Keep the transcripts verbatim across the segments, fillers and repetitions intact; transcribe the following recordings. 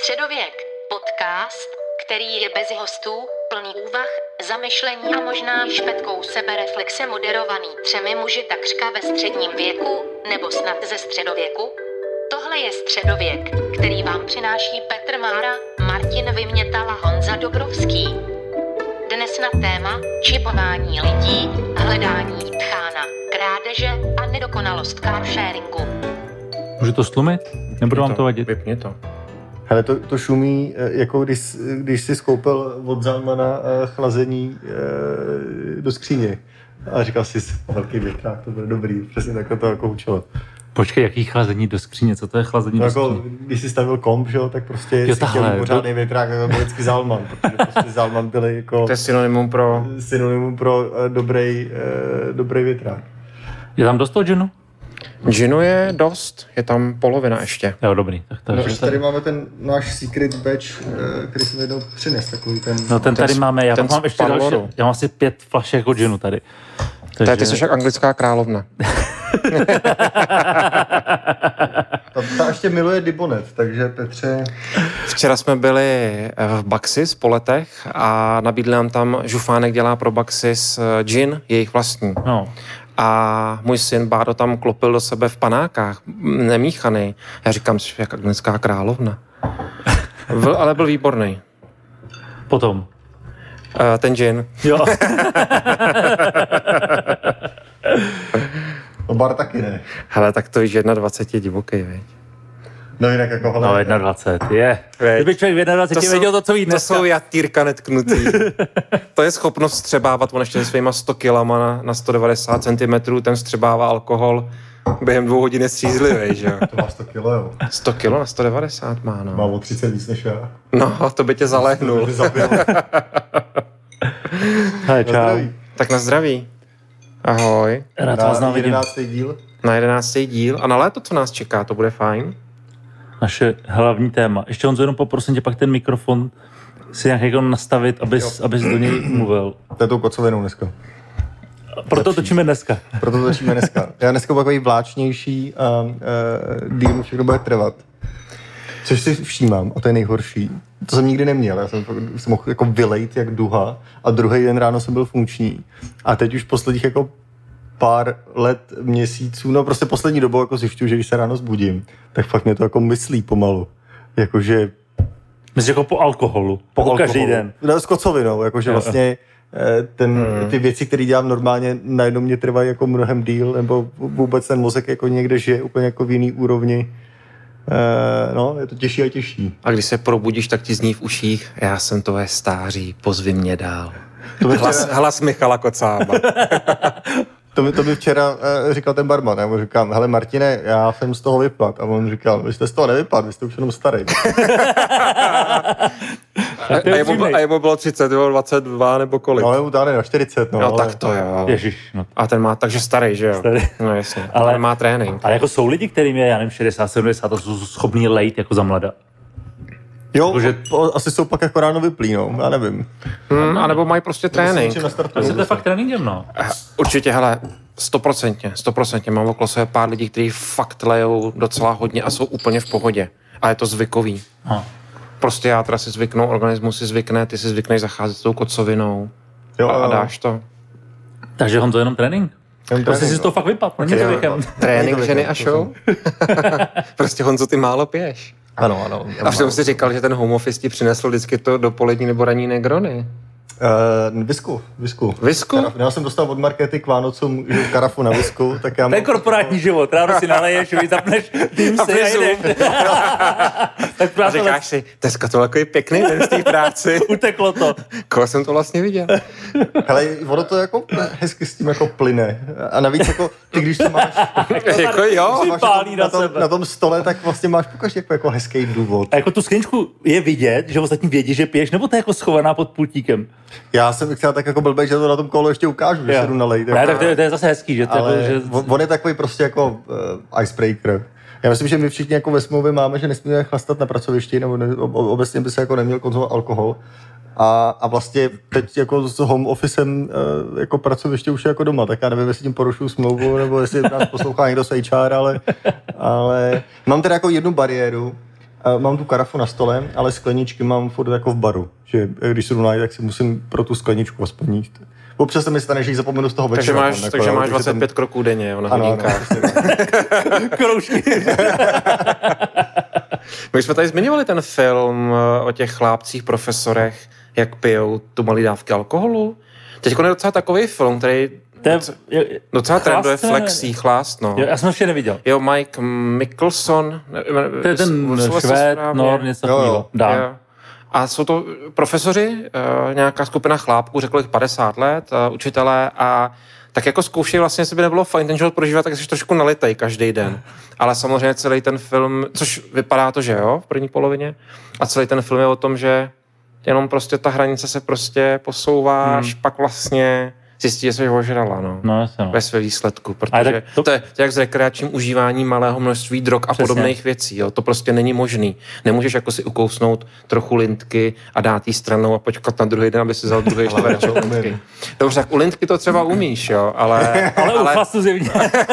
Středověk, podcast, který je bez hostů, plný úvah, zamyšlení a možná i špetkou sebereflexe, moderovaný třemi muži takřka ve středním věku, nebo snad ze středověku. Tohle je Středověk, který vám přináší Petr Mára, Martin Vymětal a Honza Dobrovský. Dnes na téma čipování lidí, hledání tchána, krádeže a nedokonalost carsharingu. Můžu to slumit? Nebudu vám to vadit? Vypni to. Hele, to, to šumí, jako když, když jsi skoupil od Zalmana chlazení do skříně. A říkal jsi, velký větrák, to bude dobrý. Přesně takhle to jako učilo. Počkej, jaký chlazení do skříně? Co to je chlazení no do skříně? Jako, když jsi stavil komp, že, tak prostě jo, si chtěl pořádný větrák, jako byl vždycky Zalman. Protože prostě Zalman byly jako... To je synonymum pro... Synonymum pro dobrý, dobrý větrák. Je tam dost toho džinu? Džinu je dost, je tam polovina ještě. Jo, dobrý. Tak to, no, tady... tady máme ten náš secret batch, který jsem jednou přines, takový ten... No ten tady ten, máme, já mám ještě další, já mám asi pět flašek od džinu tady. Takže... Ty jsi jak anglická královna. ta, ta ještě miluje Dibonet, takže Petře... Včera jsme byli v Baxis po letech a nabídli nám tam, Žufánek dělá pro Baxis gin, jejich vlastní. No. A můj syn Bádo tam klopil do sebe v panákách, nemíchaný. Já říkám, že jak anglická královna. Byl, ale byl výborný. Potom? Uh, ten gin. Jo. Bar taky ne. Hele, tak to již dvacet jedna je divoký, veď. No jinak jako... Hele, no dvacet jedna je. Kdyby člověk v dvacet jedna to věděl to, co ví dneska. To jsou jatýrka netknutý. To je schopnost střebávat, on ještě se svýma sto kilama na, na sto devadesát centimetrů, ten střebává alkohol během dvou hodin je střízlivý, že jo. To má sto kilo, jo. sto kilo na sto devadesát má, no. Má o třicet víc než já. No, to by tě zaléhnul. To by zabil. Hele, čau. Tak na zdraví. Ahoj. Rád vás na jedenáctý díl. Na jedenáctý díl. A na léto, co nás čeká, to bude fajn. Naše hlavní téma. Ještě Honzo, jenom poprosím tě pak ten mikrofon si nějak jako nastavit, abys, abys do něj mluvil. To je tou kocovinou dneska. Proto točíme dneska. Proto točíme dneska. Já dneska budu takový vláčnější a uh, díl všechno bude trvat. Což si všímám, a to je nejhorší. To jsem nikdy neměl. Já jsem, jsem mohl jako vylejt jak duha a druhý den ráno jsem byl funkční. A teď už posledních jako pár let, měsíců, no prostě poslední dobou jako zjišťuju, že když se ráno zbudím, tak fakt mě to jako myslí pomalu. Jakože... Myslíš jako po alkoholu? Po jako alkoholu. Každý den? No, s kocovinou, jakože vlastně ten, ty věci, které dělám normálně, najednou mě trvají jako mnohem díl, nebo vůbec ten mozek jako někde žije úplně jako v jiný úrovni. Uh, no, je to těžší a těžší. A když se probudíš, tak ti zní v uších, já jsem tvoje stáří, pozvi mě dál. To by hlas, včera... hlas Michala Kocába. to, by, to by včera uh, říkal ten barman. Já mu říkám, hele Martine, já jsem z toho vypad. A on říkal, vy jste z toho nevypad, vy jste už jenom starý. a, a, jemu, a jemu bylo třicet, jo, dvacet dva nebo kolik? No, jemu dále na čtyřicet, no. No, ale... tak to jo. Ježiš, no. A ten má, takže starý, že jo? Starý. No jasně, ale, ale má trénink. Ale jako jsou lidi, kterým je, já nevím, šedesát, sedmdesát, to jsou schopný lejt jako za mlada. Jo, jako, že... asi jsou pak jako ráno vyplí, no, já nevím. Hmm, a nebo mají prostě trénink. Asi to je fakt tréninkem, no. Určitě, hele, stoprocentně, stoprocentně. Mám okolo sebe pár lidí, kteří fakt lejou docela hodně a jsou úplně v pohodě. A je to zvykový. Ha. Prostě já teda si zvyknu, organismus si zvykne, ty si zvykneš zacházet s tou kocovinou jo, a, a dáš to. Takže Honzo, jenom trénink? Jenom prostě trénink, si z toho fakt vypad. Není to věkem. Trénink, ženy a show. Prostě Honzo, ty málo piješ. Ano, ano. A všem si říkal, že ten home office ti přinesl vždycky to dopolední nebo ranní negrony. Uh, visku, visku. Visku? Karaf, já jsem dostal od Markety k Vánocům karafu na visku, tak já... To je korporátní život, ráno si naleješ, zapneš dým si a jdeš. Tak a říkáš si, dneska to takový pěkný den z té práci. Uteklo to. Koho jsem to vlastně viděl? Hele, ono to jako hezky s tím jako plyne. A navíc jako, ty když to máš... jako jo. Máš jako na, tom, na tom stole, tak vlastně máš pokaždé jako, jako hezký důvod. A jako tu skleničku je vidět, že ostatní vědí, že piješ, nebo to je jako schovaná pod pultíkem? Já jsem chtěl tak jako blbej, že to na tom kolo ještě ukážu, že se jdu nalejt. Ne, tak to je, to je zase hezký, že to ale je, že... on je takový prostě jako uh, icebreaker. Já myslím, že my všichni jako ve smlouvě máme, že nesmíme chlastat na pracovišti, nebo ne, obecně by se jako neměl konzumovat alkohol. A, a vlastně teď jako s home officem uh, jako pracoviště už je jako doma, tak já nevím, jestli tím porušuju smlouvu, nebo jestli nás poslouchá někdo z H R, ale, ale mám teda jako jednu bariéru, Uh, mám tu karafu na stole, ale skleničky mám furt jako v baru. Že když se jdu najít, tak si musím pro tu skleničku aspoň jít. Občas se mi stane, že ji zapomenu z toho večera. Takže máš, tam, takže jako, máš dvacet pět tam... kroků denně, jo, na ano, hodinkách. Ano, Kroužky. My jsme tady zmiňovali ten film o těch chlápcích, profesorech, jak pijou tu malý dávky alkoholu. Teď je docela takový film, který To je, docela, docela trenduje flexí, chlást, no. Jo, já jsem ještě neviděl. Jo, Mike Mickelson. To je ten Švéd, Nor, něco takového. A jsou to profesoři, nějaká skupina chlápků, řekl jich padesát let, učitelé a tak jako zkoušejí vlastně, jestli by nebylo fajn ten život prožívat, tak jsi trošku nalitej každý den. Ale samozřejmě celý ten film, což vypadá to, že jo, v první polovině, a celý ten film je o tom, že jenom prostě ta hranice se prostě posouváš, hmm. pak vlastně zjistí, že jsi ožrala, no. No, jasně, no. Ve svém výsledku, protože to... To, je, to je jak s rekreačním užíváním malého množství drog a Přesně. podobných věcí, jo. To prostě není možný. Nemůžeš jako si ukousnout trochu lintky a dát jí stranou a počkat na druhý den, aby si vzal druhý čtvereček lintky. Dobře, tak u lintky to třeba umíš, jo, ale... ale u chlastu zjevně.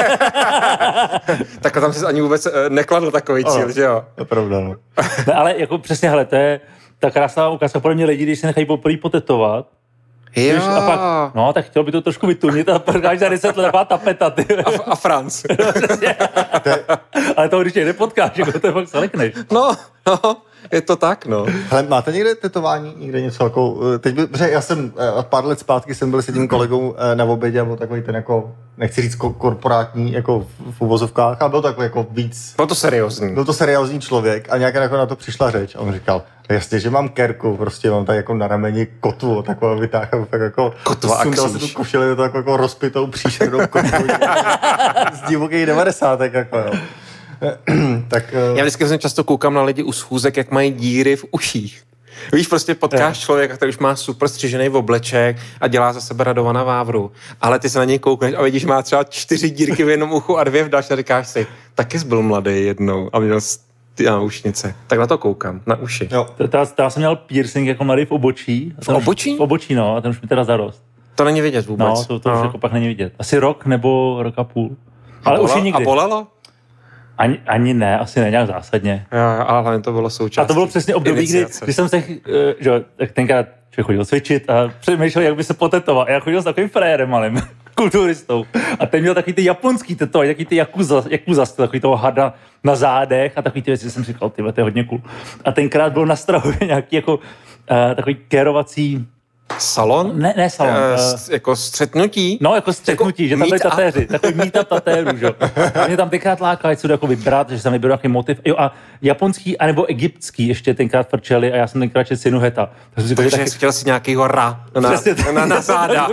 Tak tam jsi ani vůbec nekladl takový cíl, že jo. To je pravda, no. Ne, ale jako přesně, hele, to je ta krásná ukázka pro mě lidi, když se nechají poprvé potetovat. Jo. A pak, no, tak chtěl by to trošku vytunit a prkáš za deset let taková tapeta, ty. A, a Franc. Ale toho, když tě nepotkáš, jako to je fakt salekneš. No, no, je to tak, no. Hele, máte někde tetování, někde něco jako, teď by, protože já jsem, pár let zpátky jsem byl s jedním kolegou na obědě a byl takový ten jako, nechci říct korporátní, jako v uvozovkách, a byl takový jako víc. Byl to seriózní. Byl to seriózní člověk a nějak jako na to přišla řeč a on říkal, jasně, že mám kerku, prostě mám tady jako na rameni kotvu, takovou vytáhám, tak jako kotva sundal si tu košili, to jako, jako rozpitou příšernou kotvu z divokých devadesátek, jako jo. Tak, já vždycky vlastně často koukám na lidi u schůzek, jak mají díry v uších. Víš, prostě potkáš člověka, který už má super střižený obleček a dělá za sebe Radovana Vávru, ale ty se na něj koukneš a vidíš, má třeba čtyři dírky v jednom uchu a dvě v další a říkáš si, taky jsi byl mladý jednou a měl ty náušnice. Tak na to koukám, na uši. Jo. Já jsem měl piercing jako mladý v obočí. V obočí? Už, v obočí, no, a ten už mi teda zarost. To není vidět vůbec. No, to, to no. už jako pak není vidět. Asi rok nebo rok a půl. Ale a bola, už nikdy. A bolelo? Ani, ani ne, asi ne, nějak zásadně. Já, ale hlavně to bylo součástí. A to bylo přesně období, kdy, kdy jsem se, že tak tenkrát člověk chodil cvičit a přemýšlel, jak by se potetoval. A já chodil s takovým frérem malým, kulturistou. A ten měl takový ty japonský tetování, takový ty jakuza, jakuza takový toho hada na zádech a takový ty věci, jsem si říkal, tyhle, to je hodně cool. A tenkrát byl na Strahově nějaký jako uh, takový kérovací salon? Ne, ne salon. E, uh, jako střetnutí? No, jako střetnutí, jako že tam byli tatéři. Takový meet-up tatérů, že? A mě tam tenkrát lákali, co jde jako vybrat, že se tam vyberu nějaký motiv. Jo, a japonský, anebo egyptský ještě tenkrát frčeli a já jsem tenkrát četl Sinuheta. Takže jsi taky... chtěl si nějakýho ra na, na, na záda.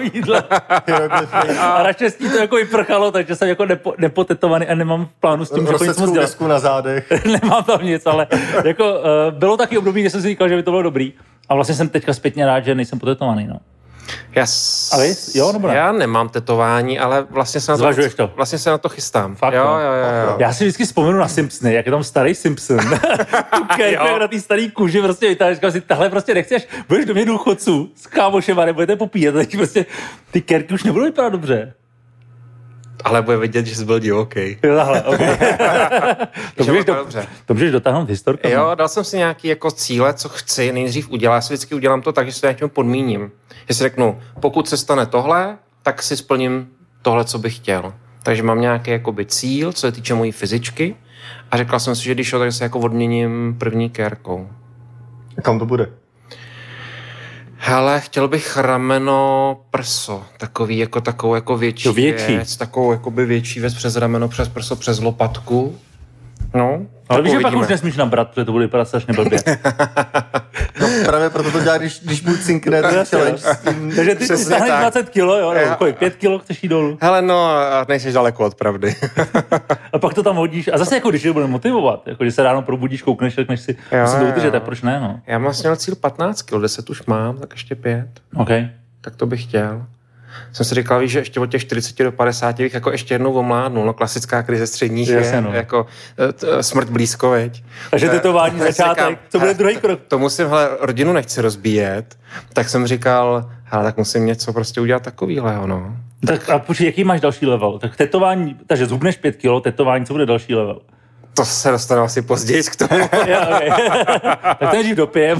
A naštěstí to jako vyprchalo, takže jsem jako nepo, nepotetovaný a nemám v plánu s tím, že nic moc dělat. na zádech. Nemám tam nic, ale jako uh, bylo taky období, kdy jsem si říkal, že by to bylo dobrý. A vlastně jsem teďka zpětně rád, že nejsem potetovaný, no. Yes. A vy? Jo, nebo ne? Já nemám tetování, ale vlastně se na to, Zvažuješ to? Vlastně se na to chystám. Fakt, jo, jo, jo, jo. Já si vždycky vzpomenu na Simpsony, jak je tam starý Simpson. Tu kejku, jak na té starý kůži prostě vytáš, říkám si, tahle prostě nechceš, budeš do mě důchodců s kámošema, nebudete popíjet, teď prostě ty kerky už nebudou vypadat dobře. Ale bude vidět, že jsi byl divoký. Jo, tahle, okay. to, můžeš do, to můžeš dotáhnout historku. Jo, dal jsem si nějaký jako cíle, co chci nejdřív udělat. Já si vždycky udělám to tak, že si to nějakým podmíním. Že si řeknu, pokud se stane tohle, tak si splním tohle, co bych chtěl. Takže mám nějaký jakoby cíl, co se týče mojí fyzičky. A řekla jsem si, že když jo, tak se jako odměním první kérkou. A kam to bude? Hele, chtěl bych rameno prso, takový jako takovou jako větší, větší. věc, takovou jakoby větší věc přes rameno, přes prso, přes lopatku. No, ale víš, že pak už nesmíš nabrat, protože to bude vypadat strašně blbě. No právě proto to dělá, když, když můj cinkne ten challenge. Takže ty zahneš dvacet kilo, jo, nebo kolik, pět kilo chceš jít dolů. Hele, no, a nejseš daleko od pravdy. A pak to tam hodíš. A zase jako, když je bude motivovat, jako, že se ráno probudíš, koukneš, řekneš si, musím to udržet, tak proč ne, no. Já mám měl cíl patnáct kilo, deset už mám, tak ještě pět. OK. Tak to bych chtěl. Jsem si říkal, víš, že ještě od těch čtyřicet do padesáti bych jako ještě jednou omládnul, no klasická krize středních je, no. Jako t, smrt blízko, veď. Takže tetování začátek, říkám, co bude druhý krok? To musím, hele, rodinu nechci rozbíjet, tak jsem říkal, hele, tak musím něco prostě udělat takovýhleho, no. Tak a počkej, jaký máš další level? Tak tetování, takže zhubneš pět kilo, tetování, co bude další level? To se dostane asi později k tomu. Já, okay. Tak to nejdřív dopijem.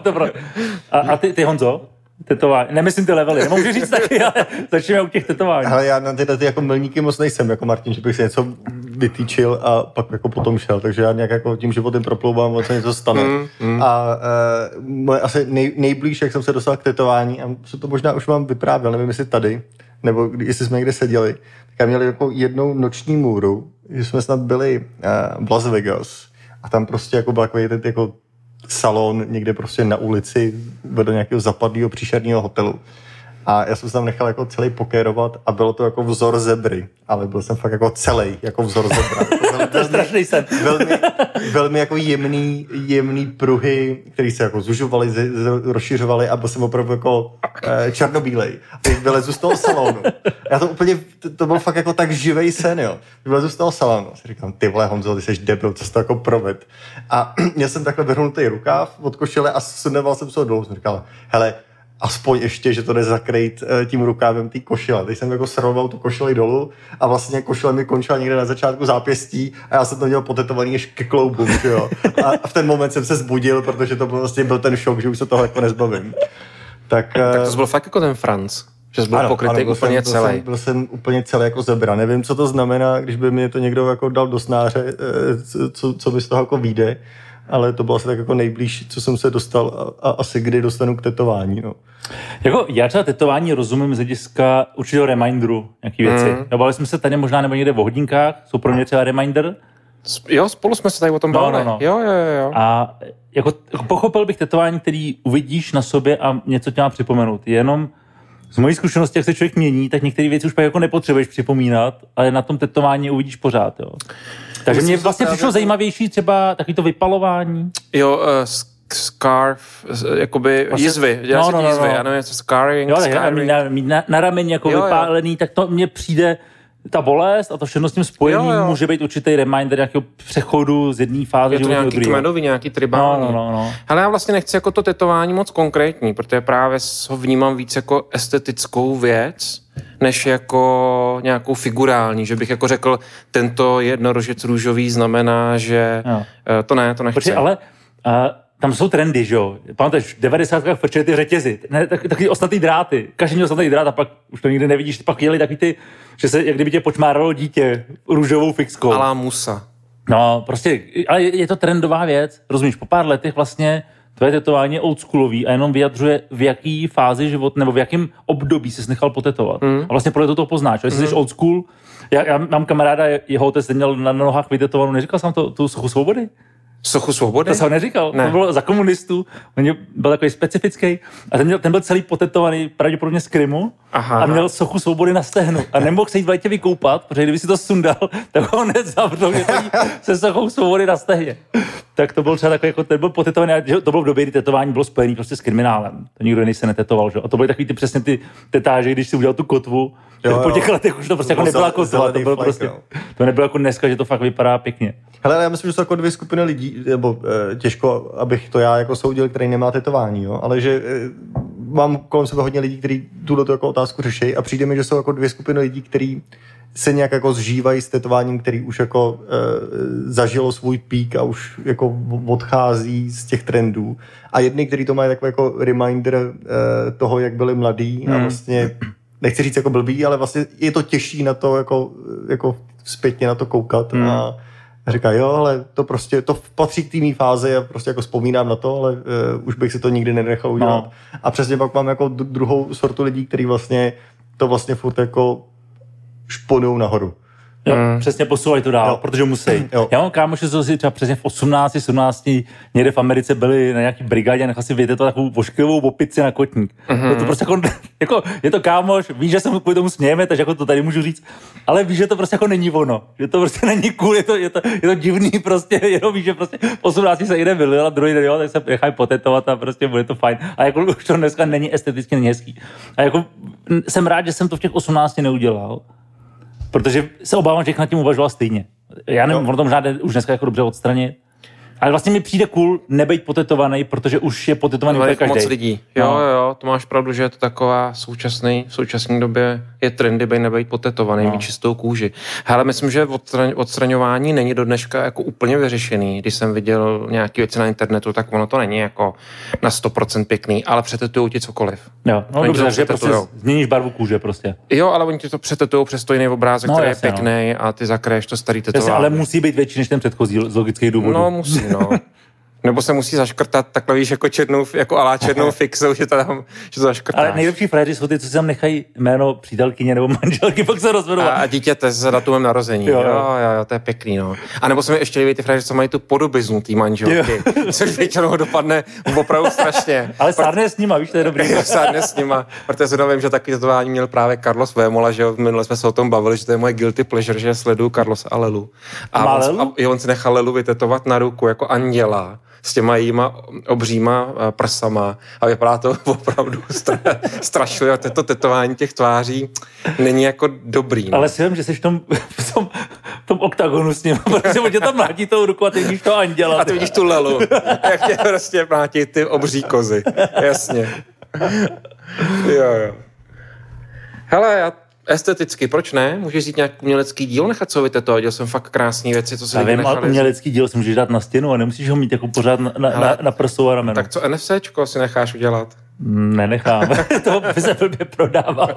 a, a ty, ty Honzo? Tetování. Nemyslím ty levely, nemůžu říct taky, ale začneme u těch tetování. Ale já na tyhle ty jako milníky moc nejsem, jako Martin, že bych si něco vytýčil a pak jako potom šel, takže já nějak jako tím životem proplouvám, co něco stane. Mm, mm. A e, moje asi nej, nejblíž, jak jsem se dostal k tetování, a to možná už vám vyprávěl, nevím, jestli tady, nebo jestli jsme někde seděli, tak já měli jako jednou noční můru, že jsme snad byli e, v Las Vegas a tam prostě jako byl takový ten jako salon někde prostě na ulici vedle nějakého zapadlého příšerného hotelu. A já jsem se tam nechal jako celý pokérovat a bylo to jako vzor zebry, ale byl jsem fakt jako celý jako vzor zebra. Jako to je strašný sen. Velmi, velmi jako jemný, jemný pruhy, které se jako zužovaly, rozšiřovaly a byl jsem opravdu jako e, černobílej. A teď vylezu z toho salonu. Já to úplně, to, to byl fakt jako tak živej sen, jo. Vylezu z toho salonu. A si říkám, ty vole Honzo, ty jsi debil, co jsi to jako proved. A já jsem takhle vyhrnutý rukáv od košile a sundeval jsem se ho dolů. Jsem říkal, hele, aspoň ještě, že to jde zakrýt uh, tím rukávem té košile. Teď jsem jako srvoval tu košili dolů a vlastně košile mi končila někde na začátku zápěstí a já jsem to měl potetovaný až ke kloubům, že jo. A v ten moment jsem se zbudil, protože to vlastně byl ten šok, že už se toho jako nezbavím. Tak, uh, tak to byl fakt jako ten Franz, že jsi byl ano, pokrytý ano, byl úplně jsem, celý. Byl jsem, byl jsem úplně celý jako zebra. Nevím, co to znamená, když by mi to někdo jako dal do snáře, co, co mi z toho jako vyjde, ale to bylo asi tak jako nejblíž, co jsem se dostal a, a asi kdy dostanu k tetování, no. Jako já třeba tetování rozumím z hlediska určitého reminderu, nějaký věci. Mm. Bavili jsme se tady možná nebo někde o hodinkách, jsou pro mě třeba reminder. Jo, spolu jsme se tady o tom bavili. No, no, no. Jo, jo, jo. A jako pochopil bych tetování, který uvidíš na sobě a něco tě má připomenout. Jenom z mojí zkušenosti, jak se člověk mění, tak některé věci už pak jako nepotřebuješ připomínat, ale na tom tetování uvidíš pořád, jo. Takže mě vlastně přišlo zajímavější třeba takový to vypalování. Jo, uh, scarf, jakoby vlastně, jizvy, dělá no, se no, no, jizvy, no. Já nevím, co scarring, jo, scarring. Na, na, na rameni jako jo, vypálený, jo. Tak to mně přijde ta bolest a to všechno s tím spojený jo, jo. Může být určitý reminder nějakého přechodu z jedné fáze. Je to nějaký kmenový, nějaký tribální. No, no, no. Hele, já vlastně nechci jako to tetování moc konkrétní, protože právě ho vnímám víc jako estetickou věc, než jako nějakou figurální, že bych jako řekl, tento jednorožec růžový znamená, že jo. to ne, to nechci. Počkej, ale uh, tam jsou trendy, že jo? Pamatuješ, v devadesátkách frčely ty řetězy, ne, tak, takový ostatní dráty. Každý měl ostatní drát a pak už to nikdy nevidíš, pak jeli takový ty, že se, jak kdyby tě počmáralo dítě růžovou fixkou. Alá musa. No, prostě, ale je to trendová věc, rozumíš, po pár letech vlastně tvoje tetování je oldschoolový a jenom vyjadřuje, v jaký fázi život nebo v jakém období jsi nechal potetovat. Mm. A vlastně podle toho to poznáš. Jestli mm. jsi old school, já, já mám kamaráda, jeho otec měl na nohách vytetovanou, neříkal jsem to, tu sochu svobody? Sochu svobody? To jsem neříkal. Ne. To bylo za komunistů. On byl takový specifický. A ten, měl, ten byl celý potetovaný pravděpodobně z Krymu. Aha. A měl sochu svobody na stehnu. A nemohl se jít v létě vykoupat, protože kdyby si to sundal, tak ho nezavřou, že to se sochou svobody na stehně. Tak to byl třeba takový, jako ten byl potetovaný, to bylo v době, kdy tetování bylo spojený prostě s kriminálem. To nikdo jiný se netetoval, že? A to byly takový ty přesně ty tetáže, když si udělal tu kotvu. Jo, po těch letech už to prostě to jako nebyla kotva, to bylo prostě, to nebylo jako dneska, že to fakt vypadá pěkně. Hele, já myslím, že jsou jako dvě skupiny lidí, nebo e, těžko, abych to já jako soudil, který nemá tetování, jo? Ale že e, mám kolem sebe hodně lidí, kteří tuto jako otázku řeší a přijde mi, že jsou jako dvě skupiny lidí, kteří se nějak jako zžívají s tetováním, který už jako e, zažilo svůj pík a už jako odchází z těch trendů. A jedni, kteří to mají takový jako reminder e, toho, jak byli mladí hmm. a vlastně nechci říct jako blbý, ale vlastně je to těžší na to jako, jako zpětně na to koukat hmm. a říká, jo, ale to prostě, to patří k té mý fázi, já prostě jako vzpomínám na to, ale uh, už bych si to nikdy nenechal udělat. No. A přesně pak mám jako druhou sortu lidí, kteří vlastně to vlastně furt jako šponujou nahoru. Jo, mm. přesně posouvají to dál, jo. Protože musí. Jo. Já mám kámoši, co si třeba přesně v osmnácti sedmnácti někde v Americe byli na nějaký brigádě a nechal si vyjet to takovou vošklivou opici na kotník. Mm-hmm. Je to prostě jako, jako, je to kámoš, víš, že se mu kvůli tomu smějeme, takže jako to tady můžu říct, ale víš, že to prostě jako není ono, že to prostě není cool, je to, je to, je to divný prostě, jenom víš, že prostě v osmnácti se jeden vylil a druhý den, jo, tak se nechají potetovat a prostě bude to fajn. A jako už to dneska není esteticky, není hezký. A jako jsem rád, že jsem to v těch osmnácti neudělal. Protože se obávám, že nad tím uvažoval stejně. Já nevím, ono to možná jde už dneska jako dobře odstranit. Ale vlastně mi přijde cool nebejt potetovaný, protože už je potetovaný no, každý. Moc lidí. Jo, no. jo, to máš pravdu, že je to taková současný, v současné době je trendy být nebejt potetovaný, no. mít čistou kůži. Hele, myslím, že odstraň, odstraňování není do dneška jako úplně vyřešený. Když jsem viděl nějaké věci na internetu, tak ono to není jako na sto procent pěkný, ale přetetujou ti cokoliv. Jo, no oni dobře, takže prostě změníš barvu kůže prostě. Jo, ale oni ti to přetetujou přes to jiný obrázek, no, který jasně, je pěkný no. a ty zakraješ to starý tetování. Ale musí být větší než ten předchozí z logických důvodů. No, musí, no. Nebo se musí zaškrtat takhle, víš, jako černou, jako alá černou fixou, že to tam, že to zaškrtáš. Ale nejlepší frajeři jsou ty, co si tam nechají jméno přítelkyně nebo manželky, pak se rozvedou. A, a dítěte s datumem narození. Jo, jo, jo, jo, to je pěkný, no. A nebo se mi ještě líbí ty frajeři, co mají tu podobiznu té manželky, jo. což většinou dopadne opravdu strašně. Ale sárne s nima, víš, to je dobrý. Jo, sárne s nima, protože se vím, že takový tetování měl právě Carlos Vémola, že jo, minule jsme se o tom bavili, že to je moje guilty pleasure, že sleduju Carlos a Lelu. A on, a on si nechal Lelu vytetovat na ruku jako anděla. S těma jíma obříma prsama a vypadá to opravdu stra, strašlivě. To tetování těch tváří není jako dobrý. No. Ale si vím, že jsi v tom, v tom, v tom oktagonu s ním, protože on tě tam mlátí tou ruku a ty vidíš to anděla. A ty vidíš tu Lelu, jak tě prostě mlátí ty obří kozy. Jasně. Jo, jo. Hele, já esteticky, proč ne? Můžeš jít nějaký umělecký díl nechat, co vytetovat? Dělal jsem fakt krásné věci, co se lidi nechali. Ale umělecký díl si můžeš dát na stěnu a nemusíš ho mít jako pořád na, na, na, na prsou a ramenu. Tak co NFCčko si necháš udělat? Nenechám. To by se blbě prodávalo.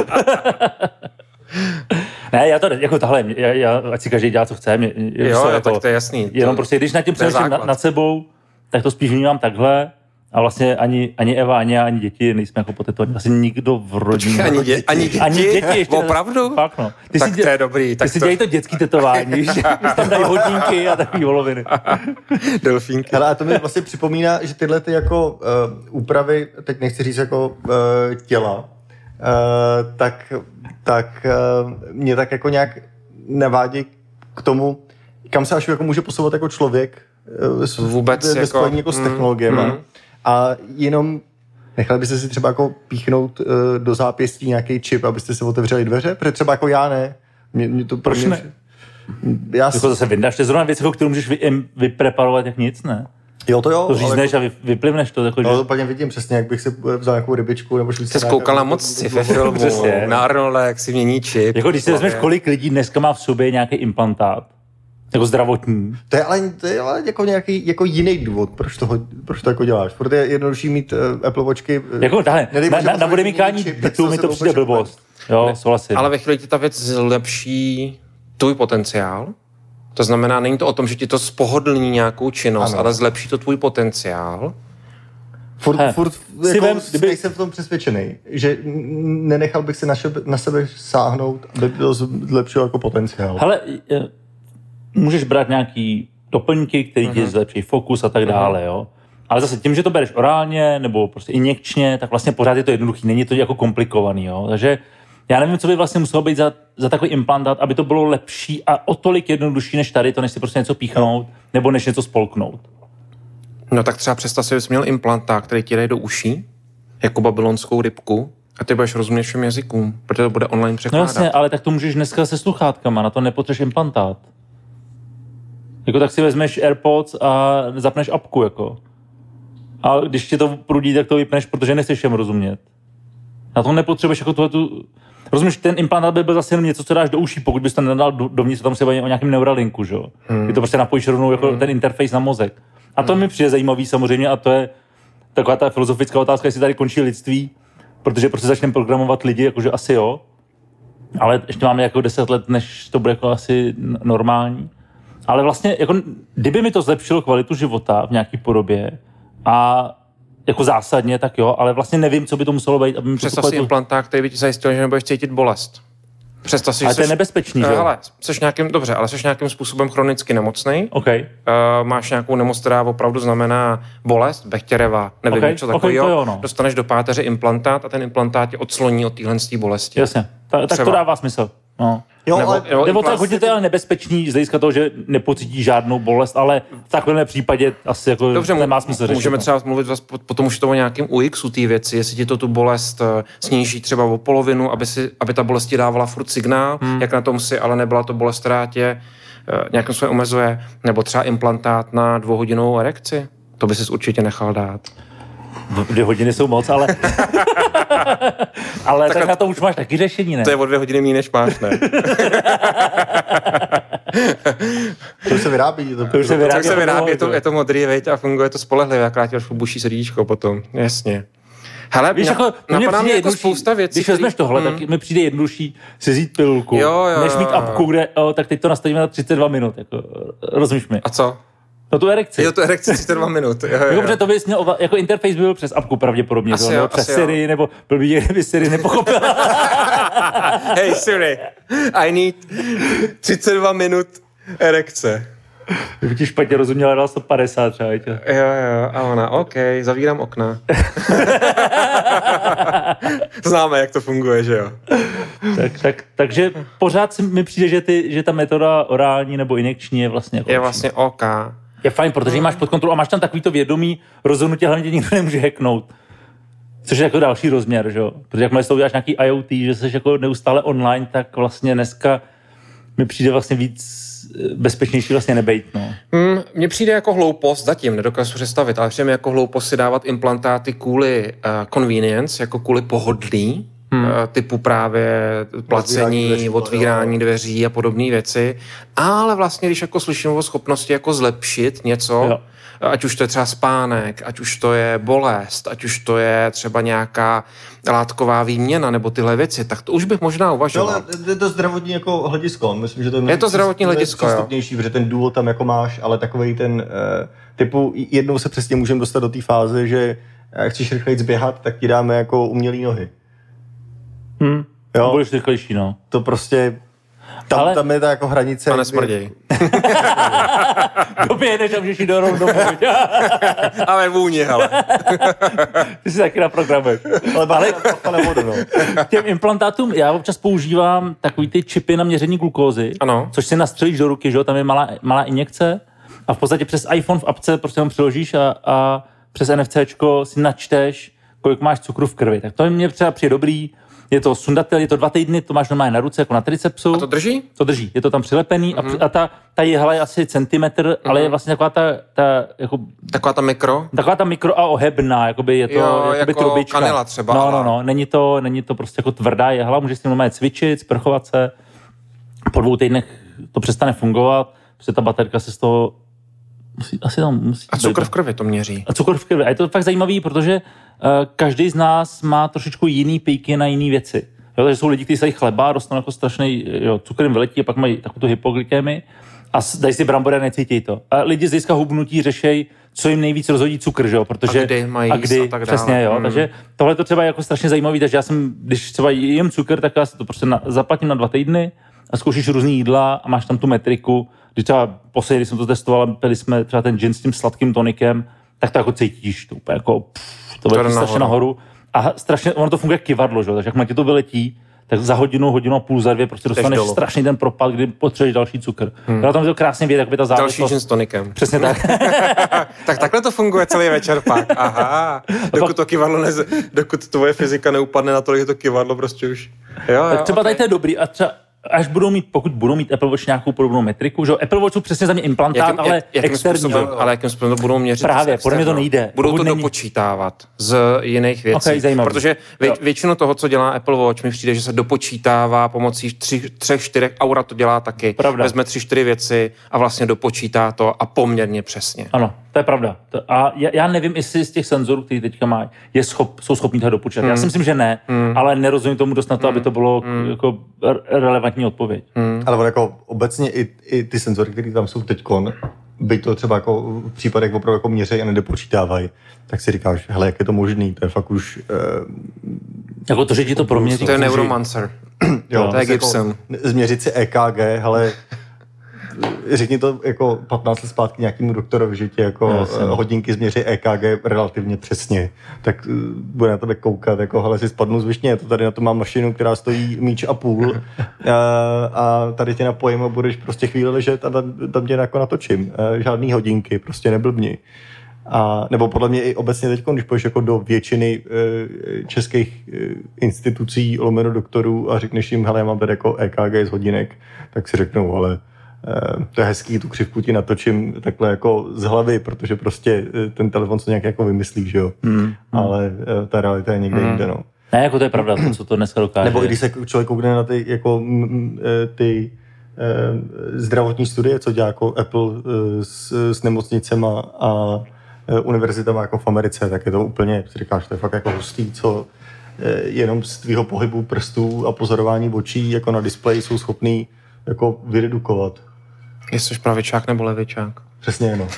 Ne, já to, jako tahle, já, já, ať si každý dělá, co chce. Mě, jo, to, jo jako, tak to je jasný. Jenom to, prostě, když nad tím přemýšlím nad, nad sebou, tak to spíš vnímám takhle. A vlastně ani, ani Eva, ani já, ani děti nejsme jako potetovaní. Asi nikdo v rodině. Ani, dě, ani děti? Ani děti ještě. Opravdu? Fakt no. Ty tak si, to je dobrý. Ty tak si to... dělají to dětský tetování, že tam dají hodinky a takový voloviny. Delfínky. Hele, a to mi vlastně připomíná, že tyhle ty jako uh, úpravy, teď nechci říct jako uh, těla, uh, tak, tak uh, mě tak jako nějak navádí k tomu, kam se až jako může posouvat jako člověk uh, s, vůbec ve jako, spojení jako s technologiemi. Mm. A jenom nechali byste si třeba jako píchnout uh, do zápěstí nějaký čip, abyste se otevřeli dveře? Protože třeba jako já ne. Mě, mě to Proč mě, ne? Já jako si... zase vyndáš, to je zrovna věc, kterou můžeš vy, vypreparovat jak nic, ne? Jo, to jo. To řízneš jako... a vy, vyplivneš to. Jako, no, že... to úplně vidím přesně, jak bych si vzal nějakou rybičku. Nebo jsi zkoukal na moc sci-fi filmu, na Arnolda, jak si mění čip. Jako když si vezmeš, kolik lidí dneska má v sobě nějaký implantát, jako zdravotní. To je ale, to je ale jako nějaký jako jiný důvod, proč, toho, proč to jako děláš. Protože je jednodušší mít uh, Apple Watchky. Jako tahle, na, na, na odemykání bytů mi to přijde blbost. Jo, souhlasím. Ale ve chvíli ti ta věc zlepší tvůj potenciál. To znamená, není to o tom, že ti to spohodlní nějakou činnost, ano. ale zlepší to tvůj potenciál. Furt, He, furt jako vem, kdyby... nejsem v tom přesvědčený, že nenechal bych si na, šebe, na sebe sáhnout, aby to zlepšilo jako potenciál. Hele, můžeš brát nějaký doplňky, který uh-huh. ti zlepší fokus a tak dále, uh-huh. jo. Ale zase tím, že to bereš orálně nebo prostě injekčně, tak vlastně pořád je to jednoduchý, není to jako komplikovaný, jo. Takže já nevím, co by vlastně muselo být za, za takový implantát, aby to bylo lepší a o tolik jednodušší než tady, to než si prostě něco píchnout nebo než něco spolknout. No tak třeba představ si, že jsi měl implantát, který ti dají do uší, jako babylonskou rybku, a ty budeš rozumět všem jazykům, protože to bude online překládat. No jasně, ale tak to můžeš dneska se sluchátkama, na to nepotřebuješ implantát. Jako tak si vezmeš AirPods a zapneš apku, jako. A když ti to prudí, tak to vypneš, protože nechceš všem rozumět. Na to nepotřebuješ jako tohle tu... Rozumíš, ten implantát by byl zase jenom něco, co dáš do uší, pokud bys to nedal do, dovnitř, tam se baví o nějakém neuralinku, že jo. Hmm. Ty to prostě napojíš rovnou jako hmm. ten interface na mozek. A to hmm. mi přijde zajímavý samozřejmě a to je taková ta filozofická otázka, jestli tady končí lidství, protože prostě začneme programovat lidi, jakože asi jo, ale ještě máme jako deset let, než to bude jako asi normální. Ale vlastně, jako, kdyby mi to zlepšilo kvalitu života v nějaký podobě a jako zásadně, tak jo, ale vlastně nevím, co by to muselo být, aby mi představ si implantát, který by ti zajistil, že nebudeš cítit bolest. Představ si, ale že to je nebezpečný, že jo? Ale seš nějakým, dobře, ale jsi nějakým způsobem chronicky nemocnej. Okay. Uh, máš nějakou nemoc, která opravdu znamená bolest, Bechtereva, nevím, okay. něco takového. Okay, no. Dostaneš do páteře implantát a ten implantát tě odsloní od téhle bolesti. Jasně, Ta, tak to dává smysl. No. Jo, nebo, ale, nebo nebo tak hodně to je ale nebezpečný z hlediska toho, že nepocítí žádnou bolest, ale v takovém případě asi jako dobře, nemá smysl řešit. Můžeme třeba mluvit potom už to o nějakém U X u té věci, jestli ti to tu bolest sníží třeba o polovinu, aby, si, aby ta bolest ti dávala furt signál, hmm. jak na tom si, ale nebyla to bolest, která tě nějakým způsobem omezuje, nebo třeba implantát na dvouhodinovou erekci? To by ses určitě nechal dát. Dvě hodiny jsou moc, ale... ale tak, tak na to už máš taky řešení, ne? To je o dvě hodiny méně, než máš, ne? To už se vyrábí. To, to už se vyrábí. To už se vyrábí, je to, je to modrý, veď, a funguje to spolehlivě, akorát ti buší srdíčko potom. Jasně. Hele, víš, jako, napadá mě jako spousta věcí. Když vezmeš tohle, hmm. tak mi přijde jednodušší si vzít pilulku, jo, jo, než mít apku, kde, o, tak teď to nastavíme na třicet dva minut. Jako, rozumíš mi? A co? No tu erekci. Jo, tu erekci třicet dva minut. Jo, jo. Dobře, to bys měl, jako interface byl přes apku pravděpodobně, asi to, jo, nebo přes asi Siri, jo. nebo byl by někde by Siri nepochopila. Hey Siri, I need třicet dva minut erekce. Kdyby ti špatně rozuměla, dal sto padesát třeba. Jo, jo, a ona, OK, zavírám okna. Známe, jak to funguje, že jo? tak, tak, takže pořád mi přijde, že, ty, že ta metoda orální nebo injekční je vlastně jako je vlastně OK. Je fajn, protože ji máš pod kontrolou a máš tam takovýto vědomí rozhodnutí, hlavně tě nikdo nemůže hacknout. Což je jako další rozměr, že jo? Protože jakmile s tou uděláš nějaký I O T, že jsi jako neustále online, tak vlastně dneska mi přijde vlastně víc bezpečnější vlastně nebejt, no. Hmm, mně přijde jako hloupost, zatím nedokážu představit, ale přijde mi jako hloupost si dávat implantáty kvůli uh, convenience, jako kvůli pohodlí, hmm. uh, typu právě placení, otvírání, otvírání dveří a podobné věci, ale vlastně, když jako slyším o schopnosti jako zlepšit něco, jo. Ať už to je třeba spánek, ať už to je bolest, ať už to je třeba nějaká látková výměna nebo tyhle věci, tak to už bych možná uvažoval. No, ale je to zdravotní jako hledisko. Myslím, že to je, je to zdravotní hledisko, přístupnější, protože ten důvod tam jako máš, ale takovej ten uh, typu, jednou se přesně můžeme dostat do té fáze, že jak chceš rychleji zběhat, tak ti dáme jako umělý nohy. Hmm. Jo? Budeš rychlejší, no. To prostě... Tam, ale... tam je ta jako hranice... A nesmrděj. Doběhneš a můžeš jít do rovnou. Ale vůni, hele. Ty si taky naprogramuješ. Ale, ale, ale vodu, no. Těm implantátům já občas používám takový ty čipy na měření glukózy, ano. Což si nastřelíš do ruky, že jo? Tam je malá, malá injekce a v podstatě přes iPhone v apce prostě jenom přiložíš a, a přes NFCčko si načteš, kolik máš cukru v krvi. Tak to mě třeba přijde dobrý. Je to sundatel, je to dva týdny, to máš normálně na ruce, jako na tricepsu. A to drží? To drží, je to tam přilepený mm-hmm. a, a ta, ta jehla je asi centimetr, mm-hmm. ale je vlastně taková ta, ta jako... Taková ta mikro? Taková ta mikro a ohebná, jakoby je to jo, jakoby jako trubička. kanila třeba. No, no, no, není to, není to prostě jako tvrdá jehla, můžeš s tím normálně cvičit, sprchovat se. Po dvou týdnech to přestane fungovat, protože ta baterka se z toho musí, asi tam musí... A cukr v krvi to měří. A cukr v krvi. A je to fakt zajímavý, protože uh, každý z nás má trošičku jiný píky na jiný věci. Jo, takže jsou lidi, kteří se dají chleba, dostanou jako strašný jo, cukr jim vyletí a pak mají takovou tu hypoglykemii a dají si brambory a necítí to. A lidi z hlediska hubnutí řešejí, co jim nejvíc rozhodí cukr, že jo, protože... A kdy mají a kdy, a tak dále. Přesně, jo, hmm. takže tohle to třeba je jako strašně zajímavý, takže já jsem, když třeba jím cukr, tak já si to prostě na, zaplatím na dva týdny a zkoušíš různý jídla a máš tam tu metriku, když třeba posledně, když jsem to testoval, pili jsme třeba ten gin s tím sladkým tonikem, tak to jako cítíš, to úplně jako pff, to bude strašně nahoru. A strašně, ono to funguje jak kivadlo, že jo, takže jak ti to vyletí, tak za hodinu, hodinu a půl, za dvě prostě dostaneš strašný ten propad, kdy potřebuješ další cukr. Hmm. No tam je to krásně vidět, jak by ta závislost... Další gin s tonikem. Přesně tak. Tak takhle to funguje celý večer pak. Aha. Dokud to kivadlo nez... dokud tvoje fyzika neupadne na to, že to kivadlo prostě už... Jo, jo, tak třeba okay. tady to je dobrý a třeba až budou mít, pokud budou mít Apple Watch nějakou podobnou metriku, že Apple Watch jsou přesně za mě implantát, jakým, ale jak, jakým externí. Způsobem, ale jakým způsobem to budou měřit? Právě, podle mě to nejde. Budou pokud to není... dopočítávat z jiných věcí. Okay, zajímavý. Protože vě, většinu toho, co dělá Apple Watch, mi přijde, že se dopočítává pomocí tři, třech, čtyřech, Aura to dělá taky. Pravda. Vezme tři, čtyři věci a vlastně dopočítá to a poměrně přesně. Ano, to je pravda. A já, já nevím, jestli z těch senzorů, který teďka mají, je schop, jsou schopní toho dopočítat. Hmm. Já si myslím, že ne, hmm. ale nerozumím tomu dost na to, hmm. aby to bylo hmm. jako relevantní odpověď. Hmm. Ale jako obecně i, i ty senzory, které tam jsou teďkon, byť to třeba jako v případech opravdu jako měřejí a nedopočítávají, tak si říkáš, hele, jak je to možný, to je fakt už... Uh, jako to, že ti to proměří. To je neuromancer. Jo, to je Gibson. Jako změřit si E K G, hele, řekni to jako patnáct let zpátky nějakému doktorovi, že ti jako no, hodinky změří E K G relativně přesně, tak uh, bude na tebe koukat, jako hele, si spadnu z višně, to tady na to mám mašinu, která stojí míč a půl uh, a tady tě napojím a budeš prostě chvíli ležet a tam, tam tě jako natočím. Uh, žádný hodinky, prostě neblbni. A, nebo podle mě i obecně teď, když půjdeš jako do většiny uh, českých uh, institucí, lomeno doktorů a řekneš jim, hele, já mám tady jako E K G z hodinek, tak si řeknou, hele, to je hezký, tu křivku ti natočím takhle jako z hlavy, protože prostě ten telefon se nějak jako vymyslí, že jo. Hmm. Ale ta realita je někde hmm. jinde, no. Ne, jako to je pravda, to, co to dneska dokáže. Nebo i když se člověk koukne na ty, jako, ty zdravotní studie, co dělá jako Apple s, s nemocnicema a univerzitama jako v Americe, tak je to úplně, si říkáš, to je fakt jako hustý, co jenom z tvýho pohybu prstů a pozorování očí jako na displeji jsou schopný jako vyredukovat. Jestli jsi pravičák nebo levičák. Přesně, no.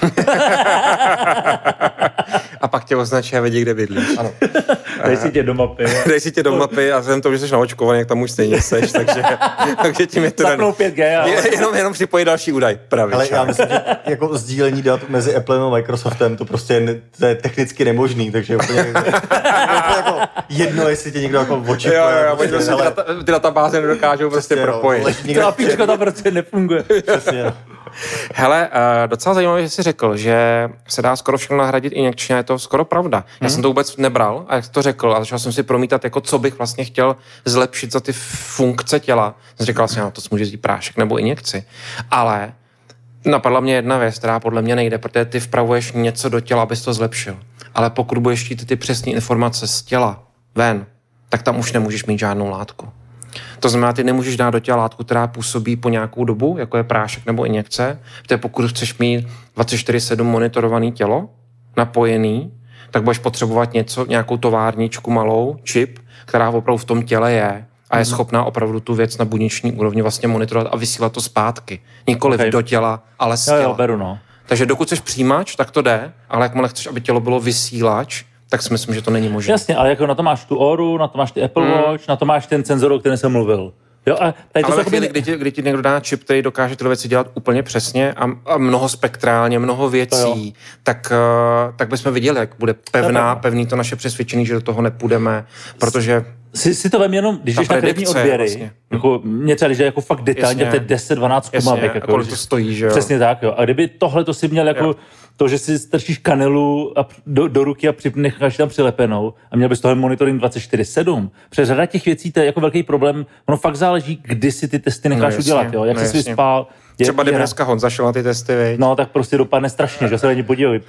A pak tě označí a vědí, kde bydlíš. Ano. Dej si tě do mapy. Dej si tě do mapy a vzhledem tomu, že jsi naočkovaný, jak tam už stejně seš, takže, takže tím je to... Zapnou pět G, ale... Jenom, jenom připojí další údaj, pravičák. Ale já myslím, že jako sdílení dat mezi Applem a Microsoftem, to prostě je, ne, to je technicky nemožný, takže úplně, úplně jako jedno, jestli tě někdo jako očekuje. Jo, jo, jo, prostě, ale... ty databáze nedokážou prostě, prostě propojit. To apíčko tam prostě nefunguje. Přesně, no. Hele, docela zajímavé, že jsi řekl, že se dá skoro všechno nahradit injekčně, je to skoro pravda. Já hmm. jsem to vůbec nebral a jak jsi to řekl a začal jsem si promítat, jako co bych vlastně chtěl zlepšit za ty funkce těla. Jsem říkal vlastně, no to může jít prášek nebo injekci. Ale napadla mě jedna věc, která podle mě nejde, protože ty vpravuješ něco do těla, abys to zlepšil. Ale pokud budeš chtít ty přesné informace z těla ven, tak tam už nemůžeš mít žádnou látku. To znamená, ty nemůžeš dát do těla látku, která působí po nějakou dobu, jako je prášek nebo injekce. Protože pokud chceš mít dvacet čtyři sedm monitorované tělo, napojený, tak budeš potřebovat něco, nějakou továrničku malou, čip, která opravdu v tom těle je a je schopná opravdu tu věc na buněční úrovni vlastně monitorovat a vysílat to zpátky. Nikoliv okay. do těla, ale z těla. Jo, jo, beru, no. Takže dokud chceš přijímač, tak to jde, ale jakmile chceš, aby tělo bylo vysílač, tak si myslím, že to není možné. Jasně, ale jako na to máš tu Oru, na to máš ty Apple hmm. Watch, na to máš ten senzor, o kterém jsem mluvil. Jo, a tady to ale ve chvíli, kdy ti, kdy ti někdo dá čip, který dokáže tyhle věci dělat úplně přesně a, a mnoho spektrálně, mnoho věcí, to tak, uh, tak bychom viděli, jak bude pevná, pevný to naše přesvědčení, že do toho nepůjdeme, protože... Si, si to vem jenom, když jdeš na krevní odběry, vlastně. Jako, mě třeba, když je jako fakt detailně, to je deset dvanáct kumavek. Jako, kolik to stojí, že jo? Přesně tak, jo. A kdyby tohle to si měl jako... Jo. To, že si strčíš kanelu a do, do ruky a při, necháš tam přilepenou a měl bys tohle monitoring dvacet čtyři sedm. Přes řada těch věcí, to je jako velký problém. Ono fakt záleží, kdy si ty testy necháš no, udělat, jo? Jak no, jsi vyspal. Je, Třeba kdyby dneska Honza šel na ty testy, viď? No, tak prostě dopadne strašně, že se na ně podívej.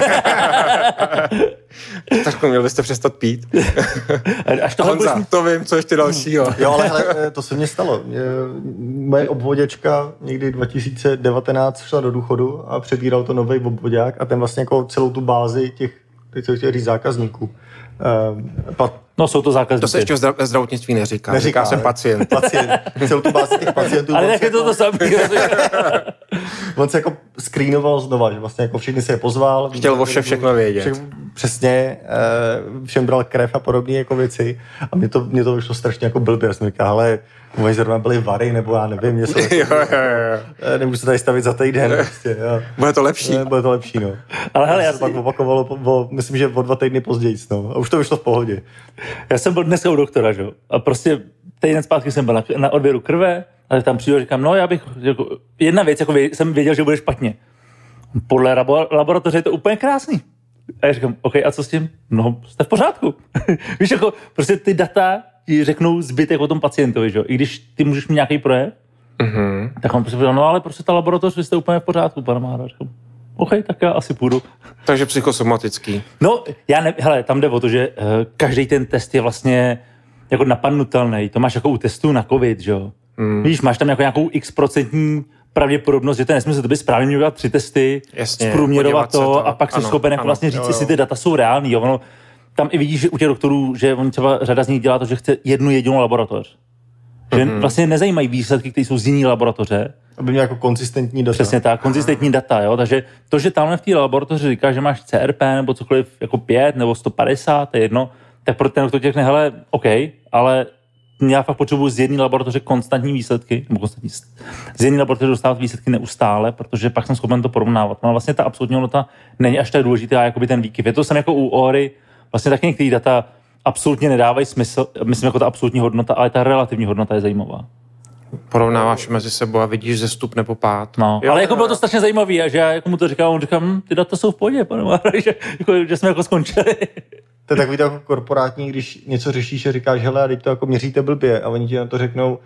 Tak měl byste přestat pít. Až to Honza, budeš... to vím, co ještě dalšího. Jo, ale hele, to se mně stalo. Moje obvoděčka někdy dva tisíce devatenáct šla do důchodu a přebíral to nový obvoďák a ten vlastně jako celou tu bázi těch, teď se chtěl říct, zákazníků. Uh, pat... No, jsou to zákazníci. To se ještě ve zdravotnictví neříká. Neříká, Říká se pacient. Pacient. Celou tu bázi těch pacientů. Ale jak je to jako... to samý. On se jako screenoval znova, že vlastně jako všichni se je pozval. Chtěl o vše všechno vědět. Všech, přesně, všem bral krev a podobné jako věci. A mě to, mě to vyšlo strašně jako blbě. Já jsem říkal, hele, moje zrovna byly vary, nebo já nevím, něco. jo, jo, jo. Nemůžu se tady stavit za týden. Prostě, jo. Bude to lepší. Bude to lepší, no. Ale hele, já já se pak opakovalo, o, myslím, že o dva týdny později, no. A už to vyšlo v pohodě. Já jsem byl dneska u doktora, že? A prostě týden zpátky jsem byl na, na odběru krve, ale tam přijdu a říkám, no já bych, jako, jedna věc, jako vě, jsem věděl, že bude špatně. Podle labo, laboratoře je to úplně krásný. A já říkám, OK, a co s tím? No, jste v pořádku. Víš, jako, prostě ty data ti řeknou zbytek o tom pacientovi, že? I když ty můžeš mít nějaký projev, mm-hmm. tak on prostě říká, no ale prostě ta laboratoř, vy jste úplně v pořádku, pane Mára. Říkám, OK, tak já asi půjdu. Takže psychosomatický. No, já ne, hele, tam jde o to, že uh, každý ten test je vlastně jako napadnutelný. To máš jako u testů na covid, že jo? Mm. Víš, máš tam jako nějakou x procentní pravděpodobnost, že to nesmysl, to by správně měl udělat tři testy, Jasně, zprůměrovat to, to a pak ano, si schopen jako vlastně říct, jestli ty data jsou reální. Jo? Ono, tam i vidíš, že u těch doktorů, že oni třeba řada z nich dělá to, že chce jednu jedinou laboratoř. Že mm-hmm. vlastně nezajímají výsledky, které jsou z jiné laboratoře. Aby měl jako konzistentní data. Přesně tak, konzistentní data, jo. Takže to, že tamhle v té laboratoři říká, že máš C R P nebo cokoliv jako pět nebo sto padesát, to je jedno, tak pro ten doktor ti řekne, hele, OK, ale já fakt potřebuji z jedné laboratoře konstantní výsledky, nebo konstantní, z jedné laboratoře dostávat výsledky neustále, protože pak jsem schopen to porovnávat. No vlastně ta absolutní hodnota není až tak důležitá, jako by ten výkyv. Je to jsem jako u Ory, vlastně taky některé data absolutně nedávají smysl, myslím jako ta absolutní hodnota, ale ta relativní hodnota je zajímavá. Porovnáváš mezi sebou a vidíš zestup nebo pád. No, jo, ale jako bylo to strašně zajímavé, a že já jako mu to říkal, on říkal, hm, ty data jsou v pohodě, pane Mára, že, jako, že jsme jako skončili. To je takový to jako korporátní, když něco řešíš a říkáš, hele, a teď to jako měříte blbě a oni ti na to řeknou,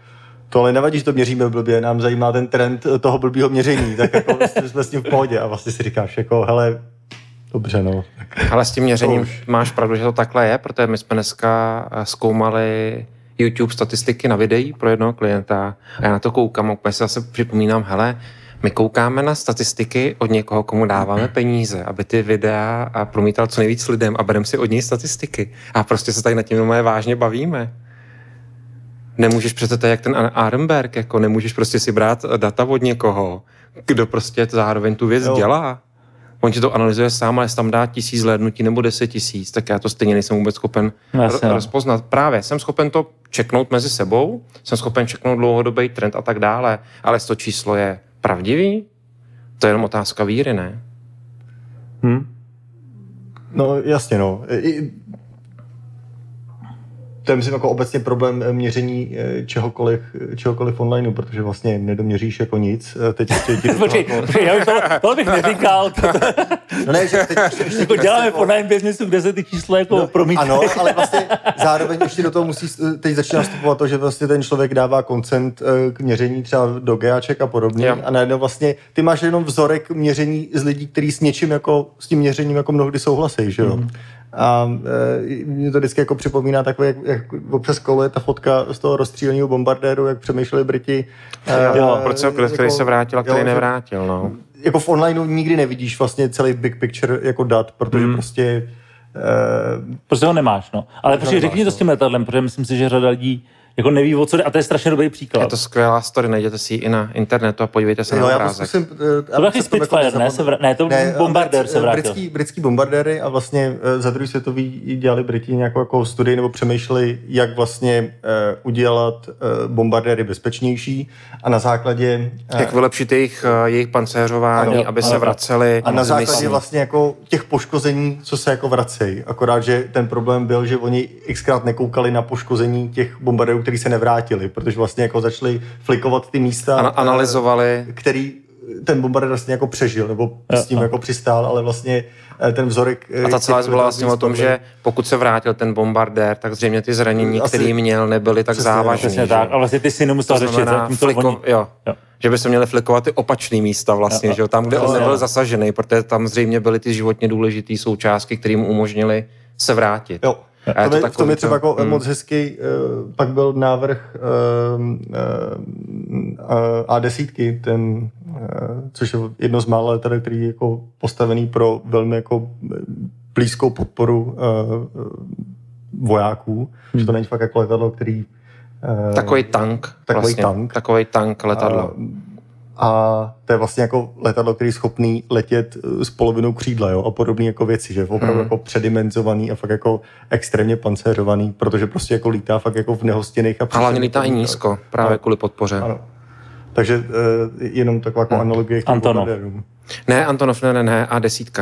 To ale nevadí, že to měříme blbě, nám zajímá ten trend toho blbýho měření, tak jako vlastně jsme s tím v pohodě a vlastně si říkáš jako, hele, dobře, no. Ale s tím měřením máš pravdu, že to takhle je, protože my jsme dneska zkoumali YouTube statistiky na videí pro jednoho klienta a já na to koukám a úplně si zase připomínám, hele, my koukáme na statistiky od někoho, komu dáváme peníze, aby ty videa a promítal co nejvíc lidem a bereme si od něj statistiky. A prostě se tady nad tím moje vážně bavíme. Nemůžeš přece tak jak ten Arenberg, jako nemůžeš prostě si brát data od někoho, kdo prostě zároveň tu věc jo. dělá. On ti to analyzuje sám, ale jestli tam dá tisíc zhlédnutí nebo deset tisíc, tak já to stejně nejsem vůbec schopen Jasně. rozpoznat. Právě jsem schopen to čeknout mezi sebou, jsem schopen čeknout dlouhodobý trend a tak dále, ale jestli to číslo je pravdivý, to je jenom otázka víry, ne? Hmm. No jasně, no. I, to je, myslím, jako obecně problém měření čehokoliv, čehokoliv online, protože vlastně nedoměříš jako nic. Teď ještě ti Počkej, jako... já už to, to bych neříkal. No ne, že teď ještě, ještě jako děláme v online businessu, kde se ty čísla jako no, promítají. Ano, ale vlastně zároveň ještě do toho musí, teď začíná vstupovat to, že vlastně ten člověk dává koncent k měření třeba do GeaCheck a podobně. Ja. A najednou vlastně ty máš jenom vzorek měření z lidí, kteří s něčím jako, s tím měřením jako mnohdy souhlasí, že jo? Mm. A e, mě to vždycky jako připomíná takové, jak, jak občas koluje ta fotka z toho rozstříleného bombardéru, jak přemýšleli Briti. E, jo, proč se, který jako, se vrátil a který jo, nevrátil, no. Jako v onlineu nikdy nevidíš vlastně celý big picture jako dat, protože mm. prostě... E, prostě ho nemáš, no. Ale prostě řekni to s tím letadlem, protože myslím si, že řada lidí jako neví, o co jde, a to je strašně dobrý příklad. Je to skvělá story, najděte si ji i na internetu a podívejte se jo, na obrázek. Zkusím, to byl taky Spitfire, jako ne? Se vr... Ne, to ne, bombardér se vrátil. Britský, britský bombardéry a vlastně za druhý světový dělali Briti nějakou jako studii nebo přemýšleli, jak vlastně uh, udělat uh, bombardéry bezpečnější a na základě... Uh, jak vylepšit jejich, uh, jejich pancéřování, ano, aby ano, se vraceli. A na základě myslí. vlastně jako těch poškození, co se jako vracejí. Akorát, že ten problém byl, že oni xkrát nekoukali na poškození těch bombardérů, který se nevrátili, protože vlastně jako začali flikovat ty místa, An- analyzovali, který ten bombardér vlastně jako přežil, nebo s tím jako přistál, ale vlastně ten vzorek... A ta celá byla vlastně o tom, že pokud se vrátil ten bombardér, tak zřejmě ty zranění, které měl, nebyly tak závažné. Tak, a vlastně ty si nemusel řešit. Fliko, oni... jo. Jo. Že by se měli flikovat ty opačný místa vlastně, jo, že jo, tam, kde jo, on nebyl jo. zasažený, protože tam zřejmě byly ty životně důležité součástky, které mu umožnily se vrátit. Jo. To je, v tom je třeba jako hmm. moc hezký, uh, pak byl návrh uh, uh, A deset, ten, uh, což je jedno z mála letadel, který je jako postavený pro velmi jako blízkou podporu uh, vojáků, hmm. že to není fakt jako letadlo, který... Uh, takový tank. Takový vlastně, tank. Takový tank letadlo. Uh, A to je vlastně jako letadlo, který je schopný letět s polovinou křídla, jo, a podobné jako věci, že je opravdu mm. jako předimenzovaný a fakt jako extrémně pancéřovaný, protože prostě jako lítá fakt jako v nehostinných a... A hlavně lítá i nízko, právě no. kvůli podpoře. Ano. Takže uh, jenom taková jako mm. analogie k těm Antonov. Ne, Antonov, ne, ne, ne, A deset.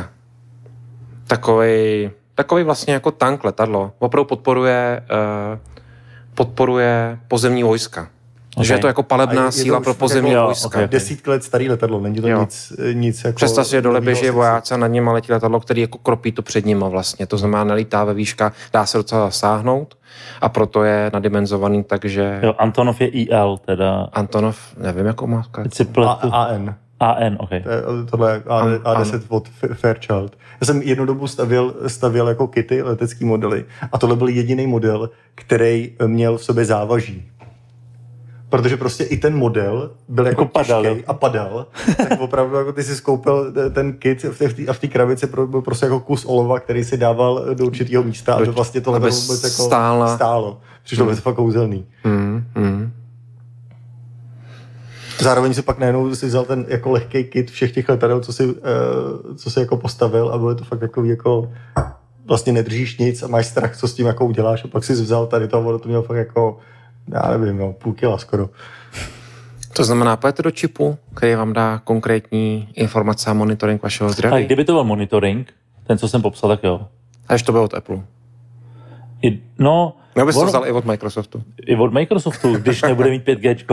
Takovej, takovej vlastně jako tank letadlo. Opravdu podporuje, uh, podporuje pozemní vojska. Okay. Že je to jako palebná je síla pro pozemní jako, vojska. Okay, okay. Desítky let starý letadlo, není to jo. nic, nic jako... Představ si, že dole běží vojáci a nad nimi letí letadlo, který jako kropí to před nima vlastně. To znamená, nelítá ve výškách, dá se docela sáhnout a proto je nadimenzovaný, takže... Jo, Antonov je I L teda. Antonov, nevím, jakou má A N. A N, ok. Tohle je A deset od Fairchild. Já jsem jednu dobu stavěl, stavěl jako kity, letecký modely a tohle byl jediný model, který měl v sobě závaží. Protože prostě i ten model byl jako, jako těžký a padal, tak opravdu jako ty si skoupil ten kit a v té krabici byl prostě jako kus olova, který si dával do určitého místa, aby vlastně tohle bylo vůbec jako stála. stálo. Přišlo mm. by to fakt kouzelný. Mm, mm. Zároveň si pak najednou si vzal ten jako lehký kit všech těch letadel, co si, uh, co si jako postavil a bylo to fakt takový jako vlastně nedržíš nic a máš strach, co s tím jako uděláš a pak si vzal tady toho, to měl fakt jako já nevím, no, půl kila skoro. To znamená, pojďte do čipu, který vám dá konkrétní informace a monitoring vašeho zdraví. A kdyby to byl monitoring, ten, co jsem popsal, tak jo. A ještě to bylo od Apple. I, no... Já bys to vzal i od Microsoftu. I od Microsoftu, když nebude mít pět G.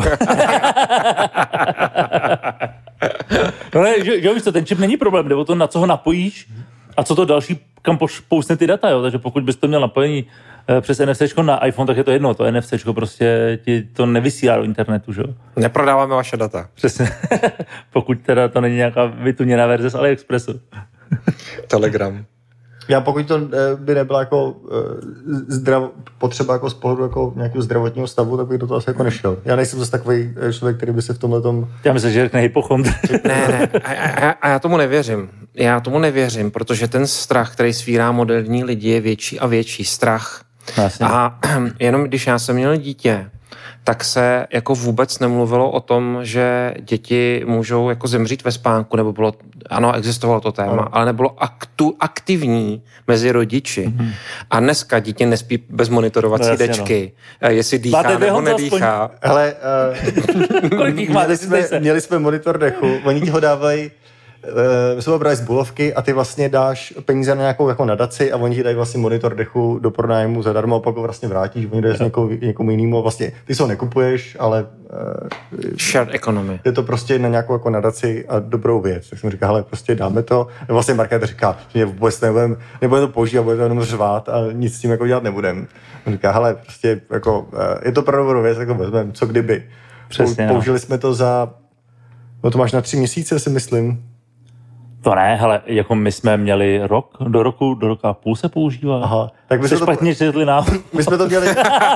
No ne, že, že víš to, ten čip není problém, jde o to, na co ho napojíš a co to další kam pousne ty data, jo? Takže pokud bys to měl napojený přes NFCčko na iPhone, tak je to jedno, to NFCčko prostě ti to nevysílá do internetu, že jo? Neprodáváme vaše data. Přesně. Pokud teda to není nějaká vytuněná verze z AliExpressu. Telegram. Já pokud to by nebyla jako zdrav, potřeba jako z pohledu jako nějakého zdravotního stavu, tak bych do toho asi jako nešel. Já nejsem zase takový člověk, který by se v tomhletom... Já myslím, že řekne hypochondr. Ne, ne, a, a, a já tomu nevěřím. Já tomu nevěřím, protože ten strach, který svírá moderní lidi, je větší a větší strach. Vlastně. A jenom když já jsem měl dítě, tak se jako vůbec nemluvilo o tom, že děti můžou jako zemřít ve spánku, nebo bylo, ano, existovalo to téma, no. ale nebylo aktu, aktivní mezi rodiči. Mm-hmm. A dneska dítě nespí bez monitorovací no, jasně, dečky, no. jestli dýchá máte nebo nedýchá. Aspoň... Hele, uh, Kolik jich máte, měli, jsme, měli jsme monitor dechu, oni ti ho dávají, my jsme ho brali z Bulovky a ty vlastně dáš peníze na nějakou jako nadaci a oni ti dají vlastně monitor dechu do pronájmu zadarmo a pak ho vlastně vrátíš, oni dají někomu, někomu jinému. Vlastně ty se ho nekupuješ, ale uh, shared economy. Je to prostě na nějakou jako nadaci a dobrou věc. Tak jsem říkal, hele, prostě dáme to. A vlastně Markéta říká, že vůbec nebudeme, nebudeme to použít a budeme to jenom řvát a nic s tím jako dělat nebudeme. On říká, hele, prostě jako, je to pro dobrou věc, jako vezmeme, co kdyby. Přesně, Použili no. jsme to za, no to máš na tři měsíce, si myslím. To ne, hele, jako my jsme měli rok, do roku, do roka a půl se používá. Aha, tak my jsme jsme špatně četli nám. My jsme to měli,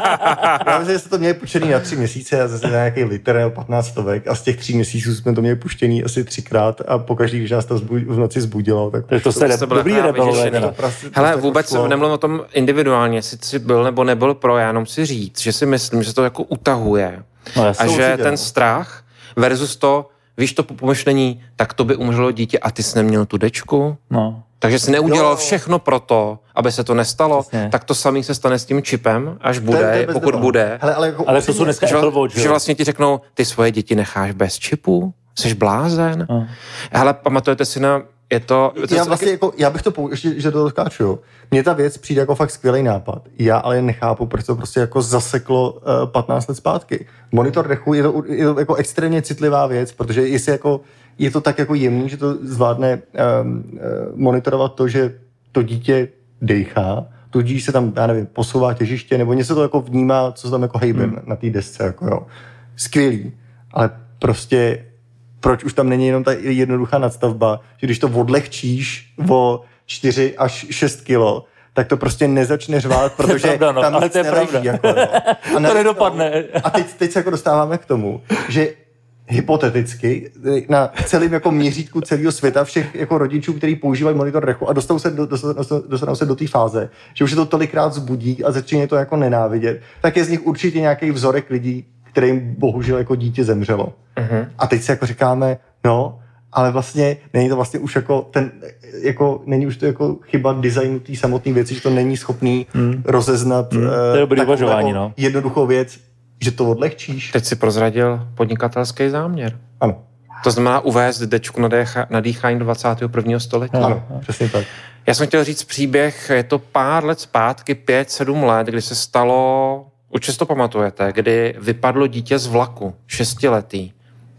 já myslím, že jsme to měli puštěný na tři měsíce a zase na nějaký litr nebo patnáct stovek a z těch tří měsíců jsme to měli puštěný asi třikrát a pokaždý, když nás to zbu, v noci zbudilo, tak... Tak to jste dobrý rebelové. Hele, vůbec se nemluvím o tom individuálně, jestli jsi byl nebo nebyl pro, já jenom si říct, že si myslím, že to jako utahuje no, a že ten strach versus to, víš to po pomyšlení, tak to by umřelo dítě a ty jsi neměl tu dečku. No. Takže jsi neudělal jo. všechno pro to, aby se to nestalo, Přesně. tak to samý se stane s tím čipem, až bude, to je, to je pokud bude. Hele, ale, jako ale to jsou dneska že, Apple Watch, že vlastně ti řeknou, ty svoje děti necháš bez čipu? Jsi blázen? No. Hele, pamatujete si na... Je to, já, vlastně jako, já bych to použil, že to skáču, jo. Mně ta věc přijde jako fakt skvělý nápad. Já ale nechápu, proč to prostě jako zaseklo uh, patnáct let zpátky. Monitor dechu je to, je to jako extrémně citlivá věc, protože jestli jako, je to tak jako jemný, že to zvládne um, uh, monitorovat to, že to dítě dejchá, tudíž se tam, já nevím, posouvá těžiště, nebo něco to jako vnímá, co se tam jako hejbe hmm. na té desce, jako jo. Skvělý, ale prostě proč už tam není jenom ta jednoduchá nadstavba, že když to odlehčíš o čtyři až šest kilo, tak to prostě nezačne řvát, protože pravda, no, tam ale nic to je neleží. pravda. Jako, no. A to nedopadne. A teď, teď se jako dostáváme k tomu, že hypoteticky na celém jako měřítku celého světa všech jako rodičů, kteří používají monitor dechu a dostanou se do, dostanou, dostanou se do té fáze, že už je to tolikrát zbudí a začíná to jako nenávidět, tak je z nich určitě nějaký vzorek lidí, kterým bohužel jako dítě zemřelo. Uh-huh. A teď si jako říkáme, no, ale vlastně není to vlastně už jako ten, jako není už to jako chyba designu té samotné věci, že to není schopný hmm. rozeznat hmm. to je dobrý uvažování, no. jednoduchou věc, že to odlehčíš. Teď si prozradil podnikatelský záměr. Ano. To znamená uvést dečku na, décha, na dýchání dvacátého prvního století. Ano, přesně tak. Já jsem chtěl říct příběh, je to pár let zpátky, pět, sedm let, kdy se stalo, určitě to pamatujete, kdy vypadlo dítě z vlaku, šestiletý.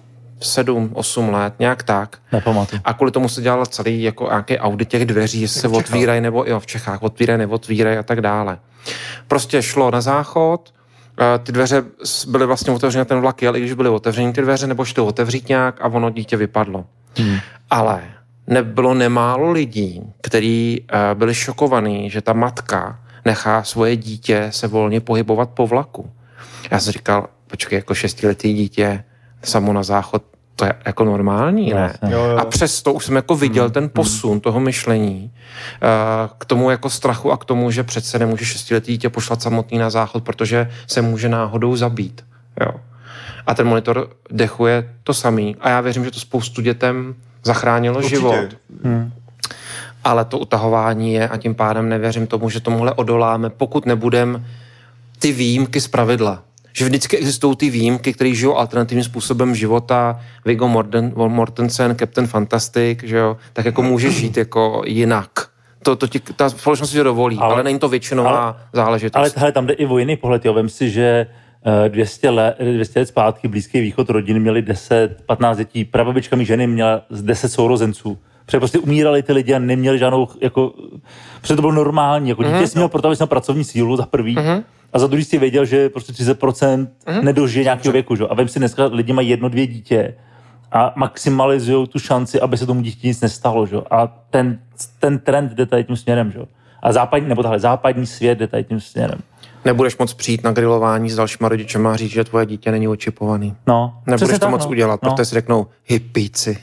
sedm, osm let, nějak tak. Nepamatuji. A kvůli tomu se dělal celý jako nějaký audit těch dveří, jestli se otvírají nebo jo, v Čechách otvírají, neotvírají a tak dále. Prostě šlo na záchod, ty dveře byly vlastně otevřené, ten vlak jel, i když byly otevřené ty dveře, nebo šlo otevřít nějak a ono dítě vypadlo. Hmm. Ale nebylo nemálo lidí, kteří byli šokovaní, že ta matka nechá svoje dítě se volně pohybovat po vlaku. Já jsem říkal, počkej, jako šestiletý dítě samo na záchod, to je jako normální, ne? Jo, jo. A přesto už jsem jako viděl hmm. ten posun hmm. toho myšlení uh, k tomu jako strachu a k tomu, že přece nemůže šestiletý dítě pošlat samotný na záchod, protože se může náhodou zabít. Jo. A ten monitor dechu je to samý. A já věřím, že to spoustu dětem zachránilo Určitě. život. Hmm. Ale to utahování je a tím pádem nevěřím tomu, že tomuhle odoláme, pokud nebudem ty výjimky z pravidla. Že vždycky existují ty výjimky, které žijou alternativním způsobem života, Viggo Morten, Mortensen, Captain Fantastic, že jo, tak jako může žít jako jinak. To, to ti, ta společnost si to dovolí, ale, ale není to většinová ale, záležitost. Ale hele, tam jde i o jiný pohled, jo. Vem si, že dvě stě let, dvě stě let zpátky Blízký východ rodiny měli deset patnáct dětí, prababička mý ženy měla deset sourozenců. Protože prostě umírali ty lidi a neměli žádnou, jako, protože to bylo normální, jako dítě mm-hmm. jsi měl proto, aby jsi měl pracovní sílu za prvý, mm-hmm. a za druhý jsi věděl, že prostě třicet procent mm-hmm. nedožije nějakého věku, že? A vem si dneska lidi mají jedno, dvě dítě a maximalizují tu šanci, aby se tomu dítě nic nestalo, že? A ten, ten trend jde tady tím směrem, že? A západní, nebo tahle západní svět jde tady tím směrem. Nebudeš moc přijít na grilování s dalšíma rodičema a říct, že tvoje dítě není očipovaný. No, nebudeš to tak, moc no. udělat, no. protože si řeknou hippíci.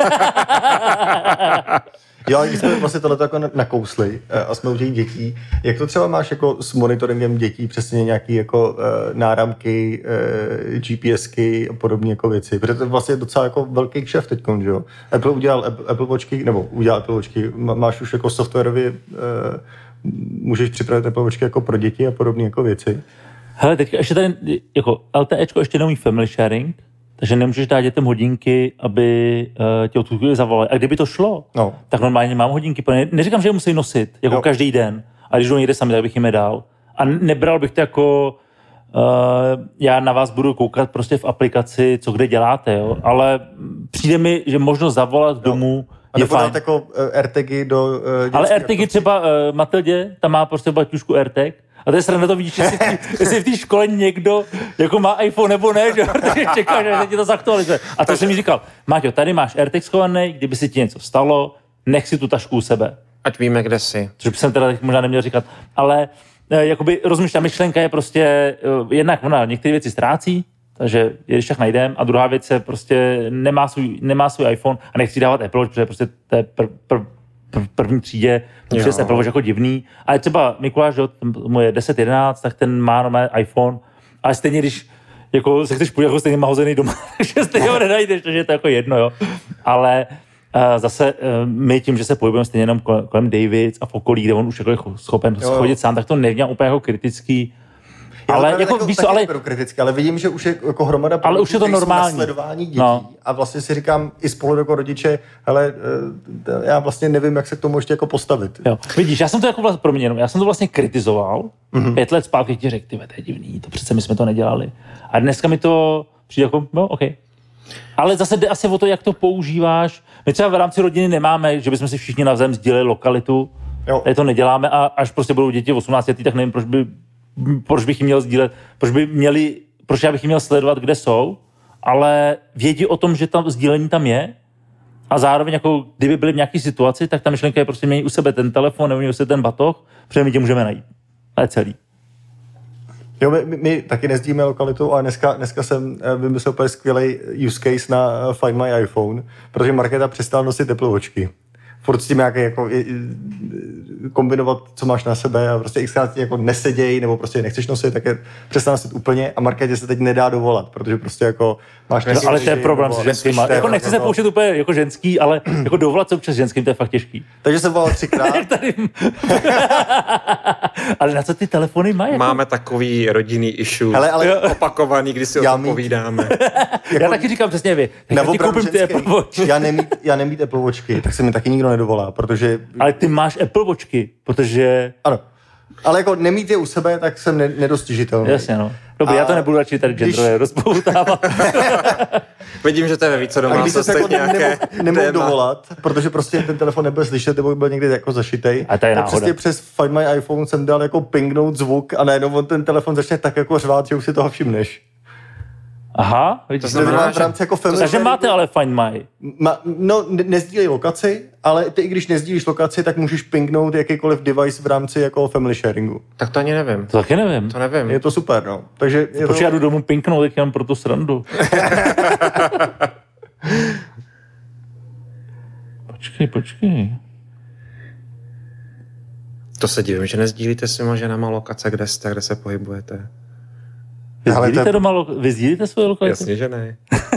Jo, když jsme vlastně tohleto jako nakousli a jsme u těch dětí, jak to třeba máš jako s monitoringem dětí, přesně nějaký jako uh, náramky, uh, GPSky a podobné jako věci, protože to je vlastně docela jako velký kšeft teďkon, že jo? Apple udělal Apple, Apple Watchky, nebo udělal Apple Watchky, máš už jako softwarově, uh, můžeš připravit Apple Watchky jako pro děti a podobné jako věci. Hele, teď ještě tady, jako LTEčko ještě neumí family sharing, takže nemůžeš dát dětem hodinky, aby uh, tě odkud zavolali. A kdyby to šlo, no. tak normálně mám hodinky. Neříkám, že je musí nosit, jako no. každý den. A když jdou někde sami, tak bych jim je dal. A nebral bych to jako, uh, já na vás budu koukat prostě v aplikaci, co kde děláte, jo. Ale přijde mi, že možnost zavolat no. domů je fajn. A nebo jako uh, AirTagy do uh, ale AirTagy třeba uh, Matildě, tam má prostě baťušku AirTag. A to je sranda to vidíš, jestli v té škole někdo jako má iPhone nebo ne, že? Protože čeká, že se ti to zaktualizuje. A to jsem mi říkal, Máťo, tady máš AirTag schovaný, kdyby si ti něco stalo, nech si tu tašku u sebe. Ať víme, kde jsi. Což jsem teda možná neměl říkat, ale jakoby, rozumíš, ta myšlenka je prostě, jednak ona některé věci ztrácí, takže když tak najdem, a druhá věc je prostě nemá svůj, nemá svůj iPhone a nechci dávat Apple Watch, protože prostě to je pr, pr, v první třídě, protože se Apple Watch jako divný. Ale třeba Mikuláš, jo, moje deset jedenáct, tak ten má normálně iPhone, ale stejně, když jako, se chceš půjít, jako stejně má hozený doma, takže stejně ho nenajdeš, takže je to jako jedno, jo. Ale uh, zase uh, my tím, že se pohybujeme stejně jenom kolem, kolem Davids a v okolí, kde on už jako je schopen jo, schodit sám, tak to nevnímám úplně jako kritický. Já ale jako, jako, víš co, ale kriticky, ale vidím, že už je jako hromada ale už je to normální sledování dětí no. a vlastně si říkám i spolu jako rodiče, hele, já vlastně nevím, jak se k tomu ještě jako postavit. Jo. Vidíš, já jsem to jako vlastně pro mě jenom, já jsem to vlastně kritizoval, mm-hmm. pět let zpátky ti řekl, tyhle, to je divný, to přece my jsme to nedělali. A dneska mi to přijde jako, no, OK. Ale zase jde asi o to, jak to používáš. My třeba v rámci rodiny nemáme, že bychom si všichni navzájem sdíleli lokalitu, jo. Tady to neděláme a až prostě budou děti osmnáct letý, tak nevím, proč by proč bych jim měl sdílet, proč by měli, proč já bych jim měl sledovat, kde jsou, ale vědí o tom, že tam sdílení tam je a zároveň jako kdyby byli v nějaké situaci, tak ta myšlenka je prostě mění u sebe ten telefon nebo mění u sebe ten batoh, protože my tě můžeme najít. A je celý. Jo, my, my taky nezdíme lokalitu, ale dneska, dneska jsem vymyslel úplně skvělý use case na Find My iPhone, protože Markéta přestala nosit Apple Watchky. Furt s tím nějaký jako kombinovat, co máš na sebe a prostě xkrát jako neseděj nebo prostě nechceš nosit, tak je přestal nosit úplně a Markétě se teď nedá dovolat, protože prostě jako máš... No, ale to je problém s ženskýma. Jako nechci se pouštět úplně jako ženský, ale jako dovolat se občas ženským, to je fakt těžký. Takže jsem volal třikrát. Ale na co ty telefony mají? Máme jako... takový rodinný issue, hele, ale... opakovaný, když si o tom mít... povídáme. jako... Já taky říkám přesně vy. Já ti koupím ty Apple Watch. Já nemít, já nemít Apple Watchky, tak se mi taky nikdo nedovolá, protože... Ale ty máš Apple Watchky, protože... Ano. Ale jako nemít je u sebe, tak jsem ne- nedostižitelný. Jasně, no. Dobře, já to nebudu radši tady genderově když... rozpoutávat. Vidím, že to je ve více domácnostech jako nějaké nemohl dovolat, protože prostě ten telefon nebyl slyšet, nebo byl někdy jako zašitej. A to je tak prostě přes Find My iPhone jsem dal jako pingnout zvuk a najednou on ten telefon začne tak jako řvát, že už si toho všimneš. Aha, to znamená, v rámci jako family. Takže máte ale Find My. Ma, no, ne, nezdílej lokaci, ale ty i když nezdílíš lokaci, tak můžeš pingnout jakýkoliv device v rámci jako family sharingu. Tak to ani nevím. To taky nevím. To nevím. Je to super, no. Takže je Proč to... já jdu domů pinknout, tak jenom pro tu srandu. počkej, počkej. To se divím, že nezdílíte s těma ženama lokace, kde jste, kde se pohybujete. Vy sdílíte, to... doma, vy sdílíte svoje lokality? Jasně, že ne.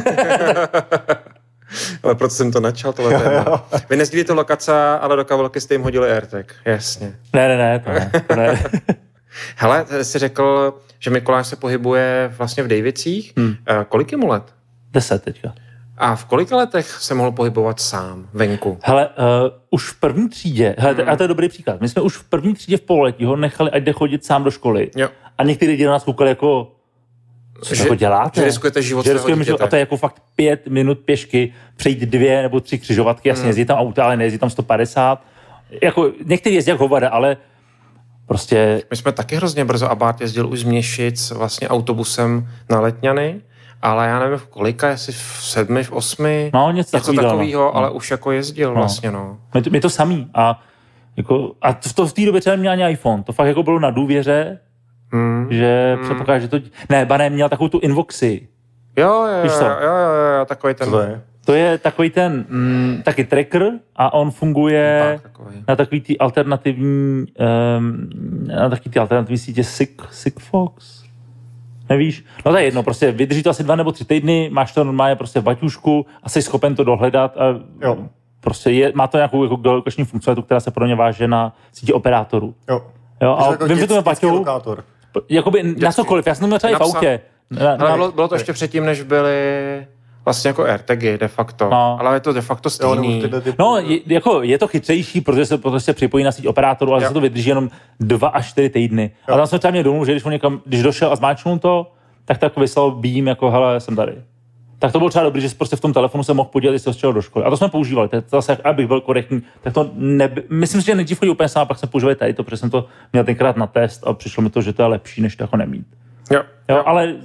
Ale proto jsem to načal, tohle téma. Vy nezdílíte lokace, ale do kabelky jste jim hodili AirTag. Jasně. Ne, ne, ne, to ne. To ne. Hele, jsi řekl, že Mikuláš se pohybuje vlastně v Davicích. Hmm. Kolik je mu let? Deset teďka. A v kolika letech se mohl pohybovat sám venku? Hele, uh, už v první třídě, hele, hmm. a to je dobrý příklad, my jsme už v první třídě v pololetí ho nechali, ať jde chodit sám do školy. Jo. A některý lidi na nás koukali jako Co že, jako děláte? Že riskujete život svého dítěte. A to je jako fakt pět minut pěšky, přejít dvě nebo tři křižovatky, jasně, hmm. jezdí tam auta, ale nejezdí tam sto padesát. Jako, některý jezdí jak hovada, ale prostě... My jsme taky hrozně brzo, a Bart jezdil už z Měšic vlastně autobusem na Letňany, ale já nevím v kolika, jestli v sedmi, v osmi, no, něco, něco takového, no. Ale už jako jezdil no. vlastně, no. My to, my to samý a, jako, a to, to v té době třeba neměl ani iPhone, to fakt jako bylo na důvěře, hmm. že hmm. předpokládá, že to... Ne, Bané měl takovou tu Invoxy. Jo, jo, jo, jo, jo, jo, takový ten... To je? To je takový ten mm, taky tracker a on funguje no, takový. na takový ty alternativní um, na takový ty alternativní sítě Sigfox. Nevíš? No to je jedno, prostě vydrží to asi dva nebo tři týdny, máš to normálně prostě v baťušku a jsi schopen to dohledat a jo. prostě je, má to nějakou jako geolokační funkcionalitu, která se pro ně váže na sítě operátorů. Jo. Jo, a jako vím, že to je baťou, jakoby dětský. na cokoliv, já jsem to měl třeba i v autě. Na, na, bylo, bylo to ještě předtím, než byly vlastně jako AirTagy de facto, no. Ale je to de facto stejný. Jo, typu... No, je, jako je to chytřejší, protože se prostě připojí na síť operátorů, ale jo. se to vydrží jenom dva až čtyři týdny. Jo. A tam jsme třeba měli domů, že když on někam, když došel a zmáčknul to, tak tak vyslal beam jako hele, jsem tady. Tak to bylo třeba dobrý, že jsi prostě v tom telefonu se mohl podívat, jestli ho do školy. A to jsme používali. To zase, abych byl korektní, tak to neby... myslím si, že nejdřív chodí úplně sám, pak jsem používal tady to, protože jsem to měl tenkrát na test a přišlo mi to, že to je lepší, než to jako nemít. Jo. Jo, ale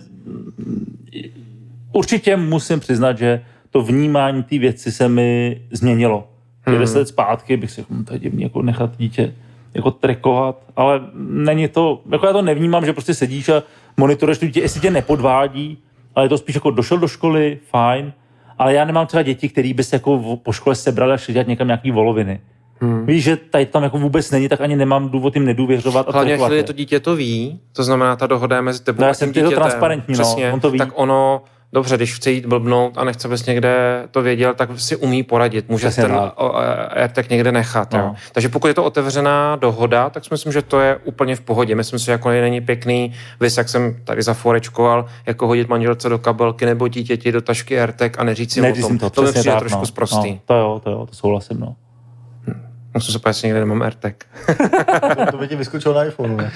určitě musím přiznat, že to vnímání té věci se mi změnilo. Hmm. deset let zpátky bych si hm, to je divný, jako nechat dítě jako trackovat, ale není to, jako já to nevnímám, že prostě sedíš a monitoruješ to dítě, jestli tě nepodvádí, ale je to spíš jako došel do školy, fajn, ale já nemám třeba děti, který by se jako po škole sebrali a šli dělat někam nějaký voloviny. Hmm. Víš, že tady tam jako vůbec není, tak ani nemám důvod jim nedůvěřovat. Hlavně, jestli to dítě to ví, to znamená, ta dohoda je mezi tebou no, a tím dítětem. Je to transparentní, přesně, no, on to ví. Tak ono, dobře, když chce jít blbnout a nechce bys někde to věděl, tak si umí poradit. Může ten AirTag někde nechat. No. Jo. Takže pokud je to otevřená dohoda, tak si myslím, že to je úplně v pohodě. Myslím si, že jako není pěkný, vys, jak jsem tady zaforečkoval, jako hodit manželce do kabelky nebo dítěti do tašky AirTag a neříct si o tom. To, to mi přijde tak, trošku no. sprostý. No, to jo, to jo, to souhlasím, no. Musím se pojít, někde nemám AirTag. to, to by ti vyskočilo na iPhoneu, ne?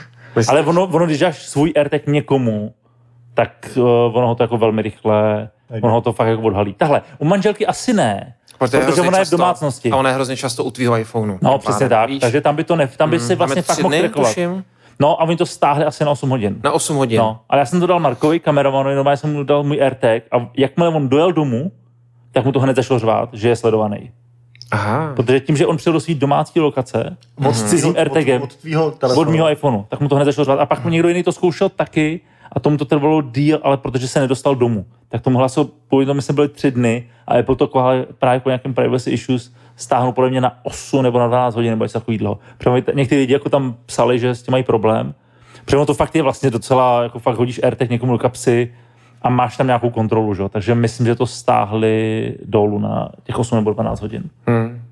Ale ono, ono, když dáš svůj AirTag někomu, tak uh, ono ho to jako velmi rychle, Ajde. ono ho to fakt jako odhalí. Tahle, u manželky asi ne, protože, protože ona je v domácnosti. A ona je hrozně často u tvýho iPhoneu. No, přesně tak, víš? Takže tam by to ne, tam by mm, si vlastně fakt mohl trackovat. No a oni to stáhli asi na osm hodin. Na osm hodin. No, ale já jsem to dal Markovi, kameramanovi, normálně jsem mu dal můj AirTag a jakmile on dojel domů, tak mu to hned začalo řvát, že je sledovaný. Aha. Protože tím, že on přijel do svý domácí lokace mm. s cizím AirTagem od, od, od mýho iPhoneu, tak mu to hned začalo řvát. A pak mu někdo jiný to zkoušel taky a tomu to trvalo díl, ale protože se nedostal domů. Tak tomu hlasil, původně my jsme byli tři dny a Apple to právě po nějakém privacy issues stáhnul podle mě na osm nebo na dvanáct hodin nebo něco takového. Někteří lidi jako tam psali, že s tím mají problém. Protože to fakt je vlastně docela, jako fakt hodíš AirTag někomu do kapsy a máš tam nějakou kontrolu, že? Takže myslím, že to stáhli dolů na těch osm nebo dvanáct hodin. Hmm.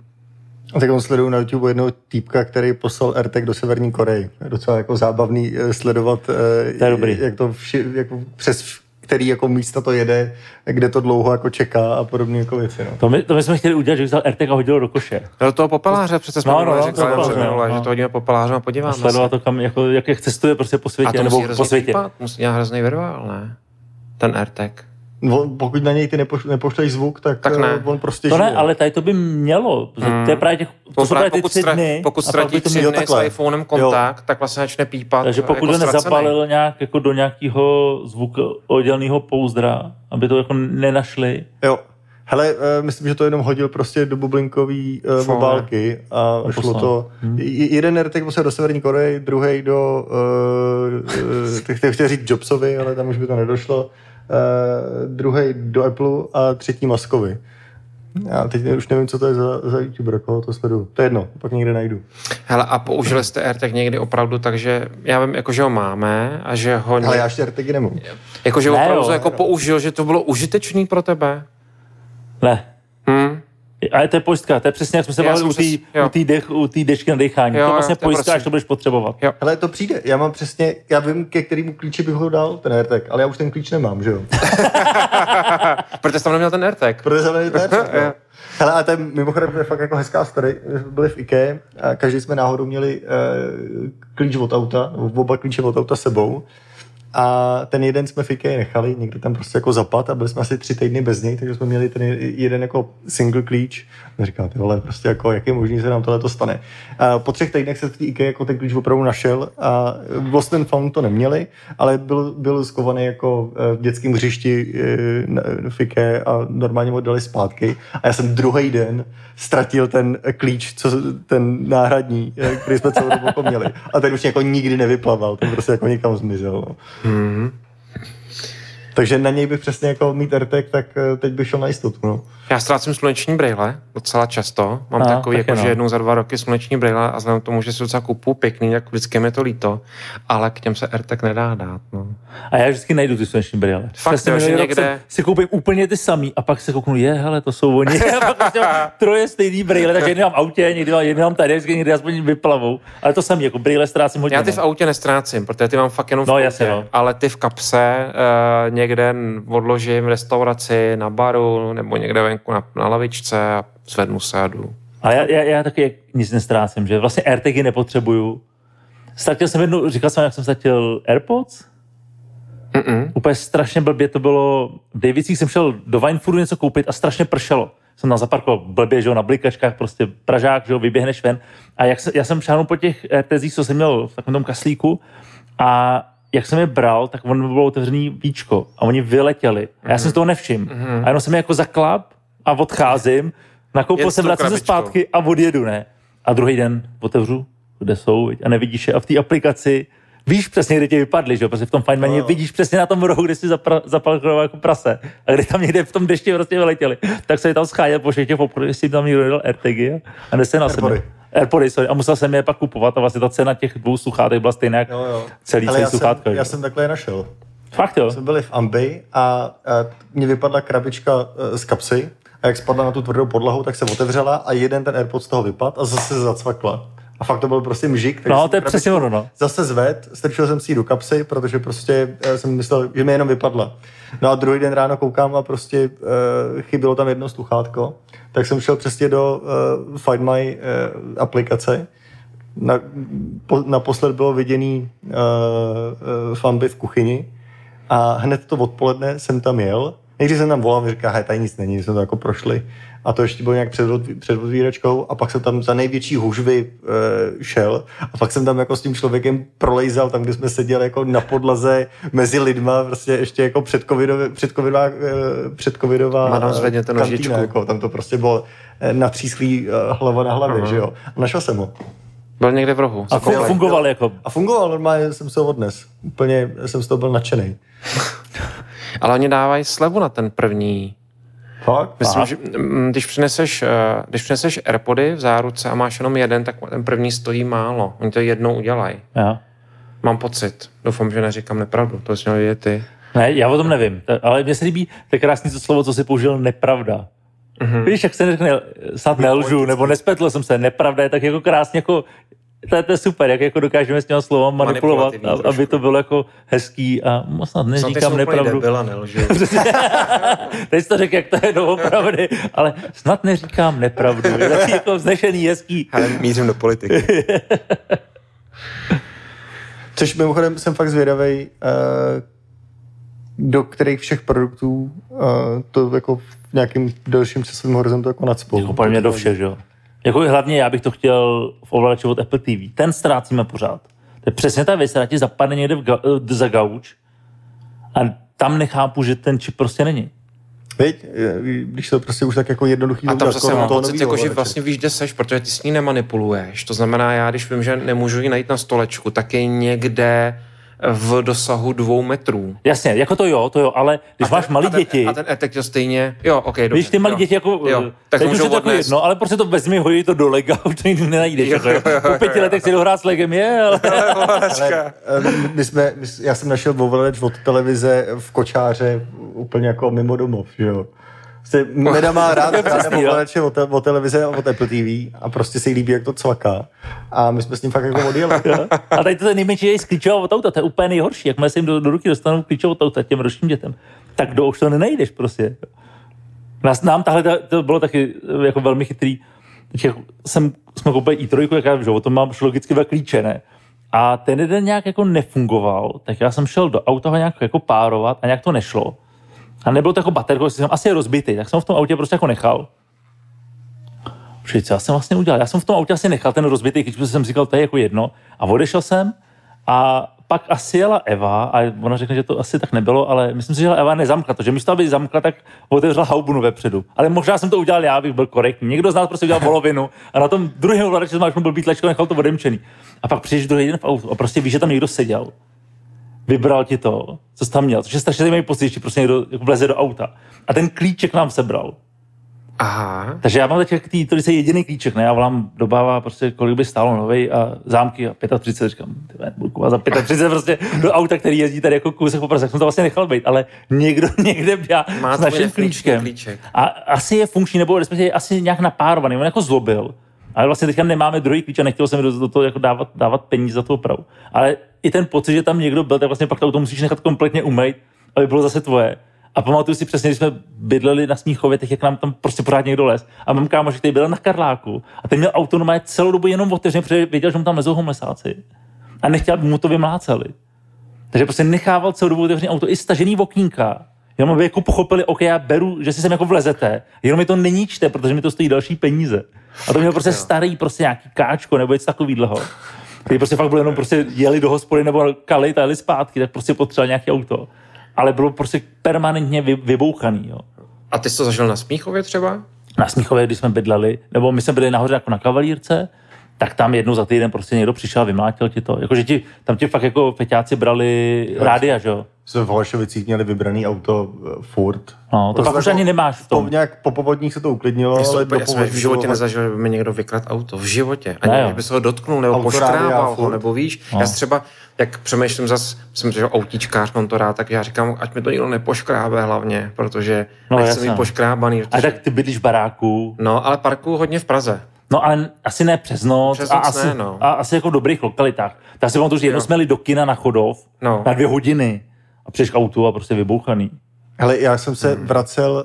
A tak on sleduju na YouTube jednoho týpka, který poslal AirTag do Severní Koreji. Je docela jako zábavný sledovat, to je dobrý. Jak to vši, jako přes který jako místa to jede, kde to dlouho jako čeká a podobné jako věci. No. To, my, to my jsme chtěli udělat, že vzal AirTag a hodil do koše. Do toho popeláře, přece jsme no, no, no, říkali, to že, no, že no. to hodíme popelářem a podíváme se. Sledovat to, kam, jako, jak, jak cestuje prostě po světě, nebo po světě. Pípat, musí dělat hrozný virvál, ne? Ten AirTag. On, pokud na něj ty nepoš, nepošleš zvuk, tak, tak ne. on prostě to žije. ne, ale tady to by mělo. Hmm. To je právě těch, to jsou právě ty tři dny. Pokud ztratí tři dny s iPhonem kontakt, jo. tak vlastně začne pípat. Takže pokud jako ho nezapalil nějak jako do nějakého zvukooddělného pouzdra, aby to jako nenašli. Jo. Hele, uh, myslím, že to jenom hodil prostě do bublinkový uh, mobálky a no, šlo to. Hmm. Jeden AirTag musel do Severní Koreje, druhý do, uh, uh, chtěl říct Jobsovi, ale tam už by to nedošlo. Uh, druhý do Apple a třetí Muskovi. Já teď už nevím, co to je za, za YouTuber, koho to sleduju. To je jedno, pak někde najdu. Hele, a použili jste AirTag někdy opravdu, takže já vím, jako, že ho máme a že ho... Ale já ještě AirTagy nemám. Jako, že ho opravdu jo, jako použil, že to bylo užitečný pro tebe? Ne. Hmm. Ale to je pojistka, to je přesně, jak jsme se bavili u té dech, dešky na dechání. Jo, to je vlastně to pojistka, až to budeš potřebovat. Jo. Hele, to přijde. Já mám přesně, já vím, ke kterému klíči bych ho dal, ten AirTag, ale já už ten klíč nemám, že jo? Protože jsi tam neměl ten AirTag. Protože jsem neměl ten AirTag, no. Hele, a to je mimochodem to je fakt jako hezká story. Byli v IKEA a každý jsme náhodou měli uh, klíč od auta, nebo oba klíče od auta sebou. A ten jeden jsme v IKEA nechali, někde tam prostě jako zapad a byli jsme asi tři týdny bez něj, takže jsme měli ten jeden jako single klíč. A říkal, ty vole, prostě jako, jak je možný, že se nám tohle to stane. A po třech týdnech se v té IKEA jako ten klíč opravdu našel a Lost and Found to neměli, ale byl, byl skovaný jako v dětském hřišti v IKEA a normálně ho dali zpátky. A já jsem druhý den ztratil ten klíč, co, ten náhradní, který jsme celou dobu měli. A ten už jako nikdy nevyplaval, ten prostě jako nikam zmizel. No. Mm-hmm. Takže na něj bych přesně jako mít AirTag, tak teď bych šel na jistotu. No. Já ztrácím sluneční brýle docela často. Mám no, takový, jako, no. že jednou za dva roky sluneční brýle a znamená tomu, že si docela kupu pěkný, tak vždycky mi to líto, ale k těm se AirTag nedá dát. No. A já vždycky najdu ty sluneční brýle. Fakt, jo, že někde... si koupím úplně ty samý a pak se kouknu, je, hele, to jsou oni. A pak troje stejný brýle, takže někdy mám v autě, někdy mám, někdy mám tady, vždycky někdy aspoň vyplavou. Ale to samý, jako brýle ztrácím hodně. Já ty v autě nestrácím, protože ty mám fakt jenom v no, autě, jasně, no. Ale ty v kapse uh, někde odložím v restauraci, na baru nebo někde venku na, na lavičce a zvednu se a jdu. Ale já, já, já taky nic nestrácím, že vlastně AirTagy nepotřebuju. Ztratil jsem jednu, říkal jsem, jak jsem ztratil AirPods. Mm-mm. Úplně strašně blbě to bylo. V Davicích jsem šel do Winefoodu něco koupit a strašně pršelo. Jsem tam zaparkoval blbě, že jo, na blikačkách, prostě Pražák, že jo, vyběhneš ven. A jak se, já jsem šáhnul po těch AirTazích, co jsem měl v takovém tom kaslíku a jak jsem je bral, tak on bylo otevřený víčko a oni vyletěli. A já jsem z toho nevšiml. Mm-hmm. A jenom jsem je jako zaklap a odcházím, nakoupil jsem, vracím se zpátky a odjedu, ne? A druhý den otevřu, kde jsou, a nevidíš je. A v té aplikaci víš přesně, kde ti vypadly, že jo? Protože v tom Find My vidíš přesně na tom rohu, kde jsi zaparkoval jako prase. A kde tam někde v tom dešti prostě vyletěli. Tak se je tam scháděl po všech těch obchodech, jestli tam někdo dal AirTagy a nese na sebe. AirPody, sorry. A musel jsem je pak kupovat a vlastně ta cena těch dvou sluchátek byla stejná jak jo, jo. celý, celý já sluchátka. Jsem, já jsem takhle je našel. Fakt jo? Jsme byli v Ambi a, a mě vypadla krabička z kapsy a jak spadla na tu tvrdou podlahu, tak se otevřela a jeden ten AirPod z toho vypadl a zase se zacvakla. A fakt to byl prostě mžik. No, to je přesně ono, no. Zase zved, strčil jsem si ji do kapsy, protože prostě jsem myslel, že mi jenom vypadla. No a druhý den ráno koukám a prostě uh, chybilo tam jedno sluchátko. Tak jsem šel přesně do uh, Find My uh, aplikace. Na, po, naposled bylo viděný uh, uh, fanby v kuchyni a hned to odpoledne jsem tam jel. Někdy jsem tam volal a říká, hej, tady nic není, jsme to jako prošli. A to ještě bylo nějak před, před odvíračkou a pak jsem tam za největší hužvy e, šel a pak jsem tam jako s tím člověkem prolejzal tam, kde jsme seděli jako na podlaze mezi lidma, prostě ještě jako předcovidová, předcovidová, e, předcovidová Madam, zvedněte nožičku. Jako, tam to prostě bylo natřísklý e, hlava na hlavě, uh-huh. že jo. A našel jsem ho. Byl někde v rohu. A fungoval, fungoval jako? A fungoval, normálně jsem se ho odnes. Úplně jsem z toho byl nadšenej. Ale oni dávají slevu na ten první. Fakt? Myslím, že když přineseš, když přineseš AirPody v záruce a máš jenom jeden, tak ten první stojí málo. Oni to jednou udělají. Já. Mám pocit. Doufám, že neříkám nepravdu. To jsi měl vědět ty. Ne, já o tom nevím. Ale mně se líbí, to je krásný to slovo, co si použil, nepravda. Mm-hmm. Víš, jak se neřekne, snad nelžu, nebo nespletl jsem se, nepravda je tak jako krásně jako, to je, to je super, jak jako dokážeme s těma slovem manipulovat, a, aby to bylo jako hezký a snad neříkám nepravdu. Debila, nelžu. Teď jsi to řekl, jak to je doopravdy, ale snad neříkám nepravdu. Je taky jako vznešený, hezký. Ale mířím do politiky. Což mimochodem jsem fakt zvědavej, do kterých všech produktů to jako v nějakým delším časovým horizontu jako nacpou. Jako pro mě do všech, jo. Jako hlavně já bych to chtěl v ovladači od Apple T V. Ten ztrácíme pořád. To je přesně ta věc, která ti zapadne někde v ga- za gauč a tam nechápu, že ten čip prostě není. Víď, když to prostě už tak jako jednoduchý... A tam zase mám pocit, jako, že vlastně víš, kde seš, protože ty s ní nemanipuluješ. To znamená, já když vím, že nemůžu ji najít na stolečku, tak je někde v dosahu dvou metrů. Jasně, jako to jo, to jo, ale když ten, máš malý a ten, děti... A ten AirTag to stejně... Jo, ok, dobře. Víš, ty malý jo. děti jako... Jo, tak můžou odnést. No, ale prostě to vezmi, hojí to do lega, už to nikdy nenajdeš. Jo, jo, jo, jo, po pěti letech si dohrát s legem, je, ale... ale my jsme, my, já jsem našel ovladač od televize v kočáře úplně jako mimo domov, že jo. Meda má rád ovladače od, od televize a od Apple T V a prostě si jí líbí, jak to cvaká. A my jsme s ním fakt jako odjeli. A tady to je nejmenší je z klíčového od auta, to je úplně nejhorší. Jakmile se jim do, do ruky dostanou klíčovou od auta těm ročním dětem, tak do už to nenajdeš prostě. Nás, nám tahle to bylo taky jako velmi chytrý. Teď jsem, jsme koupili i tři, jak já vím, že o tom mám logicky dva klíče, ne? A ten jeden nějak jako nefungoval, tak já jsem šel do auta ho nějak jako párovat a nějak to nešlo. A nebylo to jako baterko, jsem asi rozbitý, tak jsem v tom autě prostě jako nechal. Protože co já jsem vlastně udělal? Já jsem v tom autě asi nechal ten rozbitý klíč, protože jsem říkal, to je jako jedno. A odešel jsem a pak asi jela Eva a ona řekne, že to asi tak nebylo, ale myslím si, že Eva nezamkla to, že místo, aby zamkla, tak otevřela haubunu vepředu. Ale možná jsem to udělal já, abych byl korektní. Někdo z nás prostě udělal polovinu a na tom druhém ovladači jsem máš byl být tlačko, nechal to odemčený. A pak přijdeš druhý den v autu a prostě víš, že tam někdo seděl. Vybral ti to, co jsi tam měl, což je strašně zajímavý pocit, že prostě někdo jako vleze do auta. A ten klíček nám sebral. Aha. Takže já mám teď tý, to je jediný klíček, ne? Já volám dobává prostě, kolik by stálo novej a zámky a třicet pět, říkám, budu za třicet pět prostě do auta, který jezdí tady jako kousek po Praze, jsem to vlastně nechal být, ale někdo někde já má s naším klíčkem. Klíček. A asi je funkční, nebo respektive asi nějak napárovaný, on jako zlobil. Ale vlastně teďka nemáme druhý klíč a nechtěl jsem do, do toho jako dávat, dávat peníze za tu opravu. Ale i ten pocit, že tam někdo byl, tak vlastně pak to auto musíš nechat kompletně umýt, aby bylo zase tvoje. A pamatuju si přesně, když jsme bydleli na Smíchově, tak jak nám tam prostě pořád někdo les. A mám kámoš, který byl na Karláku a ten měl auto normálně celou dobu jenom otevřeně, protože věděl, že mu tam lezou homelessáci. A nechtěl, aby mu to vymláceli. Takže prostě nechával celou dobu otevřené auto i stažený okýnka. Jenom aby jako pochopili, ok, já beru, že si sem jako vlezete, jenom mi to neníčte, protože mi to stojí další peníze. A to měl prostě starý, prostě nějaký káčko nebo něco takovýhleho. Který prostě fakt bylo jenom prostě jeli do hospody nebo kalit a jeli zpátky, tak prostě potřeboval nějaký auto. Ale bylo prostě permanentně vybouchaný, jo. A ty jsi to zažil na Smíchově třeba? Na Smíchově, když jsme bydleli, nebo my jsme byli nahoře jako na Kavalírce, tak tam jednou za týden prostě někdo přišel a vymlátil ti to. Jakože ti, tam ti fakt jako feťáci brali jo, rádia, že jo? Jsme v Holešovicích měli vybraný auto uh, Ford. No, to pak už ani nemáš v tom. Po, nějak po povodních se to uklidnilo, to ale úplně, do já jsem v životě bylo... nezažil, že by mi někdo vykradl auto. V životě. Ani ne, by se ho dotknul, nebo poškrábal ho, nebo víš. No. Já třeba, jak přemýšlím zase, jsem že autíčkář, mám to rád, tak já říkám, ať mi to nikdo nepoškrábe hlavně, protože no, nechci mít poškrábaný. Protože... A tak ty bydlíš v baráku. No, ale parkuju hodně v Praze. No ale asi ne přes noc, přes a, noc asi, ne, no. a asi jako v dobrých lokalitách. Tak si pamatuju, že jednou jsme jeli do kina na Chodov no. na dvě hodiny a přijdeš k autu a prostě vybouchaný. Hele, já jsem se hmm. vracel,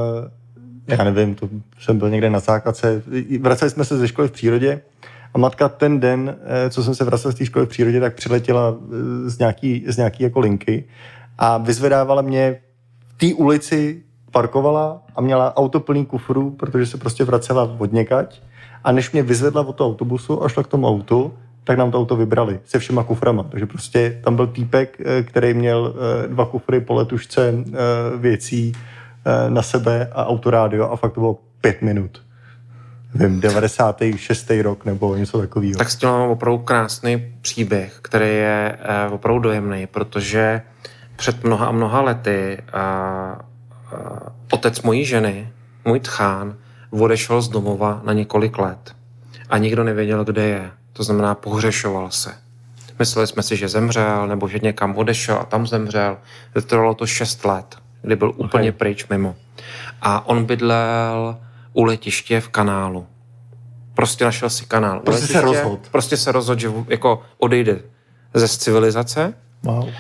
uh, já nevím, to jsem byl někde na základce, vraceli jsme se ze školy v přírodě a matka ten den, uh, co jsem se vracel z té školy v přírodě, tak přiletěla uh, z nějaký, z nějaký jako linky a vyzvedávala mě v té ulici, parkovala a měla auto plný kufrů, protože se prostě vracela od někať. A než mě vyzvedla od toho autobusu a šla k tomu autu, tak nám to auto vybrali se všema kuframa. Takže prostě tam byl týpek, který měl dva kufry po letušce věcí na sebe a autorádio a fakt to bylo pět minut. Vím, devadesátý šestý rok nebo něco takového. Tak s tím mám opravdu krásný příběh, který je opravdu dojemný, protože před mnoha a mnoha lety a, a, otec mojí ženy, můj tchán, odešel z domova na několik let a nikdo nevěděl, kde je. To znamená, pohřešoval se. Mysleli jsme si, že zemřel, nebo že někam odešel a tam zemřel. Trvalo to šest let, kdy byl okay. úplně pryč mimo. A on bydlel u letiště v kanálu. Prostě našel si kanál. Prostě se rozhodl. Prostě se rozhodl, že jako odejde ze civilizace. Wow. Uh,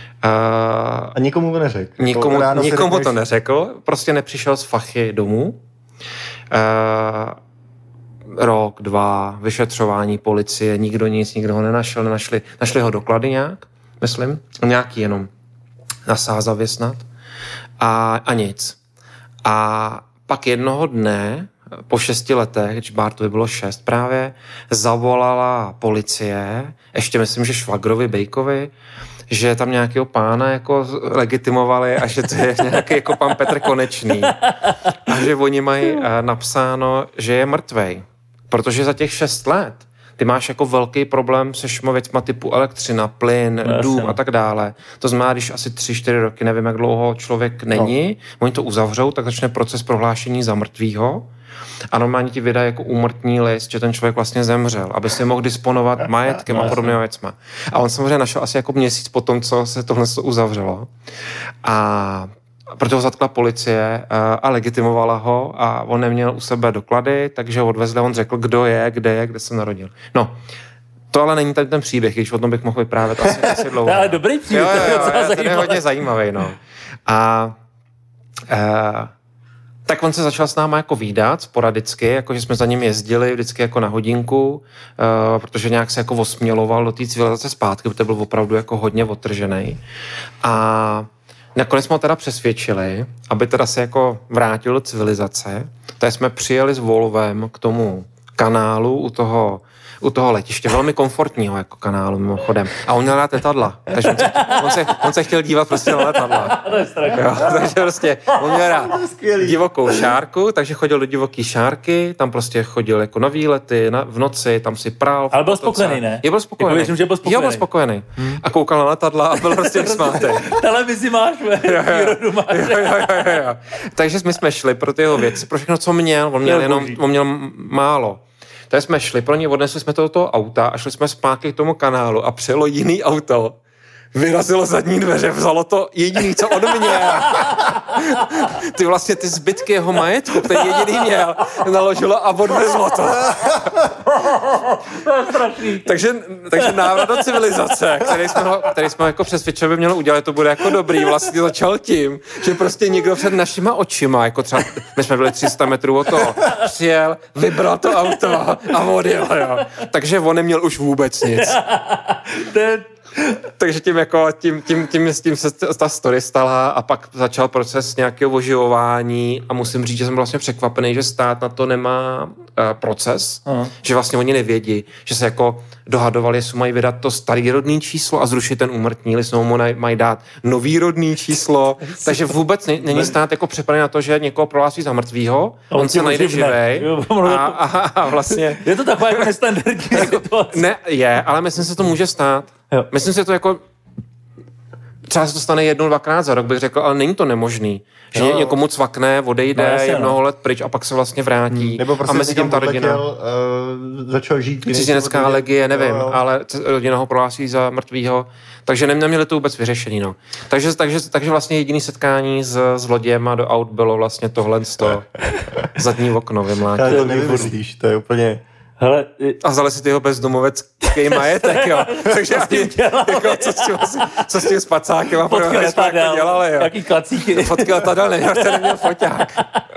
a nikomu to neřekl. Nikomu, nikomu to neřekl. Prostě nepřišel z fachy domů. Uh, rok, dva, vyšetřování policie, nikdo nic, nikdo ho nenašel, nenašli, našli ho doklady nějak, myslím, nějaký jenom nasázavě snad a, a nic. A pak jednoho dne, po šesti letech, když Bartovi bylo šest právě, zavolala policie, ještě myslím, že švagrovi Bejkovi, že tam nějakého pána jako legitimovali a že to je nějaký jako pan Petr Konečný. A že oni mají napsáno, že je mrtvej. Protože za těch šest let ty máš jako velký problém se všema věcma typu elektřina, plyn, no, dům a tak dále. To znamená, když asi tři, čtyři roky, nevím, jak dlouho člověk není, no. Oni to uzavřou, tak začne proces prohlášení za mrtvýho a normálně ti vydají jako úmrtní list, že ten člověk vlastně zemřel, aby si mohl disponovat majetkem no, a podobnými věcma. A on samozřejmě našel asi jako měsíc po tom, co se tohle uzavřelo. A proto ho zatkla policie a legitimovala ho a on neměl u sebe doklady, takže ho odvezli a on řekl, kdo je, kde je, kde se narodil. No, to ale není tady ten příběh, když o tom bych mohl vyprávět asi, asi dlouho. Ale dobrý příběh, jo, jo, jo, to je hodně zajímavý, no. A, a Tak on se začal s náma jako vídat sporadicky, jako že jsme za ním jezdili vždycky jako na hodinku, uh, protože nějak se jako osměloval do té civilizace zpátky, protože byl opravdu jako hodně odtržený. A nakonec jsme ho teda přesvědčili, aby teda se jako vrátil do civilizace. Tak jsme přijeli s Volvem k tomu kanálu u toho u toho letiště, velmi komfortního jako kanálu mimochodem. A on měl rád letadla, takže on se, on se, on se chtěl dívat prostě na letadla. To je strašné. Jo, takže prostě on měl rád divokou šárku, takže chodil do divoký šárky, tam prostě chodil jako na výlety, na, v noci, tam si prál. Ale byl spokojený, ne? Je byl spokojený. Jako věřím, že byl spokojený. Jo, byl spokojený. Hmm. A koukal na letadla a byl prostě vysmátej. Televizi máš, přírodu máš. Jo, jo, jo, jo, jo. Takže my jsme šli pro ty jeho věci, pro všechno, co měl. On měl jenom, on měl málo. Tak jsme šli pro ně, odnesli jsme to do toho auta a šli jsme zpátky k tomu kanálu a přijelo jiný auto. Vyrazilo zadní dveře, vzalo to jediný, co on měl. Ty vlastně ty zbytky jeho majetku, který jediný měl, naložilo a odvezlo to. To je strašný. takže, takže návrat do civilizace, který jsme, ho, který jsme jako přesvědčili, by měl udělat, to bude jako dobrý, vlastně začal tím, že prostě někdo před našima očima, jako třeba, my jsme byli tři sta metrů od toho, přijel, vybral to auto a odjel, jo. Takže on neměl už vůbec nic. To je... Takže tím, jako, tím, tím, tím, tím se ta story stala a pak začal proces nějakého oživování a musím říct, že jsem vlastně překvapený, že stát na to nemá uh, proces, uh-huh. že vlastně oni nevědí, že se jako dohadovali, jestli mají vydat to starý rodný číslo a zrušit ten úmrtní list, nebo mu mají dát nový rodný číslo, takže vůbec ne, není stát jako připravený na to, že někoho prohlásí za mrtvýho, on, on se najde živej a, a, a vlastně... Je to taková jako nestandardní situace. Ne, je, ale myslím si, že to může stát. Jo. Myslím si, že to jako třeba se to stane jednou, dvakrát za rok, bych řekl, ale není to nemožný. Že jo. Někomu cvakne, odejde, no, jasně, je mnoho no. let pryč a pak se vlastně vrátí. Hmm. Nebo prostě a mezi tím ta rodina... Uh, začal žít... Cizinecká legie, nevím, jo, jo. ale rodina ho prohlásí za mrtvýho. Takže neměli to vůbec vyřešený, no. Takže, takže, takže vlastně jediný setkání s, s loděma do aut bylo vlastně tohle z toho zadní okno vymlátit. To nevymyslíš, to je úplně... Hele, a vzali si tyho bezdomovecký majetek, jo. Takže co s tím dělali? Jako, co, s tím, co s tím spacákem a podobně jsme jako dělali, jo. Jaký klacíky. Fotky letadel, neměl, to neměl foťák.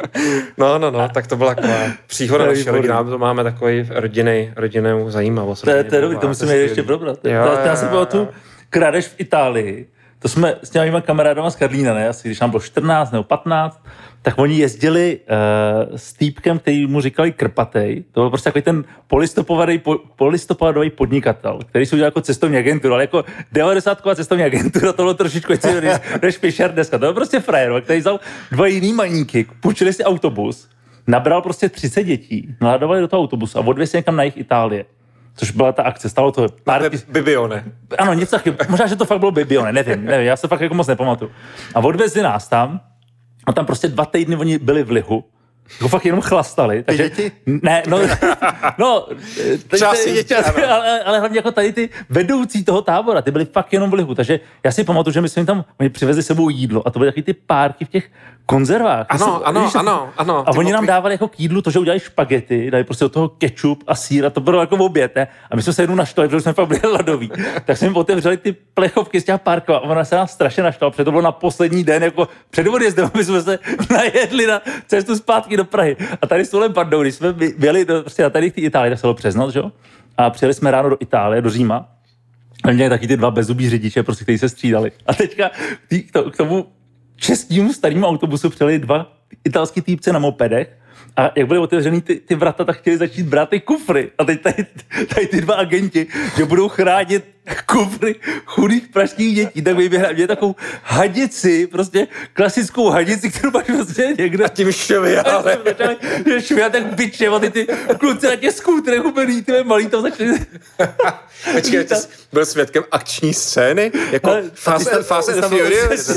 No, no, no, tak to byla taková příhoda naše rodina, to máme takový rodinný, rodinnou zajímavost. To je, to je dobrý, to musíme ještě probrat. Já jsem byl tu krádež v Itálii, to jsme s těmi kamarádama z Karlína, ne, asi když nám bylo čtrnáct nebo patnáct, tak oni jezdili uh, s týpkem, který mu říkali Krpatej. To byl prostě takový ten polistopadový, po, polistopadový podnikatel, který si udělal jako cestovní agenturu, ale jako devadesátková cestovní agentura, to bylo trošičku než Fischer dneska. To byl prostě frajer, který vzal dva jiný maníky, půjčili si autobus, nabral prostě třicet dětí, naladovali do toho autobusu a odvězli někam na jih Itálie. Což byla ta akce, stalo to pár... Bibione. Ano, něco taky, možná, že to fakt bylo Bibione, nevím, nevím, já se fakt jako moc nepamatuju. A odvezli nás tam, a tam prostě dva týdny oni byli v lihu. Jako fakt jenom chlastali. Takže, děti? Ne, no, no Časy děti, ale, ale hlavně jako tady ty vedoucí toho tábora, ty byli fakt jenom v lihu. Takže já si pamatuju, že my jsme jim tam, oni přivezli sebou jídlo a to byly taky ty párky v těch konzervách. Ano, jsou, ano, víš, ano, ano. A oni nám dávali jako k jídlu to, že udělali špagety, dali prostě do toho kečup a sýr a to bylo jako oběd, ne? A my jsme se jednou naštvali, protože jsme fakt byli hladoví. Tak jsme jim otevřeli ty plechovky z těch párků a ona se nás strašně naštvala, protože to bylo na poslední den, jako před odjezdem, aby jsme se najedli na cestu zpátky do Prahy. A tady s tohle bandou, když jsme byli do, prostě na tady v té Itálii, tak se bylo přes noc, že? A přijeli jsme ráno do Itálie, do Říma. A měli taky ty dva bezzubí řidiče, prostě, kteří se střídali. A teďka tý, k tomu českému starému autobusu přijeli dva italský týpce na mopedech a jak byly otevřený ty, ty vrata, tak chtěli začít brát ty kufry. A teď tady, tady ty dva agenti, že budou chránit kufry chudých pražských dětí, tak vybrali mě takovou hadici, prostě klasickou hadici, kterou máš prostě někde. A tím šviále. Šviále tak biče, a ty, ty kluci na těch skútrech úplně ty malý tam začali. Počkej, ty jsi byl svědkem akční scény? Jako Fast and Furious?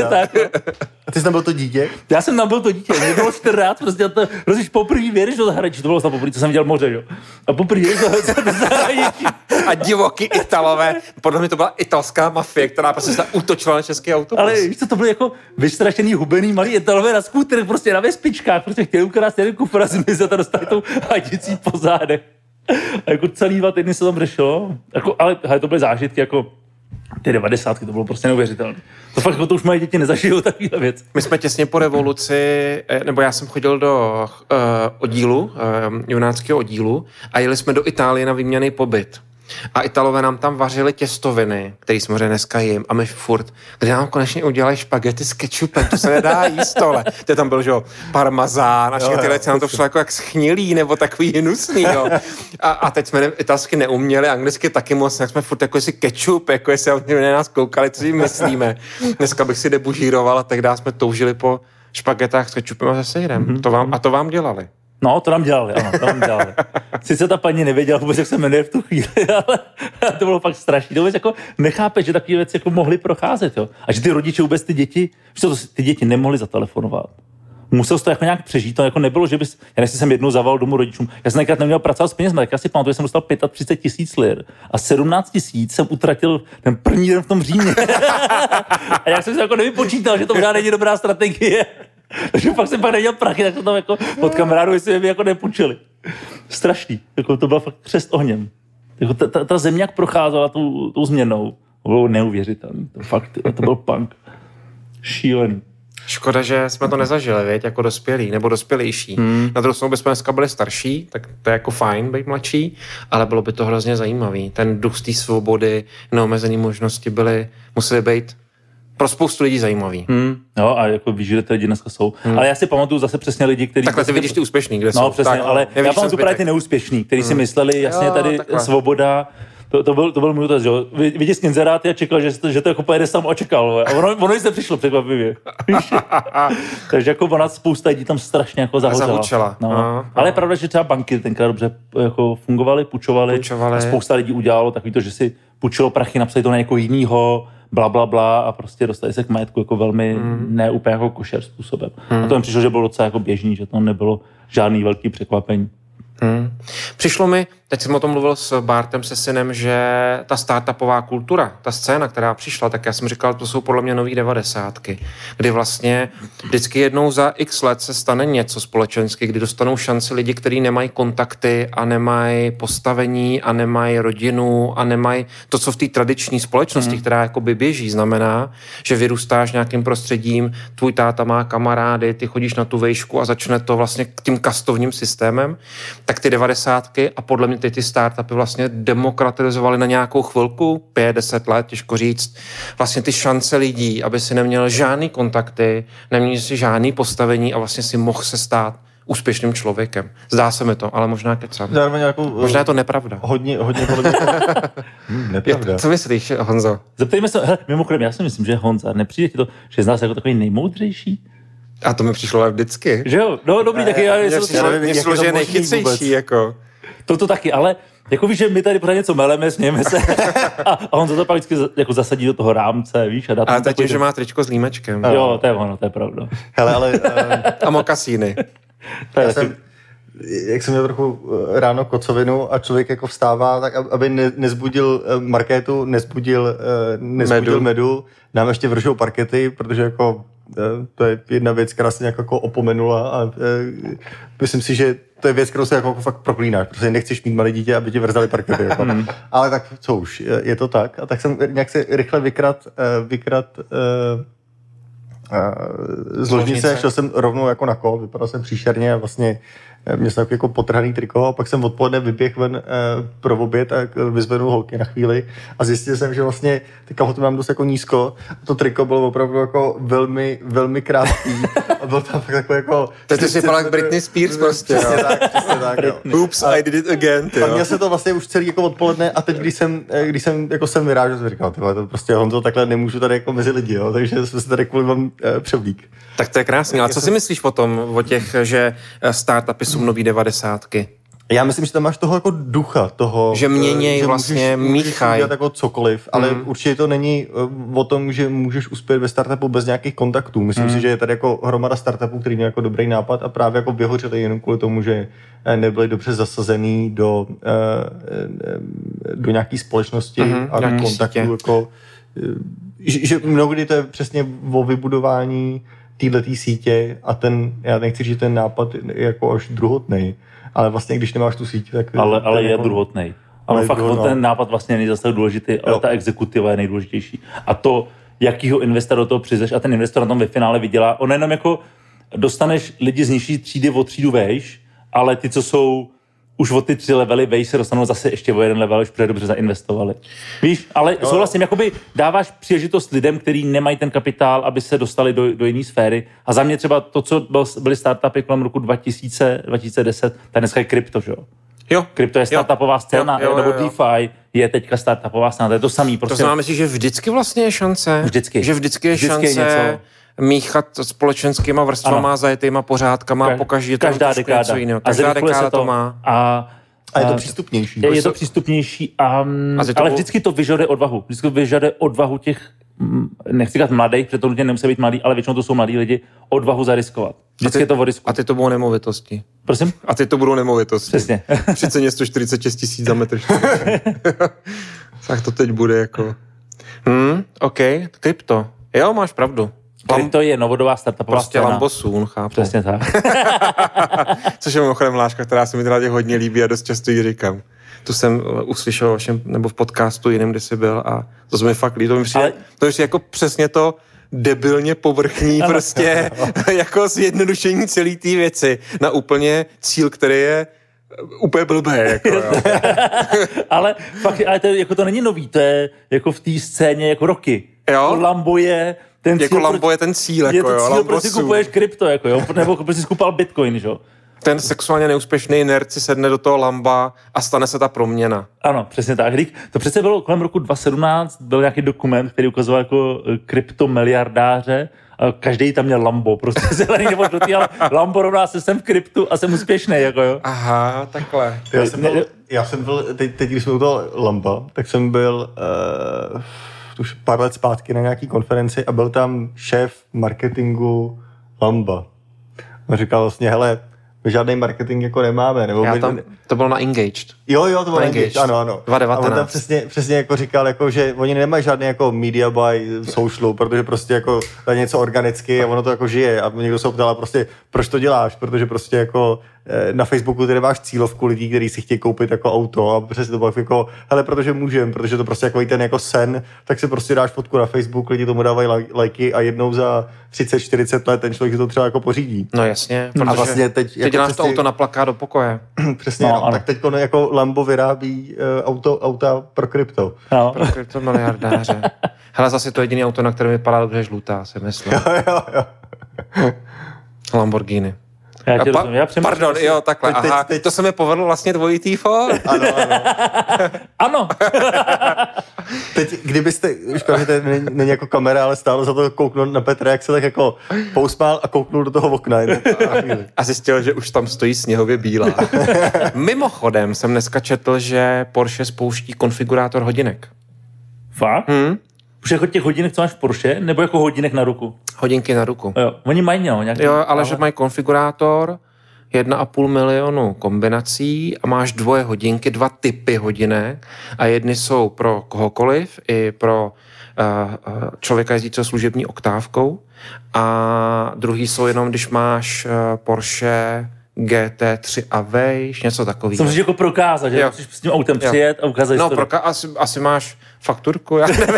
A ty jsi tam byl to dítě? Já jsem tam byl to dítě, mě bylo čtrnáct, prostě to, rozvíš, poprvé vědeš do zahraničí, to bylo snad poprvé, co jsem viděl moře, jo. A poprvé vědeš do zahraničí. A divoký Italové, podle mě to byla italská mafie, která prostě se útočila na český autobus. Ale víš co, to byly jako vystrašený, hubený malý Italové na skúterech, prostě na vespičkách, prostě chtěli ukrást jeden kufr a zmizet a dostali tou hadicí po zádech. A jako celý dva týdny se tam řešilo, jako, ale hele, to byly zážitky, jako Ty devadesátky, to bylo prostě neuvěřitelné. To fakt, to už moje děti nezažijou takovýhle věc. My jsme těsně po revoluci, nebo já jsem chodil do uh, oddílu, uh, junáckého oddílu a jeli jsme do Itálie na výměnný pobyt. A Italové nám tam vařili těstoviny, který samozřejmě dneska jim, a my furt, kdy nám konečně udělali špagety s kečupem, to se nedá jíst tohle. To tam byl, že jo, parmazán a všechny tyhle, nám to šlo jako jak schnilý, nebo takový hnusný, jo. A, a teď jsme italsky neuměli, anglicky taky moc, tak jsme furt jako jestli kečup, jako jestli oni na nás koukali, co si myslíme. Dneska bych si debužíroval a tehdy jsme toužili po špagetách s kečupem a se sejrem. Mm-hmm. To vám, a to vám dělali. No, to nám dělali, ano, to nám dělali. Sice ta paní nevěděla vůbec, jak se jmenuje v tu chvíli, ale to bylo fakt strašný. To vůbec jako nechápe, že takové věci jako mohly procházet, jo. A že ty rodiče vůbec ty děti, že to, ty děti nemohly zatelefonovat. Musel jsi to jako nějak přežít, to jako nebylo, že bys, já jsem jednou zavolal domů rodičům, já jsem tenkrát neměl pracovat s penězmi, tak já si pamatuju, že jsem dostal třicet pět tisíc lir a sedmnáct tisíc jsem utratil ten první den v tom Římě. A jak jsem si jako nevypočítal, že to možná není dobrá strategie. Takže pak jsem pak nedělal prachy, tak to tam jako od kamarádu, jestli mi jako nepůjčili. Strašný. Jako to byl fakt křest ohněm. Jako ta, ta, ta země jak procházela tou, tou změnou. To bylo neuvěřitelné. To fakt, to byl punk. Šílený. Škoda, že jsme to nezažili, věď, jako dospělí, nebo dospělejší. Hmm. Na druhou stranu bychom dneska byli starší, tak to je jako fajn být mladší, ale bylo by to hrozně zajímavý. Ten duch z té svobody, neomezené možnosti byly, museli být pro spoustu lidí zajímavý. Hmm. No a jako víš, že ty lidi dneska jsou. Hmm. Ale já si pamatuju zase přesně lidi, kteří... Takhle ty vidíš ty úspěšný, kde no, jsou. No přesně, tak, ale já pamatuju právě ty neúspěšný, kteří hmm. si mysleli, jasně jo, tady takhle. svoboda, to, to byl, to byl můj dotaz, že jo. Vidět z inzeráty a čekal, že, že to jako pojede sám očekal. A ono, ono se přišlo překvapivě. Takže jako ona spousta lidí tam strašně jako zahořela. Zahučela. No. A, ale je pravda, že třeba banky tenkrát dobře jako fungovaly, půjčovaly. Půjčovali. A spousta lidí udělalo takový to, že si půjčilo prachy, napsali to na někoho jinýho, bla, bla, bla a prostě dostali se k majetku jako velmi mm. ne úplně jako košer způsobem. Mm. A to mi přišlo, že bylo docela jako běžný, že to nebylo žádný velký překvapení. Hmm. Přišlo mi, teď jsem o tom mluvil s Bartem, se synem, že ta startupová kultura, ta scéna, která přišla, tak já jsem říkal, to jsou podle mě nový devadesátky, kdy vlastně vždycky jednou za x let se stane něco společensky, kdy dostanou šanci lidi, kteří nemají kontakty a nemají postavení a nemají rodinu a nemají to, co v té tradiční společnosti, hmm. která jakoby běží, znamená, že vyrůstáš nějakým prostředím, tvůj táta má kamarády, ty chodíš na tu vejšku a začne to vlastně tím kastovním systémem. Tak ty devadesátky a podle mě ty, ty startupy vlastně demokratizovaly na nějakou chvilku, pět, deset let, těžko říct, vlastně ty šance lidí, aby si neměl žádný kontakty, neměl si žádný postavení a vlastně si mohl se stát úspěšným člověkem. Zdá se mi to, ale možná kecám. Jako, možná je to nepravda. Hodně, hodně podle mě. hmm, nepravda. Co myslíš, Honzo? Zeptejme se, hele, mimochodem, já si myslím, že Honza, nepřijde ti to, že je z nás jako takový nejmoudřejší? A to mi přišlo ale vždycky. Že jo? No dobrý, taky já... Mně přišlo, že je nejchytřejší, jako. To to taky, ale jako víš, že my tady pořád něco meleme, smějeme se a, a on to pak vždycky jako zasadí do toho rámce, víš? A dá ale to tím, že má tričko s límečkem. Jo, to je ono, to je pravda. Hele, ale... Uh... a mokasíny. Já jsem, jak jsem měl trochu ráno kocovinu a člověk jako vstává, tak aby ne, nezbudil Markétu, nezbudil, nezbudil medu. medu, nám ještě vržou parkety, protože jako to je jedna věc, která se nějak jako opomenula a myslím si, že to je věc, kterou se jako, jako fakt proklínáš, protože nechceš mít malé dítě, aby ti vrzali parkety. Jako. Mm. Ale tak co už, je to tak. A tak jsem nějak se rychle vykrat, vykrat z ložnice, šel jsem rovnou jako na kol, vypadal jsem příšerně a vlastně měl jsem jako potrhaný triko a pak jsem odpoledne vyběhl ven eh, pro oběd a vyzvednul holky na chvíli a zjistil jsem, že vlastně ty kalhoty mám dost jako nízko a to triko bylo opravdu jako velmi, velmi krátký a byl tam fakt jako jako... To ty si vypadal jak Britney Spears prostě, přesně tak, přesně tak, jo. Oops, I did it again, ty jo. A měl se to vlastně už celý jako odpoledne a teď, když jsem, když jsem jako jsem vyrážel, jsem říkal, tyhle, to prostě Honzo, takhle nemůžu tady jako mezi lidi, jo, takže jsme se tady kvůli vám eh, převlík. Tak to je krásný, ale co si myslíš potom o těch, že startupy jsou nový devadesátky? Já myslím, že tam máš toho jako ducha, toho, že měněj že vlastně, míchaj. Můžeš jako cokoliv, ale mm. určitě to není o tom, že můžeš uspět ve startupu bez nějakých kontaktů. Myslím mm. si, že je tady jako hromada startupů, který měl jako dobrý nápad a právě jako vyhořeli jenom kvůli tomu, že nebyli dobře zasazený do, do nějaký společnosti mm. a do kontaktů. Jako, že, že mnohdy to je přesně o vybudování téhletý sítě a ten, já nechci říct, ten nápad je jako až druhotnej, ale vlastně, když nemáš tu síť, tak... Ale, ale je jako... druhotnej. Ale fakt no. ten nápad vlastně není zase důležitý, ale jo. ta exekutiva je nejdůležitější. A to, jakýho investora do toho přizeš a ten investor na tom ve finále vydělá. On jenom jako dostaneš lidi z nižší třídy o třídu vejš, ale ty, co jsou už o ty tři levely vejš, se dostanou zase ještě o jeden level, už protože dobře zainvestovali. Víš, ale jo. souhlasím, jakoby dáváš příležitost lidem, kteří nemají ten kapitál, aby se dostali do, do jiné sféry. A za mě třeba to, co byly startupy kolem roku dva tisíce, dva tisíce deset, tak dneska je krypto, že jo? Jo. Krypto je startupová scéna, jo, jo, jo, jo. nebo DeFi je teďka startupová scéna, to je to samý. Prostě. To znamená, myslíš, že vždycky vlastně je šance? Vždycky. Že vždycky je vždycky šance je míchat společenskýma vrstvama, zajetýma pořádkama, Ka- pokaždý to každá dekáda. Něco jiného. Každá dekáda to, to má. A, a je to přístupnější. Je, je to přístupnější, a, a ale vždycky to vyžaduje odvahu. Vždycky to vyžaduje odvahu těch, nechci říkat mladých, protože to lidé nemusí být mladí, ale většinou to jsou mladí lidi, odvahu zariskovat. Vždycky ty, je to o risku. A ty to budou nemovitosti. Prosím? A ty to budou nemovitosti. Přesně. Při ceně sto čtyřicet šest tisíc za metr čtvereční. Tak to teď bude jako... Hmm, OK, krypto. Jo, máš pravdu. Krypto je novodobá startupová prostě scéna. Lambo soon, chápu. Přesně tak. Což je mimochodem hláška, která se mi teda hodně líbí a dost často ji říkám. Tu jsem uslyšel vašem, nebo v podcastu jiném, kde jsi byl a to se mi fakt líbí. To mi přijde, Ale... to mi přijde jako přesně to debilně povrchní ano. prostě jako zjednodušení celé té věci na úplně cíl, který je úplně blbé. Jako, jo. ale fakt, ale to, jako to není nový, to je jako v té scéně jako roky. Jo? Lambo je ten jako cíl, Lambo je ten cíl. Je jako, to jo, cíl, Lambo proč si kupuješ krypto, jako, jo? Nebo proč si kupal Bitcoin, že jo? Ten sexuálně neúspěšný nerd si sedne do toho Lamba a stane se ta proměna. Ano, přesně tak. To přece bylo kolem roku dva tisíce sedmnáct, byl nějaký dokument, který ukazoval jako kryptomiliardáře. Každý tam měl Lambo, prostě zelený nebo žlutý, ale Lambo rovná se jsem v kryptu a jsem úspěšný, jako jo. Aha, takhle. Já jsem byl, já jsem byl teď, teď když jsme u toho Lamba, tak jsem byl uh, už pár let zpátky na nějaký konferenci a byl tam šéf marketingu Lamba. On říkal vlastně, hele, my žádný marketing jako nemáme. Nebo Já my, tam, to bylo na Engaged. Jo, jo, to bylo na Engaged, ano, ano. dva tisíce devatenáct. A on tam přesně, přesně jako říkal, jako, že oni nemají žádný jako media buy social, protože prostě jako to je něco organicky a ono to jako žije. A někdo se ptal, prostě, proč to děláš? Protože prostě jako na Facebooku ty nemáš cílovku lidí, kteří si chtějí koupit jako auto a přesně to bylo jako, hele, protože můžem, protože to prostě jako ten jako sen, tak si prostě dáš fotku na Facebook, lidi tomu dávají lajky a jednou za třicet čtyřicet let ten člověk si to třeba jako pořídí. No jasně, protože a vlastně teď, ty jako děláš přesně, to auto na plakát do pokoje. Přesně, no, no, tak teď jako Lambo vyrábí uh, auto, auta pro krypto. No. Pro krypto miliardáře. Hele, zase to jediný auto, na kterém vypadá dobře žlutá, si myslím. Jo, jo, jo. Lamborghini. Já tě pa- rozumím, já Pardon, jo, takhle. Teď, Aha, teď, to se mi povedlo vlastně dvojitý for. Ano, ano. Ano. Teď, kdybyste, škoda, že to není, není jako kamera, ale stálo za to kouknout na Petra, jak se tak jako pousmál a kouknul do toho okna. A zjistil, že už tam stojí sněhově bílá. Mimochodem jsem dneska četl, že Porsche spouští konfigurátor hodinek. Fakt? Hmm? Už jako těch hodinek, co máš v Porsche, nebo jako hodinek na ruku? Hodinky na ruku. Jo, oni mají no, nějaký... Jo, ale, ale že mají konfigurátor, jedna a půl milionu kombinací a máš dvoje hodinky, dva typy hodinek a jedny jsou pro kohokoliv, i pro uh, člověka jezdícího služební oktávkou a druhý jsou jenom, když máš uh, Porsche G T tři a vejš, něco takového. Jsem si jako prokázat, že musíš s tím autem jo. přijet a ukázat No, to. proka- asi, asi máš fakturku, já nevím.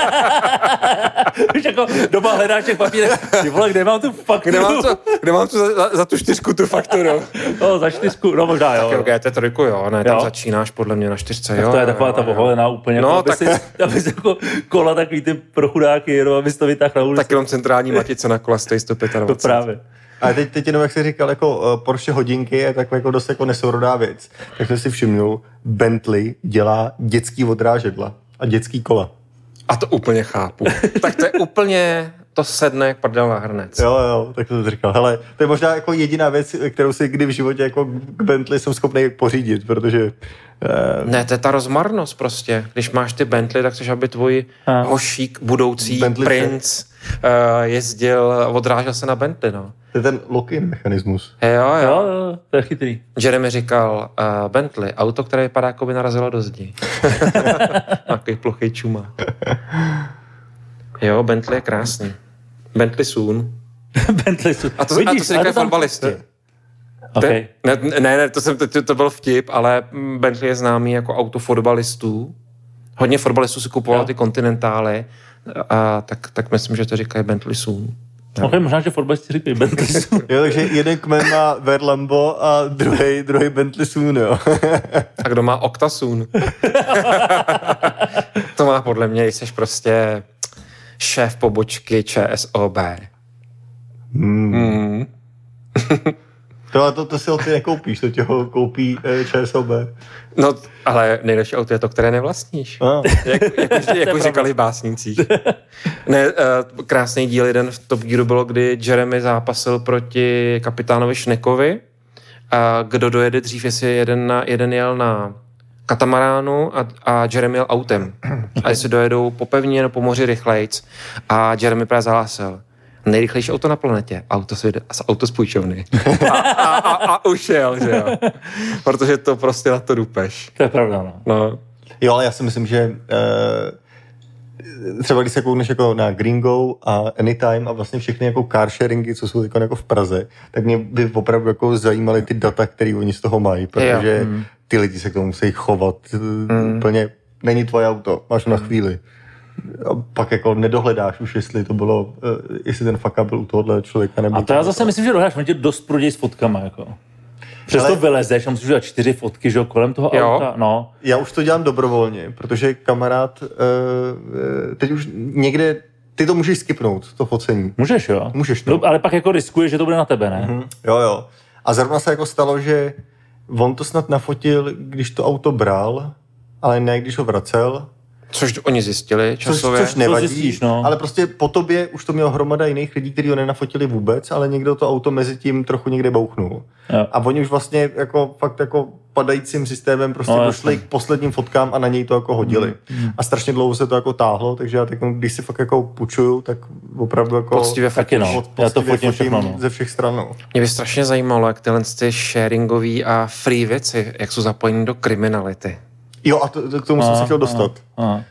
Už jako doma hledáš těch papírech, ty vole, kde mám tu fakturu? Kde mám, to, kde mám tu za, za tu čtyřku tu fakturu? No, za čtyřku, no možná jo. Tak jo, G T tři, jo, ne, tam jo. začínáš podle mě na čtyřce, tak jo. to je taková jo, ta poholená úplně, no, jako, aby, tak... si, aby si jako kola takový ty pro chudáky, jenom aby si to vytáhl na ulici. Tak jenom centrální matice na kola stojí sto dvacet pět. To právě. A teď, teď jenom, jak jsi říkal, jako uh, Porsche hodinky je taková jako dost jako nesourodá věc. Tak jsem si všimnul, Bentley dělá dětský odrážedla a dětský kola. A to úplně chápu. Tak to je úplně, to sedne jak prdel na hrnec. Jo, jo, tak to jsem říkal. Hele, to je možná jako jediná věc, kterou si kdy v životě jako k Bentley jsem schopný pořídit, protože... Uh... Ne, to je ta rozmarnost prostě. Když máš ty Bentley, tak chceš, aby tvůj a. hošík, budoucí Bentley princ uh, jezdil, odrážel se na Bentley, no. To je ten lock-in mechanismus. Jo, jo. Jo, jo, to je chytrý. Jeremy říkal, uh, Bentley, auto, které vypadá, jako by narazilo do zdi. Takový plochý čumák. Jo, Bentley je krásný. Bentley soon. Bentley soon. A to, Vidíš, a to si říkají fotbalisti. Okay. Ne, ne, ne, to, jsem, to, to byl vtip, ale Bentley je známý jako auto fotbalistů. Hodně fotbalistů si kupovalo ty Continentály, a tak, tak myslím, že to říkají Bentley Soon. No. Ok, možná, že fotbalisti říkají Bentley Soon. Jo, takže jeden kmen má Verlambo a druhý, druhý Bentley Soon, jo. A kdo má Octa Soon? To má podle mě, jsi prostě šéf pobočky ČSOB. Hmm. Mm. To, to, to si ty nekoupíš, to tě ho koupí eh, ČSOB. No, ale nejlepší auto je to, které nevlastníš. Ah. Jak, jak, už, jak už říkali v básnících. Ne, uh, krásný díl jeden v Top Gearu bylo, kdy Jeremy zápasil proti kapitánovi Šnekovi. A kdo dojede dřív, jestli jeden, na, jeden jel na katamaránu a, a Jeremy jel autem. A jestli dojedou po pevnině nebo po moři rychlejc. A Jeremy právě zahlásil: nejrychlejší auto na planetě, auto z, auto z půjčovny. A, a, a, a už jel, že jo. Protože to prostě na to dupeš. To je pravda, no. No. Jo, ale já si myslím, že uh, třeba když se koukneš jako na Gringo a Anytime a vlastně všechny jako car sharingy, co jsou jako v Praze, tak mě by opravdu jako zajímaly ty data, které oni z toho mají, protože mm. ty lidi se k tomu musí chovat mm. úplně, není tvoje auto, máš na chvíli. A pak jako nedohledáš už, jestli to bylo, uh, jestli ten fuck up byl u tohohle člověka nebo... A to já zase myslím, že dohledáš, on tě dost proděj s fotkama, jako. Přesto ale... vylezeš a musíš dělat čtyři fotky, že jo, kolem toho jo. auta, no. Já už to dělám dobrovolně, protože kamarád, uh, teď už někde, ty to můžeš skipnout, to focení. Můžeš, jo. Můžeš, no. no. Ale pak jako riskuješ, že to bude na tebe, ne? Mm-hmm. Jo, jo. A zrovna se jako stalo, že on to snad nafotil, když to auto bral, ale ne, když ho vracel. Což oni zjistili časově. Což, což nevadí, zjistíš, no. Ale prostě po tobě už to mělo hromada jiných lidí, kteří ho nenafotili vůbec, ale někdo to auto mezi tím trochu někde bouchnul. Jo. A oni už vlastně jako fakt jako padajícím systémem prostě no, došli jasný. k posledním fotkám a na něj to jako hodili. Mm. A strašně dlouho se to jako táhlo, takže já teď, když si fakt jako půjčuju, tak opravdu jako... Poctivě taky no. Poctivě Já to fotím všechno, no. ze všech stran. No. Mě by strašně zajímalo, jak tyhle ty sharingové a free věci, jak jsou zapojení do kriminality. Jo, a to, to, k tomu a, jsem se chtěl dostat. A, a.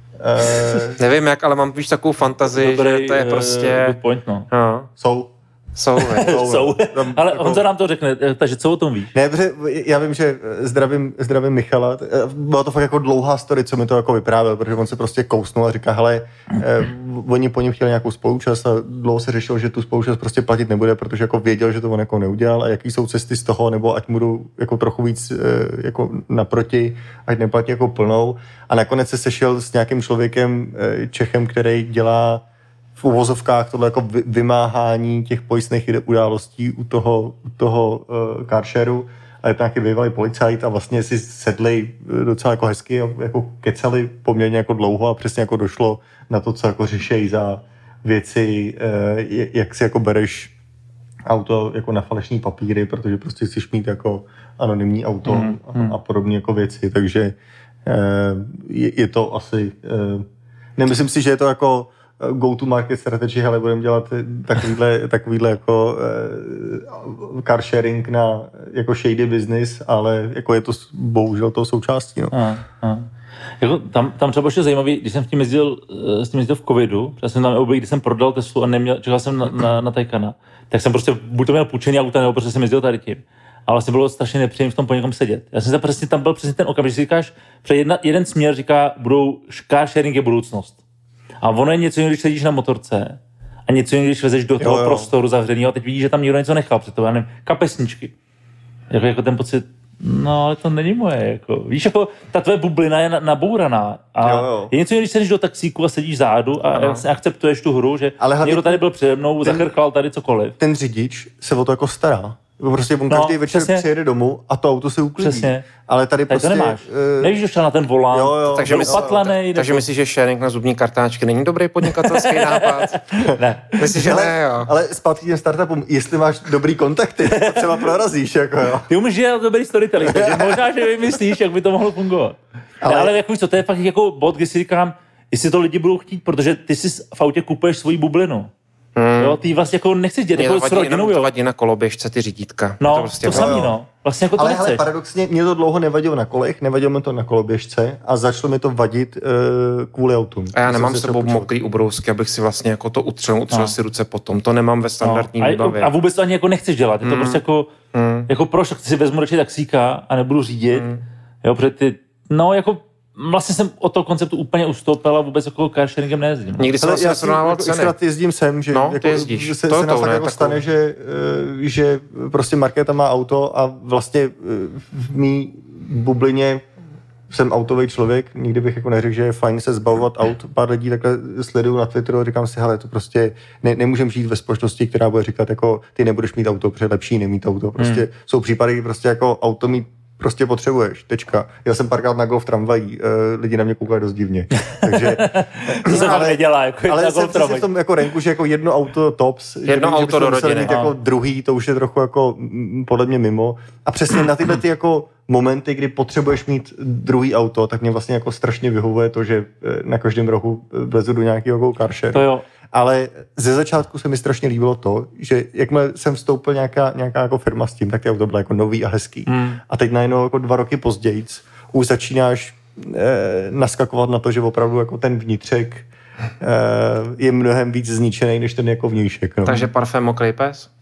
Uh, Nevím jak, ale mám víš takovou fantazii, Dobrý, že to je prostě... Uh, point, no. no. Jsou. Jsou, jsou. Ale Honza nám to řekne, takže co o tom víš? Ne, protože já vím, že zdravím, zdravím Michala, byla to fakt jako dlouhá story, co mi to jako vyprávěl, protože on se prostě kousnul a říká, hele, eh, oni po něm chtěli nějakou spoluúčast a dlouho se řešil, že tu spoluúčast prostě platit nebude, protože jako věděl, že to on jako neudělal a jaký jsou cesty z toho, nebo ať budou jako trochu víc eh, jako naproti, ať neplatí jako plnou. A nakonec se sešel s nějakým člověkem, eh, Čechem, který dělá v uvozovkách tohle jako vymáhání těch pojistných událostí u toho, u toho uh, carshareu a je to nějaký bývalý policajt a vlastně si sedli docela jako hezky a jako kecali poměrně jako dlouho a přesně jako došlo na to, co jako řešejí za věci, uh, jak si jako bereš auto jako na falešní papíry, protože prostě chceš mít jako anonymní auto mm, mm. a, a podobné jako věci, takže uh, je, je to asi uh, nemyslím si, že je to jako go-to-market strategy, ale budeme dělat takovýhle, takovýhle jako uh, car sharing na jako shady business, ale jako je to bohužel toho součástí. No. A, a. Jako tam, tam třeba ještě zajímavý, když jsem s tím jezdil, s tím jezdil v covidu, protože jsem tam obě, když jsem prodal Teslu a neměl, čekal jsem na, na, na Taycana, tak jsem prostě buď to měl půjčený auta, nebo protože jsem jezdil tady tím. A vlastně bylo strašně nepříjemné v tom po někom sedět. Já jsem se přesně, tam byl přesně ten okamžik, že říkáš, že jedna, jeden směr říká, budou, car sharing je budoucnost. A ono je něco, když sedíš na motorce a něco, když vezeš do toho jo, jo. prostoru zavřeného a teď vidíš, že tam někdo něco nechal před tebou, já nevím, kapesničky. Jako, jako ten pocit, no ale to není moje, jako. Víš, jako ta tvoje bublina je nabouraná a jo, jo. je něco, když sedíš do taxíku a sedíš zádu a vlastně akceptuješ tu hru, že někdo tady byl přede mnou, ten, zachrkal tady cokoliv. Ten řidič se o to jako stará. Prostě on každý no, večer přesně. Přijede domů a to auto se uklidí. Přesně. Ale tady, tady prostě... to nemáš. Uh... Nevíš, že na ten volán. Jo, jo. Takže, mysl, upatlanej, takže myslíš, že sharing na zubní kartáčky není dobrý podnikatelský nápad? Ne. Myslíš, že ale, ne, jo. Ale zpátky těm startupům, jestli máš dobrý kontakty, to třeba prorazíš, jako jo. Ty umíš dělat dobrý storytelling, takže možná, že vymyslíš, jak by to mohlo fungovat. Ale, ne, ale jako co, to je fakt jako bod, kdy si říkám, jestli to lidi budou chtít, protože ty si v autě kupuješ svoji bublinu. Hmm. Jo, ty vlastně jako nechceš dělat jako s rodinou, jo. To vadí na koloběžce ty řídítka. No, to, prostě to samý, no. vlastně jako to ale nechceš. hele, paradoxně mě to dlouho nevadilo na kolech, nevadilo mi to na koloběžce a začalo mi to vadit uh, kvůli autům. A já nemám s sebou mokrý ubrousky, abych si vlastně jako to utřel, utřel no. si ruce potom. To nemám ve standardní no. výbavě. A, a vůbec to ani jako nechceš dělat. Je to mm. prostě jako, mm. jako proč, tak si vezmu radši taxíka a nebudu řídit. Mm. Jo, protože ty, no jako vlastně jsem od toho konceptu úplně ustoupil a vůbec jako carsharingem nejezdím. Nikdy jsem vlastně nesrovnával ceny. Xkrát jezdím sem, že no, jako, jezdíš. se, to se nám to, fakt ne, jako stane, že, že prostě Markéta má auto a vlastně v mý bublině jsem autový člověk, nikdy bych jako neřekl, že je fajn se zbavovat aut. Pár lidí takhle sleduju na Twitteru a říkám si, hele, to prostě ne, nemůžem žít ve společnosti, která bude říkat, jako ty nebudeš mít auto, protože lepší nemít auto. Prostě hmm. jsou případy, kdy prostě jako auto mít prostě potřebuješ, tečka. Já jsem párkrát na golf tramvají, uh, lidi na mě koukají dost divně. Takže, to se ale nedělá, jako ale jsem přesně v tom jako renku, že jako jedno auto tops, jedno že auto do rodiny. Mít jako druhý, to už je trochu jako podle mě mimo. A přesně na tyhle ty jako momenty, kdy potřebuješ mít druhý auto, tak mě vlastně jako strašně vyhovuje to, že na každém rohu vlezu do nějakého jako carsharing. To jo. Ale ze začátku se mi strašně líbilo to, že jakmile jsem vstoupil nějaká, nějaká jako firma s tím, tak ty auto bylo jako nový a hezký. Mm. A teď najednou jako dva roky později už začínáš eh, naskakovat na to, že opravdu jako ten vnitřek eh, je mnohem víc zničený, než ten jako vnějšek. No. Takže parfém mokrý pes?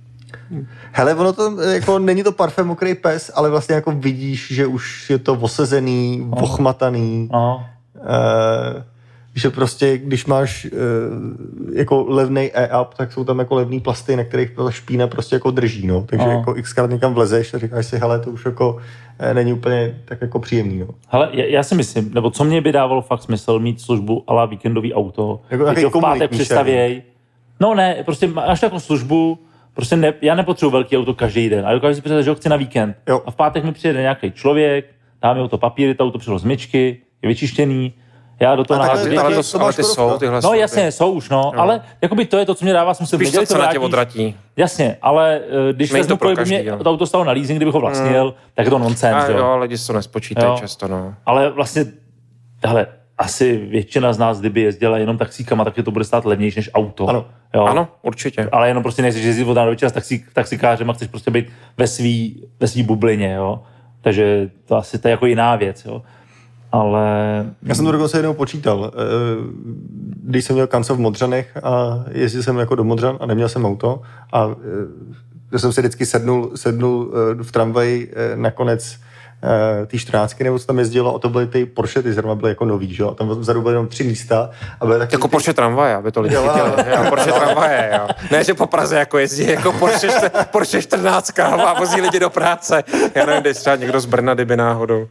Hele, ono to jako není to parfém mokrý pes, ale vlastně jako vidíš, že už je to osezený, oh. ochmataný. Oh. Eh, že prostě, když máš uh, jako levnej e-up, tak jsou tam jako levný plasty, na kterých ta špína prostě jako drží, no. Takže oh. jako xkrát někam vlezeš a říkáš si, hele, to už jako eh, není úplně tak jako příjemný, no. Hele, já, já si myslím, nebo co mě by dávalo fakt smysl mít službu a la víkendový auto, jako když v pátek přistavěj. No ne, prostě máš takovou službu, prostě ne, já nepotřebuji velký auto každý den, a dokážu si představit, že ho chci na víkend. Jo. A v pátek mi přijede nějaký člověk, dá mi auto papíry, to auto přišlo z myčky, je vyčištěný. Já do toho nahážu. Ale, to, to ale ty jsou tyhle No jasně, jsou už, no. Jo. Ale jakoby to je to, co mě dává smysl. Víš, co na tě odratí. Jasně, ale když vezmu, kolik by mě to auto stalo na leasing, kdybych ho vlastnil, mm. tak je to nonsense, jo. Jo, lidi se to nespočítají jo. často, no. Ale vlastně, hele, asi většina z nás, kdyby jezdila jenom taxíkama, tak je to bude stát levnější než auto. Ano, jo. ano, určitě. Ale jenom prostě nechceš jezdit od rána do večera s taxík, taxikářem a chceš prostě být ve svý, ve svý bublině, jo. Takže to asi to je jako jiná věc, jo. Ale... Já jsem to dokonce jednou počítal. Když jsem měl kanco v Modřanech a jezdil jsem jako do Modřan a neměl jsem auto a já jsem si vždycky sednul, sednul v tramvaji nakonec ty čtrnáctky, nebo co tam jezdilo, a to byly ty Porsche, ty zrovna byly jako nový, že jo, a tam vzadu byly jenom tři místa. A byly jako ty... Porsche tramvaje, aby to lidi chytili. Porsche tramvaje, jo. Ne, že po Praze jako jezdí jako Porsche, Porsche čtrnáct a vozí lidi do práce. Já nevím, když třeba někdo z Brna, kdyby náhodou.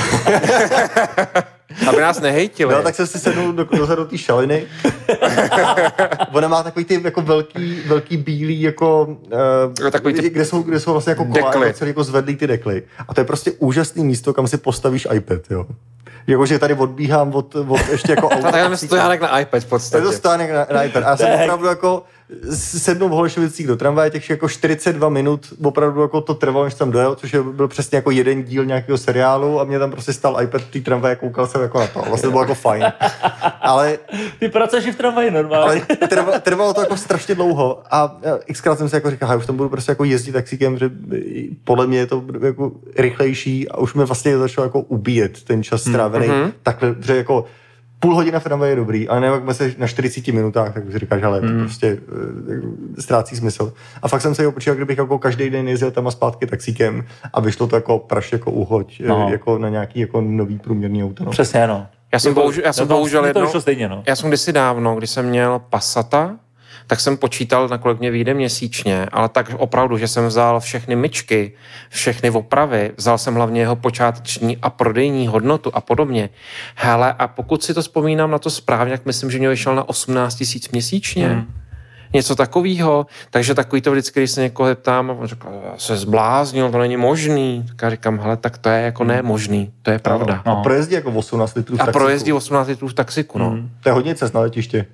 Aby nás nehejtili. No, tak jsem si sednul do, dozadu té šaliny. Ona má takový ty jako velký, velký bílý, jako, uh, takový ty... kde, jsou, kde jsou vlastně jako kola, jako celý jako zvedlý ty dekly. A to je prostě úžasný místo, kam si postavíš iPad, jo. Jakože tady odbíhám od, od ještě jako auta. Tak je to stojánek na iPad v podstatě. Je to stojánek na, na iPad. A já jsem opravdu jako sednu v Holešovicích do tramvaje, těch jako čtyřicet dva minut opravdu jako to trvalo, než jsem dojel, což je, byl přesně jako jeden díl nějakého seriálu a mě tam prostě stal iPad v té tramvaje, koukal jsem jako na to. Vlastně to bylo jako fajn. Ale... Ty pracuješ v tramvaji normálně. Ale trvalo, trvalo to jako strašně dlouho a xkrát jsem si jako říkal, už tam budu prostě jako jezdit taxíkem, že podle mě je to jako rychlejší a už mi vlastně začalo jako ubíjet ten čas strávený mm-hmm. takhle, že jako půl hodina v tramvaji je dobrý, ale nevím, se na čtyřiceti minutách, tak si říkáš, ale to mm. prostě uh, ztrácí smysl. A fakt jsem se ho počítal, kdybych jako každý den jezdil tam a zpátky taxíkem a vyšlo to jako praš jako uhoď, no. jako na nějaký jako nový průměrný auto. No. Přesně, no. Já jsem, použil, já jsem to, použil jednou, to stejně, no. Já jsem kdysi dávno, když jsem měl Passata, tak jsem počítal, na kolik mě vyjde měsíčně, ale tak opravdu, že jsem vzal všechny myčky, všechny opravy, vzal jsem hlavně jeho počáteční a prodejní hodnotu a podobně. Hele, a pokud si to vzpomínám na to správně, tak myslím, že mě vyšel na osmnáct tisíc měsíčně. Hmm. Něco takového. Takže takový to vždycky, když se někoho zeptám, a on říká, já se zbláznil, to není možný. Tak já říkám, hele, tak to je jako nemožný, to je pravda. No, no. A projezdí jako osmnáct litrů v taxiku. A projezdí osmnáct litrů v taxiku, no. Hmm. To je hodně cest na letiště.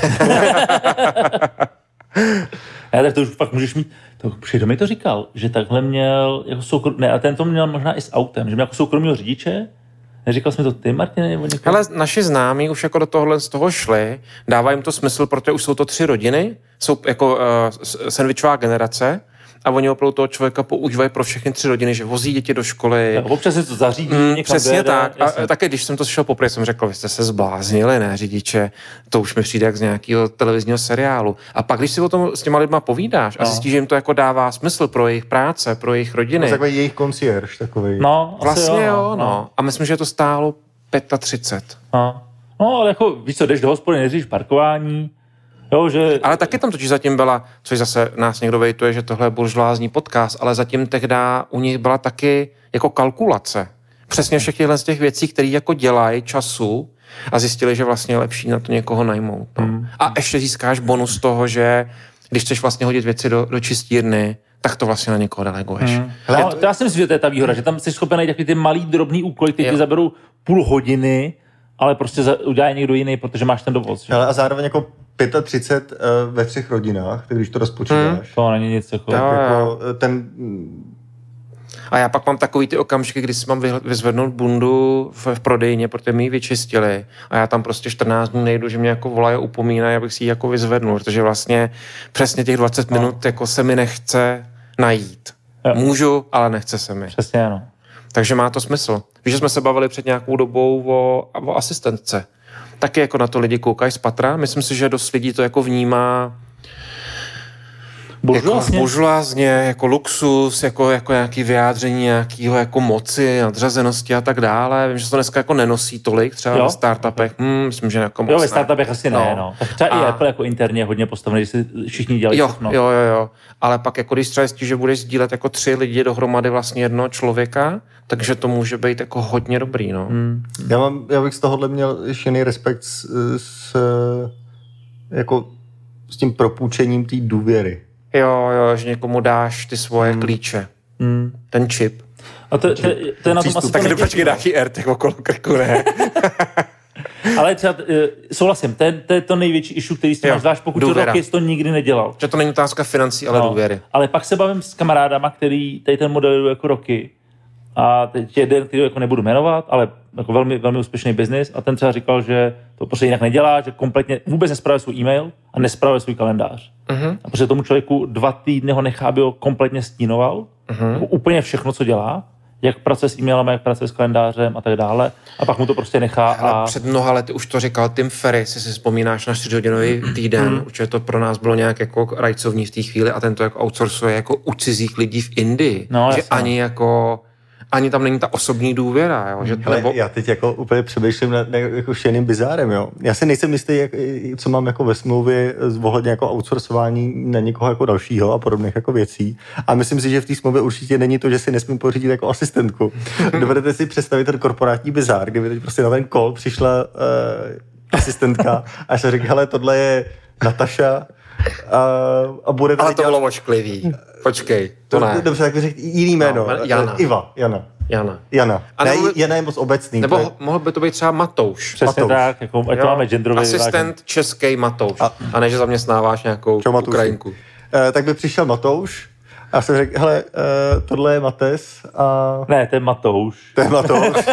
Ne, tak to už fakt můžeš mít, to Přido mi to říkal, že takhle měl jako soukrom, ne, a ten to měl možná i s autem, že měl jako soukromýho řidiče. Neříkal jsi mi to ty, Martine? Nebo ale naši známí už jako do tohohle z toho šli, dává jim to smysl, protože už jsou to tři rodiny, jsou jako uh, sandwichová generace a oni opravdu toho člověka používají pro všechny tři rodiny, že vozí děti do školy. No, občas se to zařídí, mm, někam přesně dojede, tak. jasně. A také, když jsem to slyšel poprvé, jsem řekl, vy jste se zbláznili, ne, řidiče, to už mi přijde jak z nějakého televizního seriálu. A pak, když si o tom s těma lidma povídáš a No. zjistíš, že jim to jako dává smysl pro jejich práce, pro jejich rodiny. To je takový jejich koncierž takový. No, asi Vlastně jo, no. no. A myslím, že to stálo třicet pět. No. no, ale jako, víš co, jdeš do hospody, neříš parkování, jo, že... Ale taky tam totiž zatím byla, což zase nás někdo vejtuje, že tohle je buržoázní podcast, ale zatím tehdy u nich byla taky jako kalkulace. Přesně všech těchto z těch věcí, které jako dělají času a zjistili, že vlastně je lepší na to někoho najmout. No. Hmm. A ještě získáš bonus toho, že když chceš vlastně hodit věci do, do čistírny, tak to vlastně na někoho deleguješ. Hmm. No, to já si myslím, že to je ta výhoda, že tam jsi schopen najít takový ty malý drobný úkoly, které ti zaberou půl hodiny, ale prostě za, udělá někdo jiný, protože máš ten dovoz. Ale a zároveň jako třicet pět uh, ve třech rodinách, tak když to rozpočítáš. Hmm. To není nic jako... Tak jako ten... A já pak mám takový ty okamžiky, kdy si mám vyzvednout bundu v, v prodejně, protože mi ji vyčistili. A já tam prostě čtrnáct dnů nejdu, že mě jako volají a upomínají, abych si ji jako vyzvednul, protože vlastně přesně těch dvacet no. minut jako se mi nechce najít. Jo. Můžu, ale nechce se mi. Přesně, ano. Takže má to smysl. Víš, že jsme se bavili před nějakou dobou o, o asistentce. Taky jako na to lidi koukají z patra. Myslím si, že dost lidí to jako vnímá Buržoázně. Jako buržoázně, jako luxus, jako, jako nějaký vyjádření nějakého jako moci, nadřazenosti a tak dále. Vím, že se to dneska jako nenosí tolik, třeba jo? ve startupech. Hmm, myslím, že jako moc Jo, ve startupech asi no. ne, no. Tak třeba a... i Apple jako interně hodně postavený, že si všichni dělají jo, všechno. Jo, jo, jo. Ale pak jako když třeba jistí, že budeš sdílet jako tři lidi dohromady vlastně jednoho člověka, takže to může být jako hodně dobrý, no. Hmm. Já, mám, já bych z tohohle měl šený respekt s, s, jako, s tím propůjčením té důvěry. Jo, jo, že někomu dáš ty svoje hmm. klíče. Hmm. Ten čip. A to, to, to je na tom asi... Tak to počkej, dáš i AirTag okolo krku, ne? Ale třeba, souhlasím, to je, to je to největší issue, který s tím máš zvlášť, pokud to roky jsi to nikdy nedělal. Že to není otázka financí, ale no, důvěry. Ale pak se bavím s kamarádama, který tady ten model jako roky. A teď jeden, který jako nebudu jmenovat, ale jako velmi, velmi úspěšný biznis a ten třeba říkal, že to prostě jinak nedělá, že kompletně vůbec nespravuje svůj e-mail a nespravuje svůj kalendář. Uh-huh. A protože tomu člověku dva týdny ho nechá, aby ho kompletně stínoval, uh-huh. jako úplně všechno, co dělá, jak pracuje s e-mailem, jak pracuje s kalendářem a tak dále. A pak mu to prostě nechá. A... Před mnoha lety už to říkal Tim Ferriss, jestli si vzpomínáš na čtyřhodinový týden, hmm. určitě to pro nás bylo nějak jako rajcovní v té chvíli a ten to jako outsourcuje jako u cizích lidí v Indii. No, že jasně. ani jako ani tam není ta osobní důvěra. Jo? Že, ale nebo... já teď jako úplně přemýšlím nad jako šeným bizárem. Jo? Já si nejsem jistý, jak, co mám jako ve smlouvě z ohledně jako outsourcování na někoho jako dalšího a podobných jako věcí. A myslím si, že v té smlouvě určitě není to, že si nesmím pořídit jako asistentku. Dovedete si představit ten korporátní bizár, kdyby teď prostě na ten call přišla uh, asistentka a se řekl, hele, tohle je Nataša a, a bude tady ale to dělat... bylo ošklivý. Počkej, to ne. Dobře, tak bych řekl jiný jméno. No, Jana. Iva, Jana. Jana. Jana. A ne, nebo, Jana je moc obecný. Nebo je... mohl by to být třeba Matouš. Přesně Matouš. tak, jako, ať to máme genderově. Asistent vyvážen. Český Matouš. A, a ne, že zaměstnáváš nějakou Čo, Ukrajinku. Uh, tak by přišel Matouš a jsem řekl, hele, uh, tohle je Mates a... Ne, to je Matouš. To je Matouš.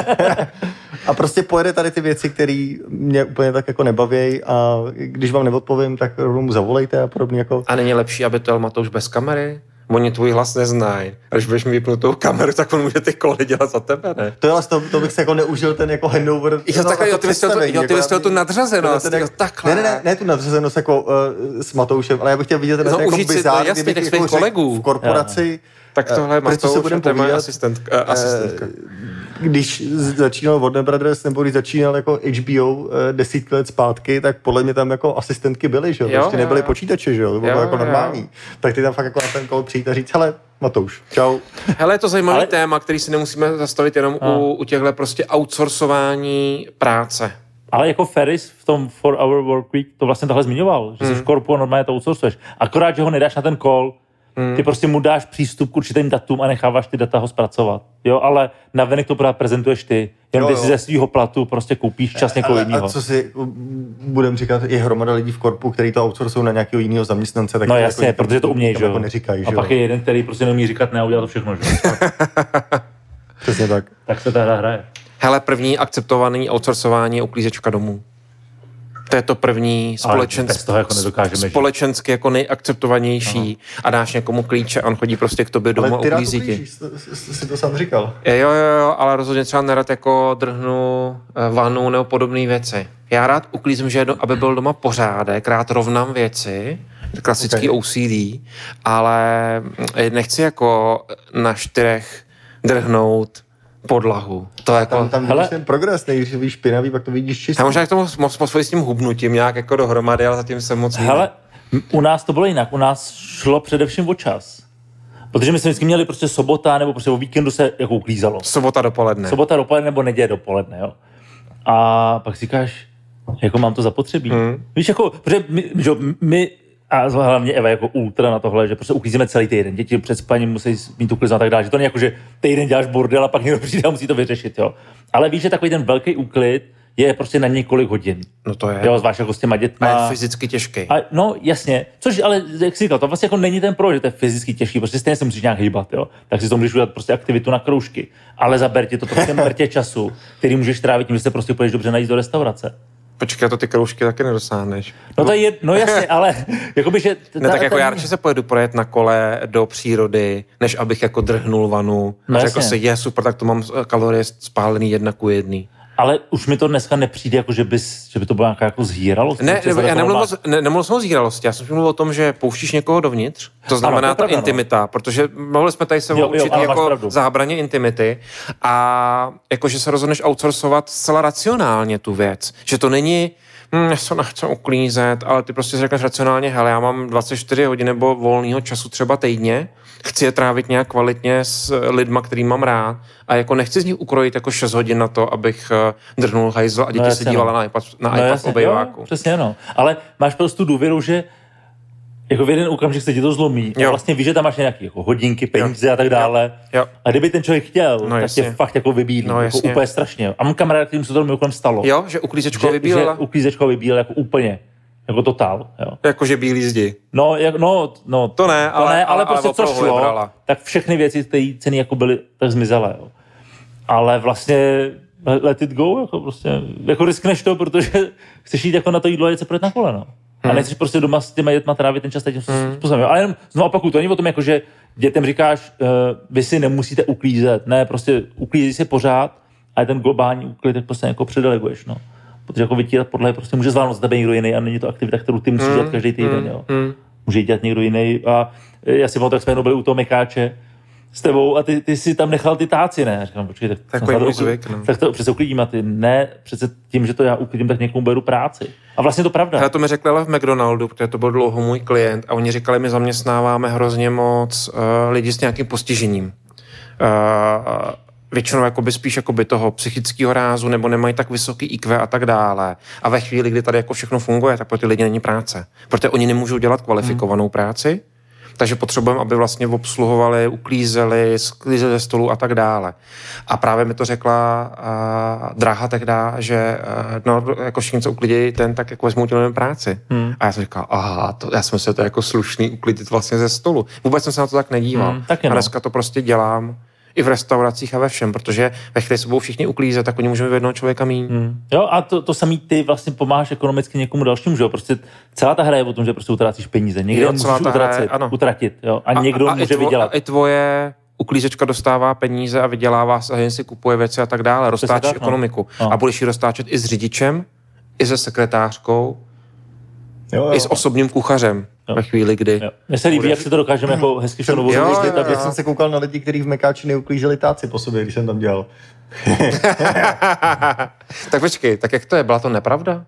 A prostě pojede tady ty věci, které mě úplně tak jako nebaví a když vám neodpovím, tak rovnou mu zavolejte a podobně jako... A není lepší, aby to jel Matouš bez kamery? Oni tvůj hlas neznají. A když budeš mi vypnout tou kameru, tak on může ty koly dělat za tebe, ne? To je to, to bych se jako neužil ten jako handover. Jo, takhle, jo, ty bys chtěl tu nadřazenost. Ten, jako, takhle. Ne, ne, ne, ne tu nadřazenost jako uh, s Matoušem, ale já bych chtěl vidět ten no, jako bizár, jasně, kdybych těch svých jako kolegů. V korporaci. Jo. Tak tohle je Matouš, to je moje asistentka. Uh, asistentka. Když začínal Warner Brothers, nebo když začínal jako H B O uh, desítky let zpátky, tak podle mě tam jako asistentky byly, že jo? Prostě nebyly počítače, že jo? To bylo jo, jako normální. Jo. Tak ty tam fakt jako na ten kol přijít a říct, hele, Matouš, čau. Hele, je to zajímavý Ale... téma, který si nemusíme zastavit jenom u, u těchto prostě outsourcování práce. Ale jako Ferris v tom four hour work week to vlastně tohle zmiňoval, že hmm. jsi v korpu a normálně to outsourcuješ. Akorát, že ho nedáš na ten call, hmm. ty prostě mu dáš přístup k určitým datům a necháváš ty data ho zpracovat. Jo, ale navenek to právě prezentuješ ty. Jen ty si ze svýho platu prostě koupíš čas někoho jiného. A co si budem říkat, je hromada lidí v korpu, který to outsourcují na nějakého jiného zaměstnance. Tak no jasně, jako, protože to umějí, že jako neříkají, a pak je jeden, který prostě neumí říkat ne a udělá to všechno, že Přesně tak. Tak se ta hra hraje. Hele, první akceptovaný outsourcování je uklízečka domů. To je to první společen... jako společensky jako nejakceptovanější. Aha. A dáš někomu klíče a on chodí prostě k tobě domů a uklízí ti. Jsi to sám říkal. Jo, jo, jo, ale rozhodně třeba nerad jako drhnu vanu nebo podobné věci. Já rád uklízím, že aby byl doma pořádek, rád rovnám věci, klasický okay. O C D, ale nechci jako na čtyřech drhnout podlahu. To jako... Tam, tam vidíš ten progres, nejdřív vidíš špinavý, pak to vidíš čistý. Já možná k tomu moc posvojit s tím hubnutím nějak jako dohromady, ale zatím jsem moc... Hele, u nás to bylo jinak. U nás šlo především o čas. Protože my jsme vždycky měli prostě sobota, nebo prostě o víkendu se jako uklízalo. Sobota dopoledne. Sobota dopoledne nebo neděle dopoledne, jo. A pak si říkáš, jako mám to zapotřebí. Hmm. Víš, jako, protože my, že my a hlavně Eva jako ultra na tohle, že prostě uklízíme celý týden. Děti před spaním musí mít uklizeno a tak dále. Že to není jako, že týden děláš bordel a pak někdo přijde a musí to vyřešit, jo. Ale víš, že takový ten velký úklid je prostě na několik hodin. No to je. Jo, zvlášť jako s těma dětma. A je fyzicky těžký. A, no jasně. Což ale, jak jsi říkal, to vlastně jako není ten problém, že to je fyzicky těžký, prostě stejně se musíš nějak hýbat, jo. Tak si to můžeš udělat prostě aktivitu na kroužky. Ale zaber ti to prostě mrtě času, který můžeš trávit tím, že se prostě půjdeš dobře najít do restaurace. Počkej, to ty kroužky taky nedosáhneš. No to je, no jasně, ale jakoby, že... Ta, ne, tak jako já radši se pojedu projet na kole do přírody, než abych jako drhnul vanu. No řekl si, je super, tak to mám kalorie spálený jedna ku jedný. Ale už mi to dneska nepřijde, jako že, bys, že by to bylo nějaká jako zhýralost. Ne, ne já nemluvil moc, ne, nemluvil jsem o zhýralosti, já jsem mluvil o tom, že pouštíš někoho dovnitř, to znamená ano, to ta pravda, intimita, no. Protože mohli jsme tady se jo, učit jo, jako zábraně intimity a jakože se rozhodneš outsourcovat zcela racionálně tu věc, že to není hm, já se nechci uklízet, ale ty prostě si řekneš racionálně, hele, já mám dvacet čtyři hodin nebo volného času třeba týdně, chci je trávit nějak kvalitně s lidma, který mám rád a jako nechci z nich ukrojit jako šest hodin na to, abych drhnul hajzl a děti no, se dívala no. na iPad, na no, iPad v obejváku. Přesně, no. Ale máš prostě důvěru, že jako v jeden okamžik se ti to zlomí a vlastně víš, že tam máš nějaké jako hodinky, peníze jo. a tak dále. Jo. Jo. A kdyby ten člověk chtěl, no, tak jasně. tě fakt jako vybílí, no, jako úplně strašně. A mám kamarád, kterým se to mimochodem stalo. Jo, že uklízečko vybílela? Že uklízečko vybílel jako úplně. Jako totál, jo. Jakože bílý zdi. No, jak, no, no, to ne, ale, to ne, ale, ale prostě ale co šlo, vybrala. Tak všechny věci, které ceny jako byly, tak zmizelé, jo. Ale vlastně let it go, jako prostě, jako riskneš to, protože chceš jít jako na to jídlo a jít se projet na koleno. Hmm. A nechceš prostě doma s těma dětma trávit ten čas tím hmm. způsobem. Ale jenom znovu opakuju, to není o tom, jako, že dětem říkáš, uh, vy si nemusíte uklízet, ne, prostě uklízí si pořád, ale ten globální úklid tak prostě jako předeleguješ, no. Protože jako vytírat podle prostě může zvládnout za tebe někdo jiný a není to aktivita, kterou ty musíš mm, dělat každý týden, mm, jo. Mm. Může dělat někdo jiný a já si pamatuju, jak jsme jenom byli u toho mekáče s tebou a ty, ty si tam nechal ty táci, ne? Říkám, počkej, tak, takový můj zvyk, no. Tak to přece uklidím a ty ne, přece tím, že to já uklidím, tak někomu beru práci. A vlastně to pravda. Já to mi řekli ale v McDonaldu, protože to byl dlouho můj klient a oni říkali, my zaměstnáváme hrozně moc uh, lidí s nějakým postižením. Uh, většinou jakoby spíš jakoby toho psychického rázu nebo nemají tak vysoký í kvé a tak dále. A ve chvíli, kdy tady jako všechno funguje, tak pro ty lidi není práce. Protože oni nemůžou dělat kvalifikovanou hmm. práci, takže potřebujeme, aby vlastně obsluhovali, uklízeli, sklízeli ze stolu a tak dále. A právě mi to řekla uh, Dráha tehda, že uh, no, jako všichni, co uklidí ten, tak jako vezmou těm práci. Hmm. A já jsem říkal, aha, to, já jsem myslel, to je jako slušný uklidit vlastně ze stolu. Vůbec jsem se na to tak nedíval. Hmm, a dneska to prostě dělám i v restauracích a ve všem, protože ve chvíli se budou všichni uklízet, tak oni můžeme jednoho člověka mít. Hmm. Jo, a to, to samý ty vlastně pomáháš ekonomicky někomu dalšímu, že jo? Prostě celá ta hra je o tom, že prostě utracíš peníze. Někde jo, musíš utracit, hra, utratit, jo? A, a někdo a, a může tvo, vydělat. A i tvoje uklízečka dostává peníze a vydělává se, a jen si kupuje věci a tak dále. Roztáčíš tak, ekonomiku. No. A budeš ji roztáčet i s řidičem, i se sekretářkou, jo, jo. i s osobním kuchařem. Jo. Ve chvíli, kdy... Mně se líbí, jak si to dokážeme jako hezky šonovu. Jo, jo, jo. Já jsem se koukal na lidi, kteří v mekáči neuklízeli táci po sobě, když jsem tam dělal. Tak počkej, tak jak to je? Byla to nepravda?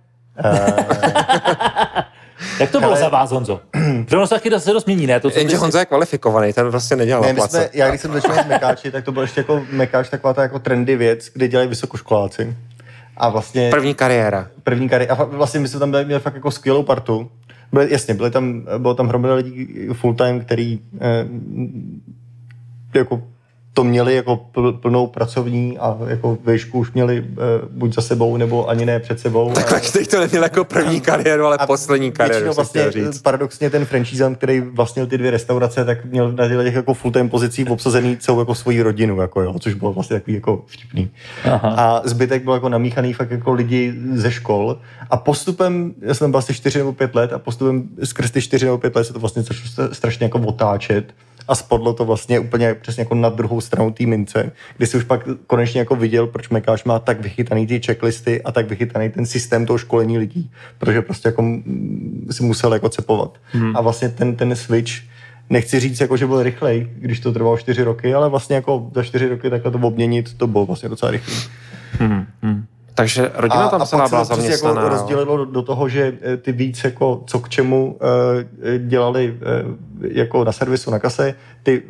Jak to bylo za vás, Honzo? Protože ono se taky se dost mění, ne? To, Jenže Honzo je kvalifikovaný, ten vlastně nedělal ne, jsme, já když jsem začal v mekáči, tak to bylo ještě jako mekáč, taková ta jako trendy věc, kde dělají vysokoškoláci. A vlastně... První kariéra. První kariéra. A vlastně my jsme tam měli fakt jako skvělou partu. Byli, jasně, byli tam, bylo tam hromada lidí full time, který eh, jako to měli jako pl, plnou pracovní a jako výšku už měli uh, buď za sebou, nebo ani ne před sebou. Tak každý to neměl jako první kariéru, ale poslední kariéru. Vlastně paradoxně ten franchízan, který vlastnil ty dvě restaurace, tak měl na těch jako full-time pozicí obsazený celou jako svoji rodinu, jako jo, což bylo vlastně takový jako vtipný. Aha. A zbytek byl jako namíchaný fakt jako lidi ze škol a postupem, já jsem tam byl asi čtyři nebo pět let a postupem skrz ty čtyři nebo pět let se to vlastně začalo strašně jako otáčet. A spadlo to vlastně úplně přesně jako na druhou stranu té mince, kdy si už pak konečně jako viděl, proč Mekáč má tak vychytaný ty checklisty a tak vychytaný ten systém toho školení lidí, protože prostě jako si musel jako cepovat. Hmm. A vlastně ten, ten switch, nechci říct, jako, že byl rychlej, když to trvalo čtyři roky, ale vlastně jako za čtyři roky takhle to obměnit, to bylo vlastně docela rychlý. Hmm. Hmm. Takže rodina tam celá byla zaměstnaná. A pak se to jako rozdělilo do toho, že ty víc jako co k čemu dělali jako na servisu, na kase, ty,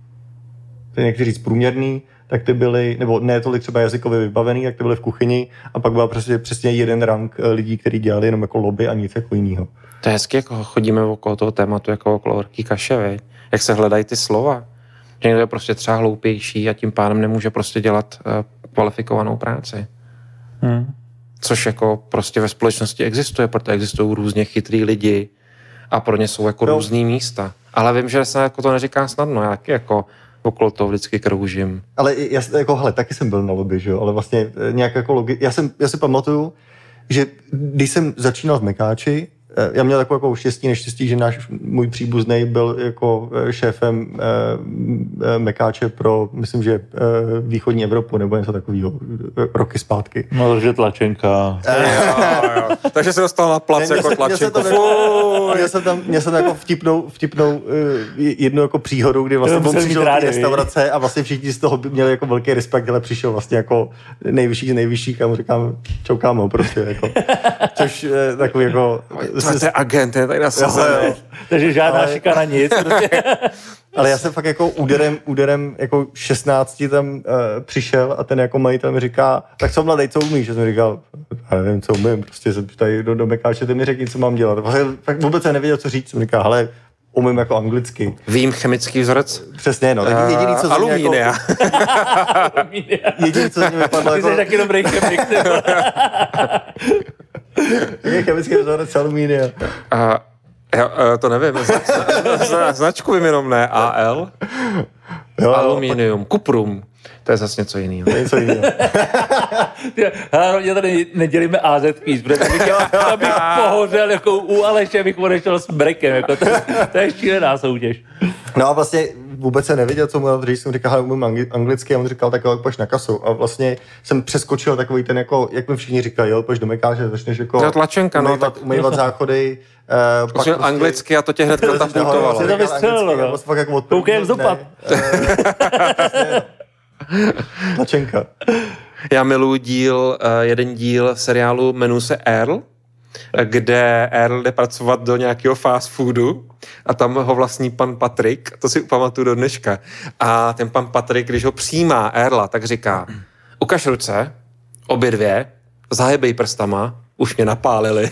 ty nechci říct průměrný, tak ty byly, nebo ne tolik třeba jazykově vybavený, tak ty byly v kuchyni a pak byl přesně, přesně jeden rank lidí, kteří dělali jenom jako lobby a nic jako jinýho. To je hezky, jako chodíme okolo toho tématu jako okolo horký kaše, vej. Jak se hledají ty slova. Že někdo je prostě třeba hloupější a tím pádem nemůže prostě dělat uh, kvalifikovanou práci. Hmm. Což jako prostě ve společnosti existuje, protože existují různě chytrý lidi a pro ně jsou jako no. různý místa. Ale vím, že se jako to neříká snadno, já taky jako okolo toho vždycky kroužím. Ale já jako, hele, taky jsem byl na lobby, že jo, ale vlastně nějak jako logi... Já, jsem, já si pamatuju, že když jsem začínal v Mekáči, já měl takovou jako štěstí, neštěstí, že náš můj příbuzný byl jako šéfem eh, Mekáče pro, myslím, že eh, východní Evropu, nebo něco takového, roky zpátky. No, takže tlačenka. jo, jo. Takže se dostal na plac ne, jako tlačenku. Měl jsem tam, měl jsem tam jako vtipnou, vtipnou jednu jako příhodu, kdy vlastně on přišel do restaurace a vlastně všichni z toho měli jako velký respekt, ale přišel vlastně jako nejvyšší z nejvyšších a mu říkám, čau kámo, prostě jako. Což takový jako... To je agent, je tady nasazený. Takže žádná ale... šikana nic. Prostě. Ale já jsem fakt jako úderem, úderem jako šestnácti tam uh, přišel a ten jako majitel mi říká, tak co mladej, co umíš? Já jsem říkal, já nevím, co umím, prostě jsem tady do, do Mekáče, ty mi řekni, co mám dělat. Tak vůbec jsem nevěděl, co říct. Jsem říkal, hele, umím jako anglicky. Vím chemický vzorec? Přesně, no. Tak jediný, co uh, alumínia. Jako, jediný, co z mě vypadlo jako... Ty jsi taky dobrý chemik. Je chemický vzorec alumínia. Uh, já, uh, to nevím. Zna, značku vím jenom ne. A L. Jo, aluminium. Pak... Kuprum. To je zase něco jiného. To je něco jiného. Hlavně tady nedělíme á zet kvíz, protože bych, bych pohořel jako u Aleše, bych odešel s brekem. Jako to, to je šílená soutěž. No a vlastně vůbec se nevěděl, co mu na to říct. Jsem říkal, umím anglicky a on říkal, tak jo, pojď na kasu. A vlastně jsem přeskočil takový ten, jako, jak mi všichni říkali, jo, pojď do Mekáče, začneš jako tlačenka, umývat, no, umývat záchody. Uh, pak prostě anglicky a to tě hned katapultovalo. Se to vystřelilo, no. Koukej jak zopad. Tlačenka. Já miluji díl, jeden díl seriálu, jmenuje se Earl, kde Earl jde pracovat do nějakého fast foodu a tam ho vlastní pan Patrik, to si pamatuju do dneška. A ten pan Patrik, když ho přijímá Earla, tak říká, ukaž ruce, obě dvě, zahybej prstama, už mě napálili.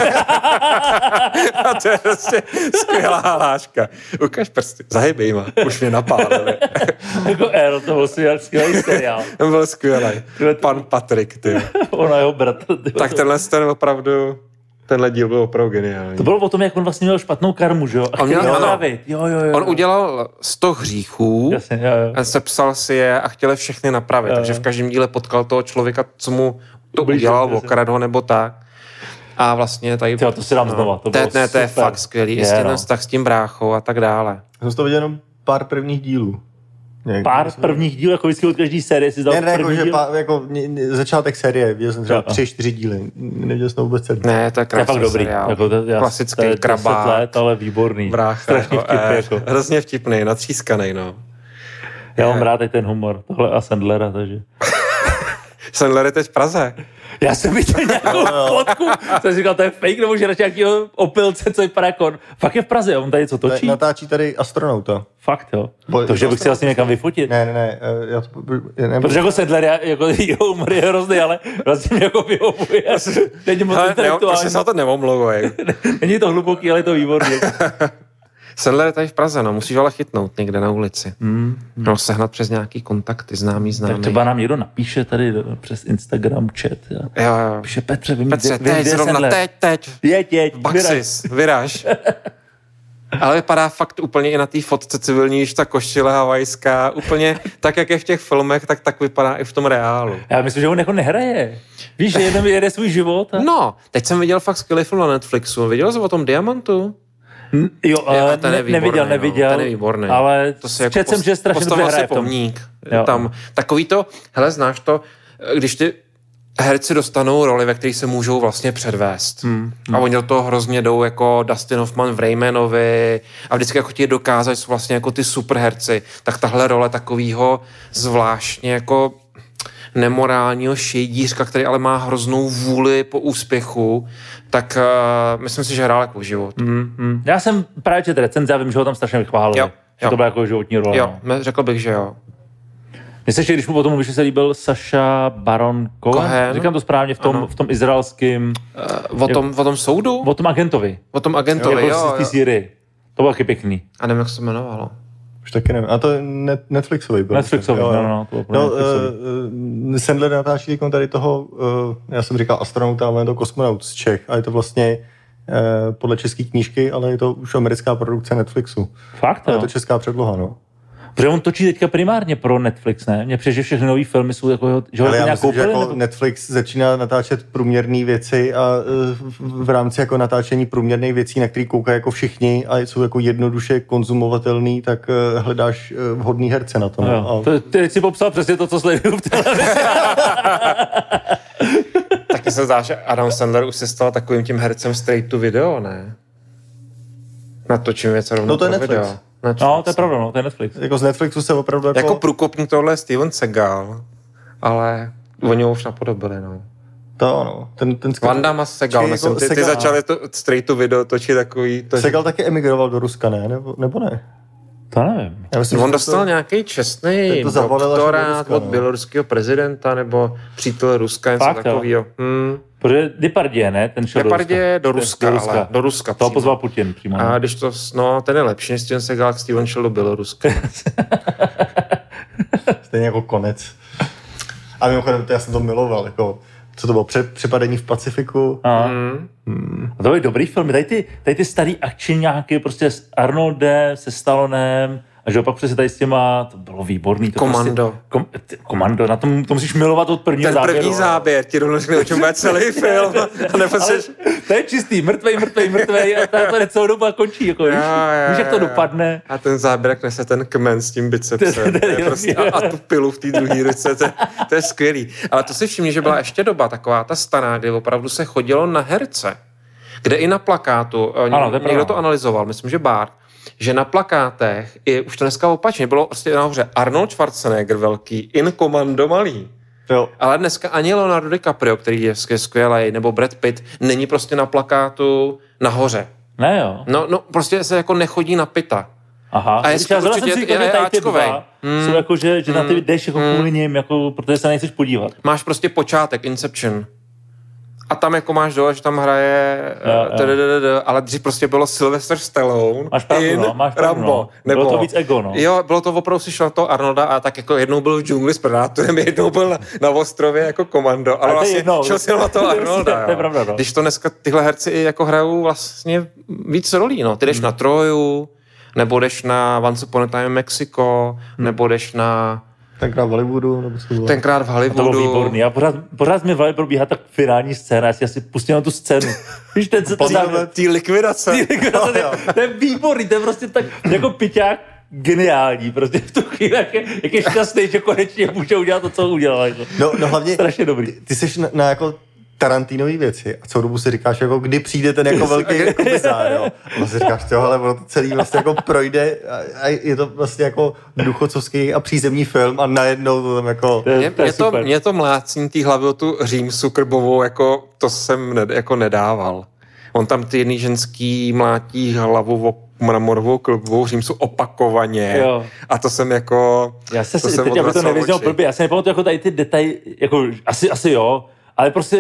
A to je prostě skvělá hláška. Ukaž prsty, zahybej ma, už mě napálili. Jako Earl, to byl skvělý seriál. To byl skvělý. Pan Patrik, ty. Ona jeho bratr. Tak tenhle ten opravdu, tenhle díl byl opravdu geniální. To bylo o tom, jak on vlastně měl špatnou karmu, že jo? A on měl napravit. Jo, jo, jo. On udělal sto hříchů, jasně, jo, jo. A sepsal si je a chtěl všechny napravit. Jo, jo. Takže v každém díle potkal toho člověka, co mu to Ublížil, udělal, okradl nebo tak. A vlastně tady... Tyjo, to si dám no, znova, to to, bylo ne, to je fakt skvělý. Jestli ten no. vztah s tím bráchou a tak dále. Jsem to viděl jenom pár prvních dílů. Někdy, pár myslím. prvních dílů, jako vždycky od každé série si dal ne, ne, první jako, díl? Pár, jako začátek série, viděl jsem třeba tři, čtyři díly. Neviděl jsem to vůbec celý. Ne, to je krásný dobrý. seriál. Jako to, já, klasický krabák. let, ale výborný. Brácha, strašně jako, vtipný. eh, Jako. Hrozně vtipný, natřískanej, no. Já mám rád i ten humor, tohle a Sandlera, takže... Sandler je teď v Praze. Já jsem viděl nějakou fotku, jsem si říkal, to je fake, nebo že radši nějakýho opilce, co vypadá jako... Fakt je v Praze, on tady co točí? Natáčí tady astronauta. Fakt, jo. Bo, to, že bych si vlastně někam vyfotit. Ne, ne, ne. Já to, já nebudu... Protože jako Sandler, jako jeho humor je hrozný, ale vlastně mě jako vyhovuje. Není moc intelektuální. Prostě se na to neomlouvej. Není to hluboký, ale je to výborný. Sandler je tady v Praze, no, musíš ale chytnout někde na ulici. Hmm. No, sehnat přes nějaký kontakty, známý, známý. Tak třeba nám někdo napíše tady přes Instagram chat. Já. Jo, jo. Píše Petře, vy Petře, vy, teď, vy, zrovna teď, teď. Jeď, jeď, Baxis, vyraž. Ale vypadá fakt úplně i na té fotce civilní, že ta košile havajská, úplně tak, jak je v těch filmech, tak tak vypadá i v tom reálu. Já myslím, že on jako nehraje. Víš, že jeden jede svůj život. A... No, teď jsem viděl fakt skvělý film na Netflixu. Viděl jsi o tom Diamantu? Hm, jo, Já, ne, ten je výborný, neviděl, no, neviděl. ten je výborný. Ale to si jako četl jsem, že strašně dobře hraje v tom. pomník. Tam, takový to, hele, znáš to, když ty herci dostanou roli, ve které se můžou vlastně předvést. Hmm, hmm. A oni do toho hrozně jdou jako Dustin Hoffman v Raymanovi a vždycky jako ti dokázat, jsou vlastně jako ty superherci. Tak tahle role takového zvláštně jako nemorálního šejdířka, který ale má hroznou vůli po úspěchu, tak uh, myslím si, že hrál jako život. Hmm, hmm. Já jsem právě četl recenze a vím, že ho tam strašně vychválil. Jo, že jo. to byla jako životní role. Jo, no. Řekl bych, že jo. Myslím, že když mu potom, že se líbil Saša Baron Cohen, Cohen. Říkám to správně, v tom, v tom izraelským... Uh, o, tom, o tom soudu? O tom agentovi. O tom agentovi, jo. jo. jo. Syrii. To bylo taky pěkný. A nevím, jak se to jmenovalo. Už taky nevím. A to je net, Netflixový byl. Netflixový, no, no, to bylo no, uh, Sandler natáčí tady toho, uh, já jsem říkal astronauta, ale je to kosmonaut z Čech. A je to vlastně uh, podle české knížky, ale je to už americká produkce Netflixu. Fakt, ale je to česká předloha, no. Protože on točí teďka primárně pro Netflix, ne? Mně přijde, že všechny nový filmy jsou jako, že ho ale já nějak myslím, koupili, že jako nebo... Netflix začíná natáčet průměrné věci a uh, v rámci jako natáčení průměrných věcí, na který koukají jako všichni a jsou jako jednoduše konzumovatelný, tak uh, hledáš uh, vhodný herce na to. No. A... To, ty jsi popsal přesně to, co sleduju v televizi. Taky se zdá, že Adam Sandler už se stal takovým tím hercem straight to video, ne? Natočím věc rovnou No to je pro Netflix. video. No, to je pravda, no, to je Netflix. Jako z Netflixu se opravdu jako... Jako průkopník tohle je Steven Seagal, ale oni ho už napodobili, no. To ano. Ten, ten skvěl... Van Damme a Seagal, Počkej, myslím, jako ty, ty Seagal- začali to straight to video točit takový... To, Seagal taky emigroval do Ruska, ne? Nebo, nebo ne? To nevím. Já myslím, on že dostal to... nějaký čestný to zavalil až do doktorát Ruska, od no. běloruského prezidenta nebo přítel Ruska, něco Fakt, jo? takového. Hmm. Protože Depardieu, ne? Ten šel Depardieu do do Ruska. Ruska, ale do Ruska Toho přímo. pozval Putin přímo. A když to, no, ten je lepší než Steven Seagal, Steven šel do Běloruska. Stejně jako konec. A mimochodem, to já jsem to miloval, jako... Co to bylo? Pře- přepadení v Pacifiku? A, Hmm. hmm. a to byly dobrý filmy. Tady ty, tady ty starý akčňáky, prostě s Arnoldem, se Stallonem, a že opak přesně tady s těma, to bylo výborný. To Komando. Prostě, kom, t- komando, na tom to musíš milovat od prvního Ten záběru. první záběr, ti rovnou řekne, o čem bude celý film. A nebo Ale se... to je čistý, mrtvej, mrtvej, mrtvej a to je celou dobu a končí. Jako, víš, víš, jak to dopadne. A ten záběr, jak nese ten kmen s tím bicepsem. To- to- to- To je prostě, a, a tu pilu v té druhé ruce, to, to je skvělý. Ale to si všimni, že byla ještě doba taková ta stará, kdy opravdu se chodilo na herce. Kde i na plakátu, Ano, to je někdo pravda. to analyzoval, myslím, že Bart, že na plakátech, je už to dneska opačně, bylo prostě nahoře Arnold Schwarzenegger velký, in Commando malý. Jo. Ale dneska ani Leonardo DiCaprio, který je skvělý, nebo Brad Pitt, není prostě na plakátu nahoře. Ne jo. No, no prostě se jako nechodí na pita. Aha. A je Když já zrovna určitě- jsem si říkal, je že tady ty áčkovej. dva Mm. jsou jako, že, že na ty jdeš jako kvůli ním, jako, protože se nechceš podívat. Máš prostě počátek, Inception. A tam jako máš dole, že tam hraje, Jo, jo. eh, tadadadada, ale dřív prostě bylo Sylvester Stallone Máš pravdu, in no, máš pravdu, Rambo. no. Bylo to víc ego, no. Jo, bylo to opravdu, si šlo na to Arnolda a tak jako jednou byl v džungli s Predátorem, jednou byl na, na ostrově jako komando, ale Ale to je vlastně jedno. šel si na to Arnolda. To je jo. pravda, no. Když to dneska tyhle herci i jako hrajou vlastně víc rolí, no. Ty jdeš Hmm. na Troju, nebo jdeš na Once Upon a Time in Mexico, Hmm. nebo jdeš na Tenkrát v Hollywoodu, nebo co to bylo? tenkrát v To Hollywoodu. bylo výborný. A pořád, pořád mi v probíhá tak finální scéna, já si asi pustím na tu scénu. Víš, ten se to Poznáme Tý likvidace. to, je, to je výborný, to je prostě tak jako piťák geniální, prostě v tu chvíli, jak je, jak je šťastný, že konečně může udělat to, co udělal. Jako. No, no hlavně, Strašně dobrý. ty, ty jsi na, na jako Tarantinový věci a celou dobu si říkáš, jako kdy přijde ten jako velký komisár, jo. A vlastně říkáš, jo, ale ono to celý vlastně jako projde a, a je to vlastně jako duchocovský a přízemní film a najednou to tam jako... To je, Mě, to je mě, to, super. mě to mlácní tý hlavy o tu římsu krbovou, jako to jsem ne, jako nedával. On tam ty jedný ženský mlátí hlavu o mramorovou klubovou římsu opakovaně. Jo. A to jsem jako... Já se to si, jsem teď aby to odvracel nevyznělo oči. blbě, já se nepamatuju jako tady ty detaily, jako asi, asi jo, ale prostě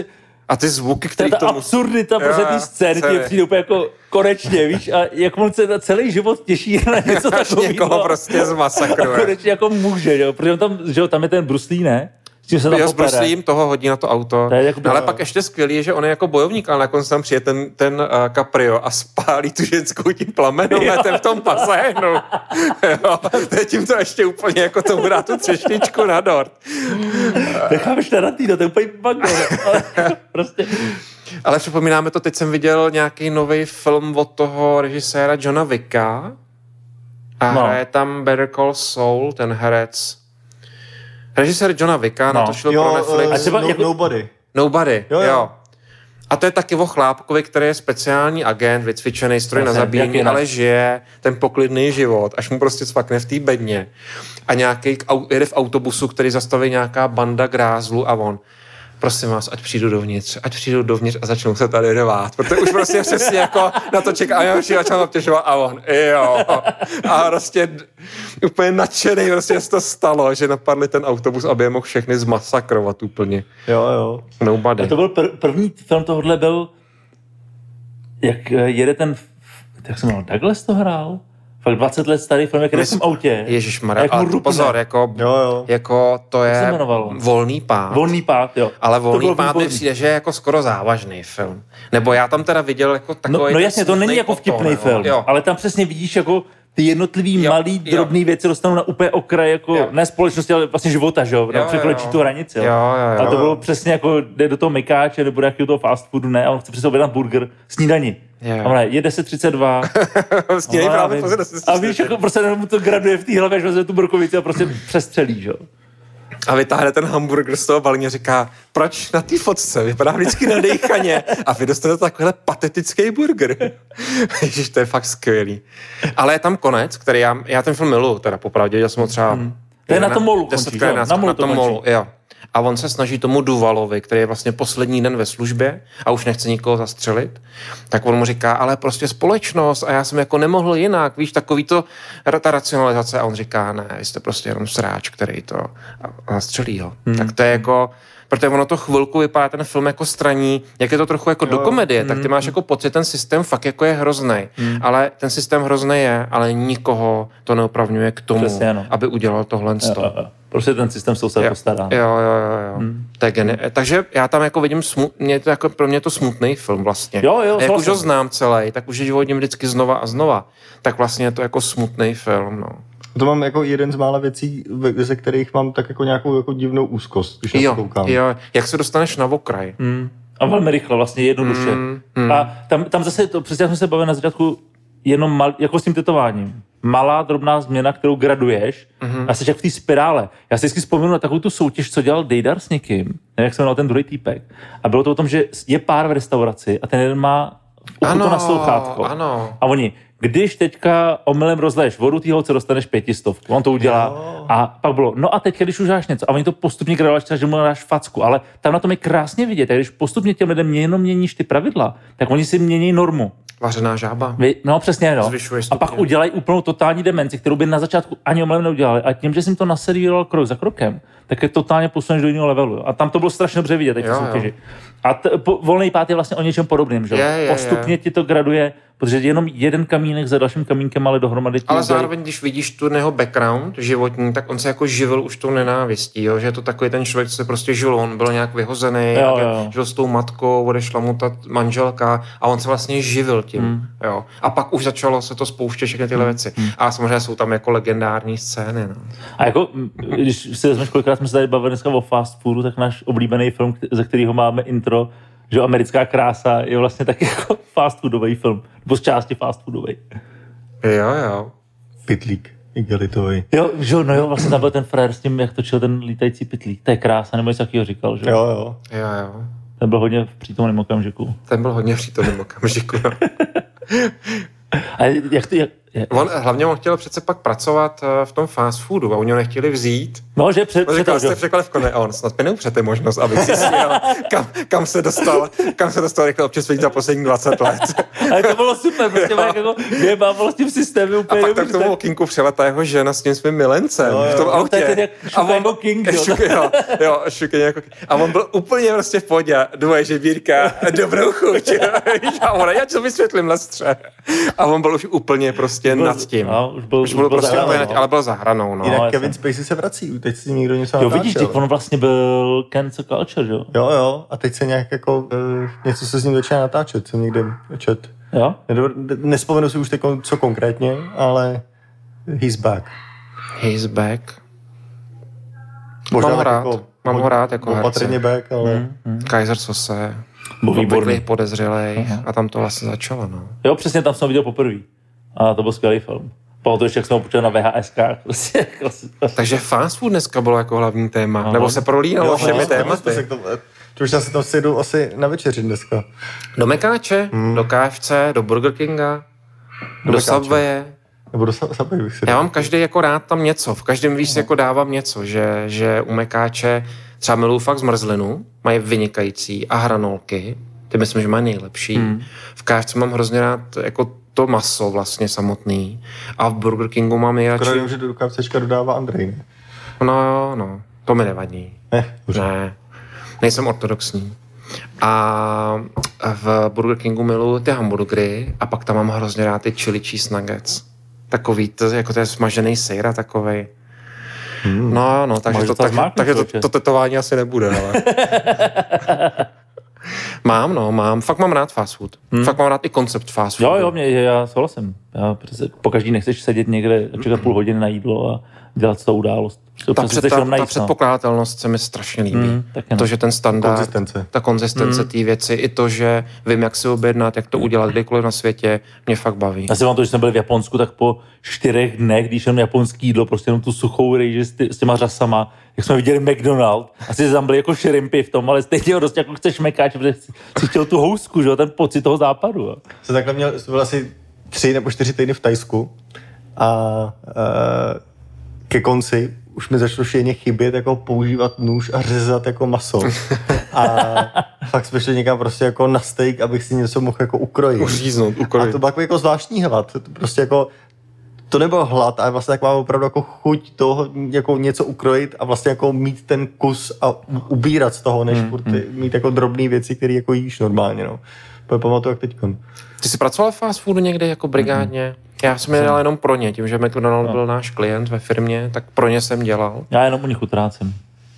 A ty zvuky, které ta tomu... absurdita, protože ty scény ti přijde úplně jako konečně, víš, a jak on se na celý život těší na něco takového. Někoho prostě zmasakruje. A konečně jako může, jo, protože on tam, že jo, tam je ten Bruce Lee, ne? S se tam s Bruce Lee toho hodí na to auto. To jako ale pak ještě skvělý je, že on je jako bojovník, ale nakonec tam přijde ten, ten uh, Caprio a spálí tu ženskou tím plamenometem v tom bazénu. Jo, to je tím to ještě úplně jako tomu dá tu třešničku na dort. Necháš Tarantino, to je úplně banger. Prostě... Ale připomínáme to, teď jsem viděl nějaký nový film od toho režiséra Johna Wicka a no. hraje tam Better Call Saul, ten herec. Režisér Johna Wicka, no. natočil pro Netflix. A třeba no, jako... Nobody. Nobody, jo, jo. jo. A to je taky o chlápkovi, který je speciální agent, vycvičený stroj na zabíjení, ale žije ten poklidný život, až mu prostě cvakne v té bedně. A nějaký jede v autobusu, který zastaví nějaká banda grázlů a on... Prosím vás, ať přijdu dovnitř, ať přijdu dovnitř a začnou se tady rvát. Protože už prostě přesně jako na to čeká a já už začal obtěžovat a on, jo. A prostě úplně nadšený prostě se to stalo, že napadli ten autobus, aby je mohl všechny zmasakrovat úplně. Jo, jo. Nobody. A to byl pr- první film tohohle byl, jak jede ten, jak se jmenoval, Douglas to hrál? Fakt dvacet let starý film, jak jde v tom autě. Ježišmarja, ale pozor, jako, jo, jo. jako to je Volný pád. Volný pád, jo. Ale Volný pád mi přijde, že je jako skoro závažný film. Nebo já tam teda viděl jako takový... No, no jasně, to není jako vtipný film, jo. Ale tam přesně vidíš jako ty jednotlivý jo, malý, jo. drobný věci dostanou na úplně okraj jako jo. ne společnosti, ale vlastně života, že jo? Překročí tu hranici, jo. jo, jo, jo. A to bylo přesně jako, jde do toho mekáče, nebo nějakého toho fast foodu, ne? A on chce přesně objednat burger, snídani. Yeah. A ona je deset třicet dva. Snídej právě pozor deset třicet dva. A víš, jako prostě mu to graduje v té hlavě, že vezme tu brokovici a prostě přestřelí, že jo. A vytáhne ten hamburger z toho balíně a říká, proč na té fotce vypadá vždycky nadejchaně a vy dostanete takovýhle patetický burger. Ježiš, to je fakt skvělý. Ale je tam konec, který já, já ten film miluji, teda popravdě, já jsem ho třeba... Hmm. To je na tom molu končí, jo? Na, na tom molu, jo. A on se snaží tomu Duvalovi, který je vlastně poslední den ve službě a už nechce nikoho zastřelit, tak on mu říká, ale prostě společnost a já jsem jako nemohl jinak, víš, takový to, ta racionalizace a on říká, ne, vy jste prostě jenom sráč, který to zastřelí ho. Hmm. Tak to je jako, protože ono to chvilku vypadá ten film jako straní, jak je to trochu jako jo, do komedie, hmm. tak ty máš jako pocit, ten systém fakt jako je hroznej, hmm. ale ten systém hroznej je, ale nikoho to neopravňuje k tomu, přesně, no. aby udělal tohle z toho. Prostě ten systém se se postará. Jo, jo, jo, jo. Hmm. Tak geni- Takže já tam jako vidím, smu- mě to jako, pro mě je to smutný film vlastně. Jo, jo, a jak už ho znám celý, tak už je hodím vždycky znova a znova. Tak vlastně je to jako smutný film, no. To mám jako jeden z mála věcí, ze kterých mám tak jako nějakou jako divnou úzkost, když jo, na to koukám. Jo, jak se dostaneš na okraj. Hmm. A velmi rychle, vlastně jednoduše. Hmm. Hmm. A tam, tam zase, to, přesně jak jsme se bavili na začátku, jenom mal, jako s tím tetováním. Malá, drobná změna, kterou graduješ mm-hmm. a jsi jak v té spirále. Já si vždycky vzpomenu na takovou tu soutěž, co dělal Dejdar s někým, nevím, jak se jmenoval ten druhý týpek. A bylo to o tom, že je pár v restauraci a ten jeden má to na sluchátko. Ano. A oni, když teďka omylem rozleješ vodu, ty holce dostaneš pětistovku. On to udělá. Jo. A pak bylo, no a teď, když už dáš něco. A oni to postupně graduješ, že mu dáš facku. Ale tam na tom je krásně vidět. Tak když postupně těm lidem jenom měníš ty pravidla, tak oni si mění normu. Vařená žába. Vy, no přesně, no. A pak udělají úplnou totální demenci, kterou by na začátku ani omylem neudělali. A tím, že jsem to naservíroval krok za krokem, tak je totálně posuneš do jiného levelu. A tam to bylo strašně dobře vidět, teď v soutěži. A t- po, Volný pád je vlastně o něčem podobným, že? Je, je, postupně je. ti to graduje, protože jenom jeden kamínek za dalším kamínkem, ale dohromady. Ale zároveň, když vidíš tu jeho background životní, tak on se jako živil už tou nenávistí, jo? Že je to takový ten člověk, co se prostě žil, on byl nějak vyhozený, jo, jo. žil s tou matkou, odešla mu ta manželka a on se vlastně živil tím. Hmm. Jo? A pak už začalo se to spouštět všechny tyhle hmm. věci. Hmm. A samozřejmě jsou tam jako legendární scény. No. A jako, když si vezmeš, kolikrát jsme se tady bavili dneska o fast foodu, tak náš oblíbený film, ze kterého máme intro, že Americká krása je vlastně taky jako fast foodový film. Nebo z části fast foodový. Jo, jo. Pytlík, igelitový. Jo, že no jo, vlastně tam byl ten frajer s tím, jak točil ten lítající pytlík. To je krása, nebo něco takového říkal, že? Jo, jo. Jo, jo. Ten byl hodně v přítomném okamžiku. Ten byl hodně v přítomném okamžiku, jo. A jak to, jak, Je, on hlavně on chtěl přece pak pracovat v tom fast foodu a oni ho nechtěli vzít. No, že před... Říkal jste překlad v on snad mi neupřete možnost, abych zjistil, kam, kam se dostal, kam se dostal rychle občerstvení za poslední dvacet let. Ale to bylo super, prostě má jako věba vlastně v systému úplně. A pak tam k tomu okýnku přeleta jeho žena s tím svým milencem no, v tom autě. A on byl King, jo. Šuky, jo, jo šuky, jako, a on byl úplně prostě v pohodě. Dvoje žebírka, dobrou chuť. A on, já to vysvětlím, lestře. A on byl už úplně prostě byl, nad tím. No, už byl, už byl, už byl prostě úplně nad tím, ale byl za hranou. No. Jinak Kevin Spacey se vrací, teď si někdo něco natáčel. Jo, vidíš, teď on vlastně byl cancel culture, jo? Jo, jo, a teď se nějak jako, uh, něco se s ním začíná natáčet, jsem někde čet. Jo? Nespomenu si už teď co konkrétně, ale he's back. He's back. Možná mám ho rád, jako, mám ho rád jako herce. Opatrně back, ale... Mm, mm. Kaiser Sose, byl výborný, podezřelej uh-huh. a tam to vlastně začalo, no. Jo, přesně tam jsem viděl poprvé. A to byl skvělý film. Pamatuju ještě, jak jsme ho počítali na V H S kách. Prostě, takže fast food dneska bylo jako hlavní téma. No. Nebo se prolínalo všemi tématy. To už já si tam sjedu asi na večeři dneska. Do Mekáče, hmm. do K F C, do Burger Kinga, do, do Subwaye. Nebo do Subwaye bych si Já mám každý jako rád tam něco. V každém víc no. jako dávám něco, že, že u Mekáče třeba miluju fakt zmrzlinu, mají vynikající a hranolky, ty myslím, že mají nejlepší. Hmm. V K F C mám hrozně rád jako to maso vlastně samotný a v Burger Kingu mám nejradši... Skoro vím, že do KFCčka dodává Andrej, ne? No jo, no, to mi nevadí. Ne, už. Ne, nejsem ortodoxní. A v Burger Kingu miluji ty hamburgery a pak tam mám hrozně rád ty chili cheese nuggets. Takový, to, jako to je smažený sejra takovej. Hmm. No, no, takže, to, tak, takže to, to tetování asi nebude, ale... Mám, no, mám. Fakt mám rád fast food. Hmm. Fakt mám rád i koncept fast food. Jo, jo, mě, já souhlasím. Já po každý nechceš sedět někde a čekat půl hodiny na jídlo a dělat tu událost. Ta, před, ta, ta předpokládatelnost se mi strašně líbí. Hmm, to, že ten standard, konzistence. ta konzistence hmm. té věci, i to, že vím, jak si objednat, jak to udělat kdykoliv na světě, mě fakt baví. Já si vám to, že jsme byli v Japonsku, tak po čtyřech dnech, když jenom japonský jídlo, prostě jenom tu suchou rejži s, s těma řasama, jak jsme viděli McDonald, asi tam byly jako šrimpy v tom, ale stejně ho dost jako chceš mekáč, protože si chtěl tu housku, že? Ten pocit toho západu. Jo. Jsem takhle měl, to byl asi tři nebo čtyři týdny v Thajsku a uh, ke konci už mi začalo šíleně chybět jako používat nůž a řezat jako maso. A fakt jsme šli někam prostě jako na steak, abych si něco mohl jako ukrojit. Uříznout, ukrojit. A to byl jako, jako zvláštní hlad. To prostě jako, to nebyl hlad, ale vlastně tak mám opravdu jako chuť toho jako něco ukrojit a vlastně jako mít ten kus a ubírat z toho, než hmm, furt hmm. mít jako drobné věci, které jako jíš normálně, no. Pamatuju jak teďkon. Ty jsi pracoval v fast foodu někde jako brigádně? Hmm. Já jsem je dělal jenom pro ně, tím, že McDonald no. byl náš klient ve firmě, tak pro ně jsem dělal. Já jenom u nich utrácím.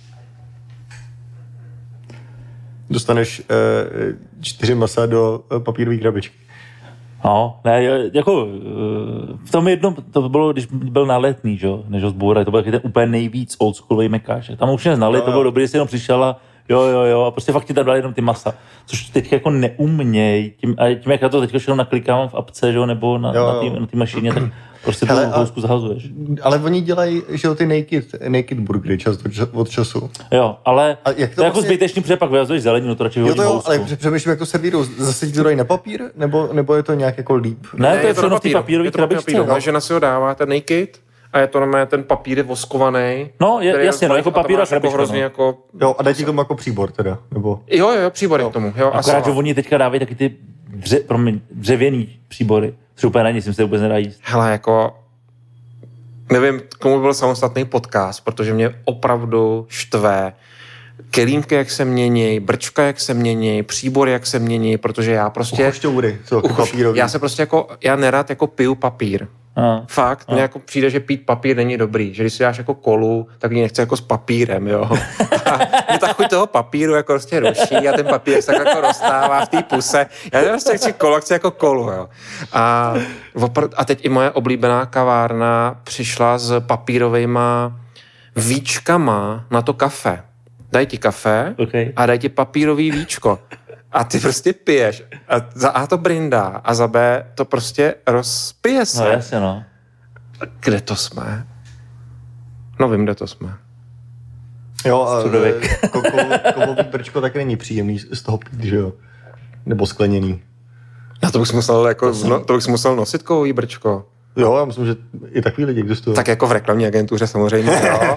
Dostaneš uh, čtyři masa do uh, papírové krabičky. No, ne, jako v tom jednom, to bylo, když byl na Letný, že jo, než ho zbourali, to byl ten úplně nejvíc oldschoolový mekáč. Tam už neznali, no, to bylo dobrý, že jsi jenom přišel a jo, jo, jo, a prostě fakt ti tam dali jenom ty masa, což teď jako neuměj, tím, a tím, jak já to teď jenom naklikám v apce, že jo, nebo na, jo, jo. na té mašině, tak prostě tu housku zahazuješ. Ale oni dělají, že jo, ty naked, naked burgery čas od času. Jo, ale a jak to, to vlastně... jako zbytečný, protože pak vyhazuješ zeleninu, to radši vyhodím housku. Jo, to jo, ale přemýšlím, jak to servírují. Zase ti to dají na papír, nebo, nebo je to nějak jako líp? Ne, ne to je všechno v té papírové krabičce. No. Žena si ho dává, ten naked, a je to normálně ten papír je voskovaný. No, je, jasně, no, jako papír a krabička. Jako no. jako... Jo, a dej ti tomu jako příbor teda, nebo? Jo, jo, příbor je k tomu. Jo, akorát, že oni teďka dávají taky ty dře, promiň, dřevěný příbory, což úplně není, si se vůbec nedá jíst. Hele, jako nevím, komu byl samostatný podcast, protože mě opravdu štve kelímky, jak se mění, brčka, jak se mění, příbory, jak se mění, protože já prostě... Uchošťoury, co, papírový. Já se prostě jako, já nerad jako piju papír. A, Fakt, mně jako přijde, že pít papír není dobrý, že když si dáš jako kolu, tak ji nechce jako s papírem, jo. A mě ta chuť toho papíru jako prostě ruší a ten papír se tak jako rozstává v té puse. Já prostě chci kolu, chci jako kolu, jo. A, a teď i moje oblíbená kavárna přišla s papírovejma víčkama na to kafe. Daj ti kafe okay. a daj ti papírový víčko. A ty prostě piješ. A za A to brindá a za B to prostě rozpije se. No jasně, no. Kde to jsme? No vím, kde to jsme. Jo, a kovový brčko taky není příjemný z toho pít, že jo? Nebo skleněný. Já to bych musel jako, no, to bych musel nosit kovový brčko. Jo, já myslím, že i takový lidi existují. Tak jako v reklamní agentuře samozřejmě, jo.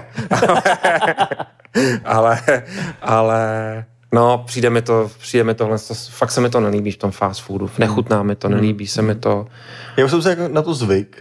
ale, ale, no, přijde mi to, přijde mi tohle, fakt se mi to nelíbí v tom fast foodu. Nechutná mi to, nelíbí se mi to. Já už jsem se jako na to zvyk,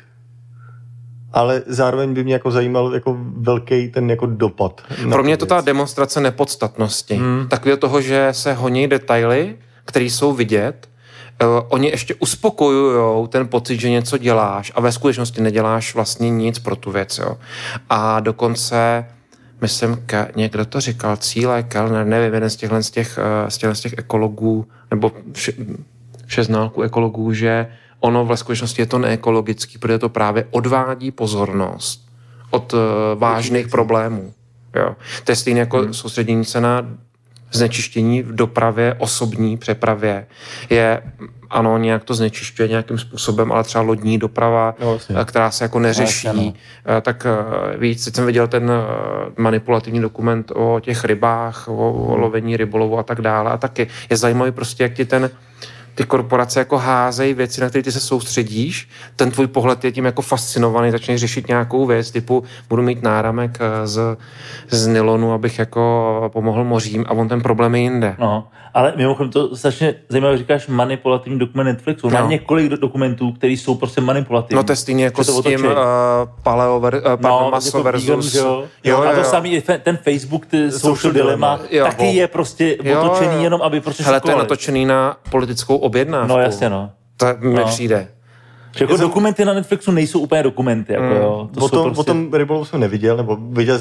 ale zároveň by mě jako zajímal jako velký ten jako dopad. Pro mě je to ta demonstrace nepodstatnosti. Hmm. Takového toho, že se honí detaily, které jsou vidět, uh, oni ještě uspokojujou ten pocit, že něco děláš a ve skutečnosti neděláš vlastně nic pro tu věc. Jo. A dokonce, myslím, ke, někdo to říkal, Cíle, Kellner, nevím, jeden z těchhle z těch, uh, z těchhle z těch ekologů, nebo vše, všeználků ekologů, že ono v skutečnosti je to neekologický, protože to právě odvádí pozornost od uh, vážných problémů. Jo. To je stejné jako hmm. soustředění se na znečištění v dopravě, osobní přepravě. Je, ano, nějak to znečišťuje nějakým způsobem, ale třeba lodní doprava, no, která se jako neřeší. No, tak víc, teď jsem viděl ten manipulativní dokument o těch rybách, o, o lovení rybolovu a tak dále. A taky je zajímavý prostě, jak ti ten ty korporace jako házejí věci, na které ty se soustředíš, ten tvůj pohled je tím jako fascinovaný, začneš řešit nějakou věc, typu budu mít náramek z, z nylonu, abych jako pomohl mořím a on ten problém je jinde. No, ale mimochodem to strašně zajímavé, říkáš manipulativní dokument Netflixu. Má no. několik dokumentů, které jsou prostě manipulativní. No to je stejně jako s tím uh, paleo, ver, uh, no, maso versus... Vegan, jo. Jo, a to samý, ten Facebook, ty social dilemma, taky bo. je prostě jo, otočený jo. jenom, aby prostě hele, to je natočený na politickou objednávku. No jasně, no. To mi no. přijde. Jako jsem... dokumenty na Netflixu nejsou úplně dokumenty. Jako, mm. jo. To o, tom, prostě... o tom rybolovu jsem neviděl, nebo viděl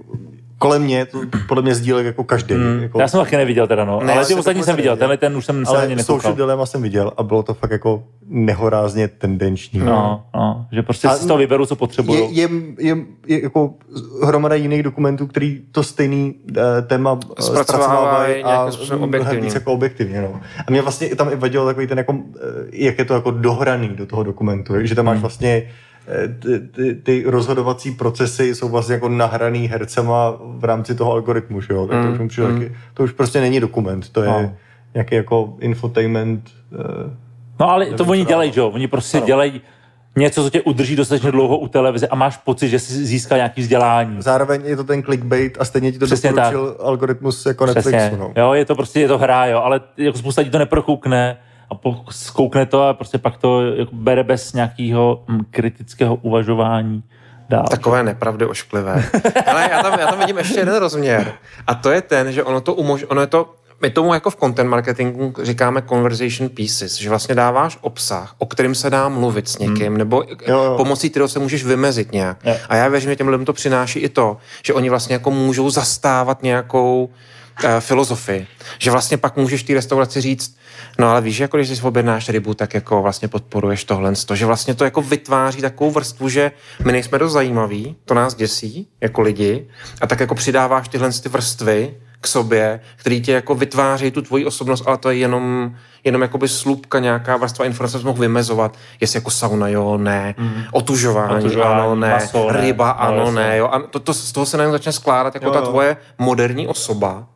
kolem mě, to podle mě sdílel jako každý. Mm. Jako... Já jsem taky neviděl teda, no. Ne, ale ty ostatní jsem viděl, tenhle ten už jsem se ani nekoukal. Ale social dilemma jsem viděl a bylo to fakt jako nehorázně tendenční. No, no, že prostě si z toho vyberu, co potřebuju. Je, je, je, je jako hromada jiných dokumentů, který to stejný uh, téma zpracovávají a mnohem víc jako objektivně. No. A mě vlastně tam i vadilo takový ten, jako, jak je to jako dohraný do toho dokumentu, že tam máš hmm. vlastně Ty, ty, ty rozhodovací procesy jsou vlastně jako nahraný hercema v rámci toho algoritmu, že jo? Tak to, mm, už mm. taky, to už prostě není dokument, to je no. nějaký jako infotainment. Eh, no ale to oni dělají, že jo? Oni prostě ano. dělají něco, co tě udrží dostatečně dlouho u televize a máš pocit, že jsi získal nějaký vzdělání. Zároveň je to ten clickbait a stejně ti to přesně doporučil tak. algoritmus jako Netflixu. Přesně. No. Jo, je to prostě je to hra, jo, ale jako spousta ti to neprokoukne a zkoukne to a prostě pak to jako bere bez nějakého mm, kritického uvažování dál. Takové nepravdy ošklivé. Ale já tam, já tam vidím ještě jeden rozměr. A to je ten, že ono to umožňuje, ono je to, my tomu jako v content marketingu říkáme conversation pieces, že vlastně dáváš obsah, o kterým se dá mluvit s někým, hmm. nebo jo, jo. pomocí kterého se můžeš vymezit nějak. Jo. A já věřím, že těm lidem to přináší i to, že oni vlastně jako můžou zastávat nějakou uh, filozofii. Že vlastně pak můžeš té restauraci říct, no ale víš, že jako když si objednáš rybu, tak jako vlastně podporuješ tohle, že vlastně to jako vytváří takovou vrstvu, že my nejsme dost zajímaví, to nás děsí jako lidi a tak jako přidáváš tyhle ty vrstvy k sobě, který tě jako vytváří tu tvoji osobnost, ale to je jenom, jenom jakoby slupka, nějaká vrstva informace, mohl vymezovat, jestli jako sauna, jo, ne, mm. otužování, otužování, ano, ne, maso, ryba, ne, ano, no, ne, jo, a to, to, z toho se najednou začne skládat jako jo, ta tvoje moderní osoba.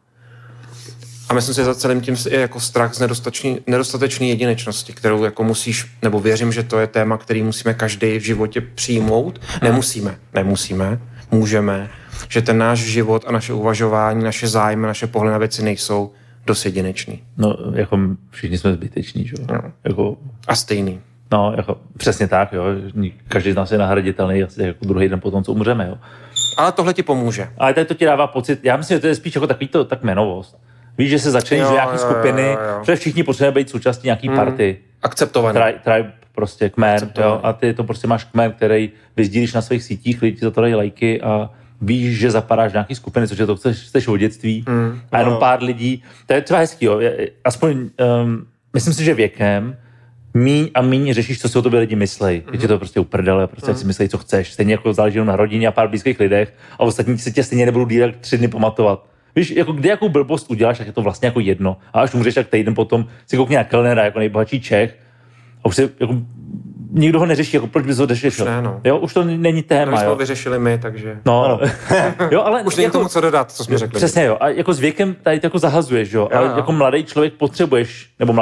A myslím si, že za celým tím je jako strach z nedostatečné jedinečnosti, kterou jako musíš, nebo věřím, že to je téma, který musíme každý v životě přijmout. Nemusíme, nemusíme, můžeme, že ten náš život a naše uvažování, naše zájmy, naše pohledy na věci nejsou dost jedinečný. No, jako všichni jsme zbyteční, že jo? No. Jako... A stejný. No, jako přesně tak, jo. Každý z nás je nahraditelný asi jako druhý den potom, co umřeme, jo. Ale tohle ti pomůže. Ale tady to ti dává pocit, já myslím, že to je spíš jako takový to, tak jmenovost. Víš, že se začneš do nějaký skupiny, protože všichni potřebuje být součástí nějaký hmm. party. Akceptovaný. Tribe, tribe prostě kmen, jo, a ty to prostě máš kmen, který vyzdílíš na svých sítích, lidi ti za to dají lajky a víš, že zapadáš nějaký skupiny, což je to chceš, chceš od dětství hmm. a jenom no. pár lidí. To je třeba hezký, jo. Aspoň, um, myslím si, že věkem míň a míň řešíš, co si o tobě lidi myslej. Mm-hmm. Je ti to prostě uprdele, prostě mm. si myslej, co chceš. Stejně jako záleží na rodině a pár blízkých lidech a ostatní si tě stejně nebudou díl tři dny pamatovat. Víš, jako kdy jakou blbost uděláš, tak je to vlastně jako jedno. A až umřeš, tak týden potom si koukni na Kellnera jako nejbohatší Čech a už se jako nikdo ho neřeší, jako proč bys ho řešil. Ne, no. Jo, už to není téma. No, jsme jo. ho vyřešili my, takže... No, jo, ale... Už není jako, tomu co dodat, co jsme řekli. Přesně, jo. A jako s věkem tady to jako zahazuješ, jo. Ale jo. jako mladý člověk potřebuješ, nebo mladý,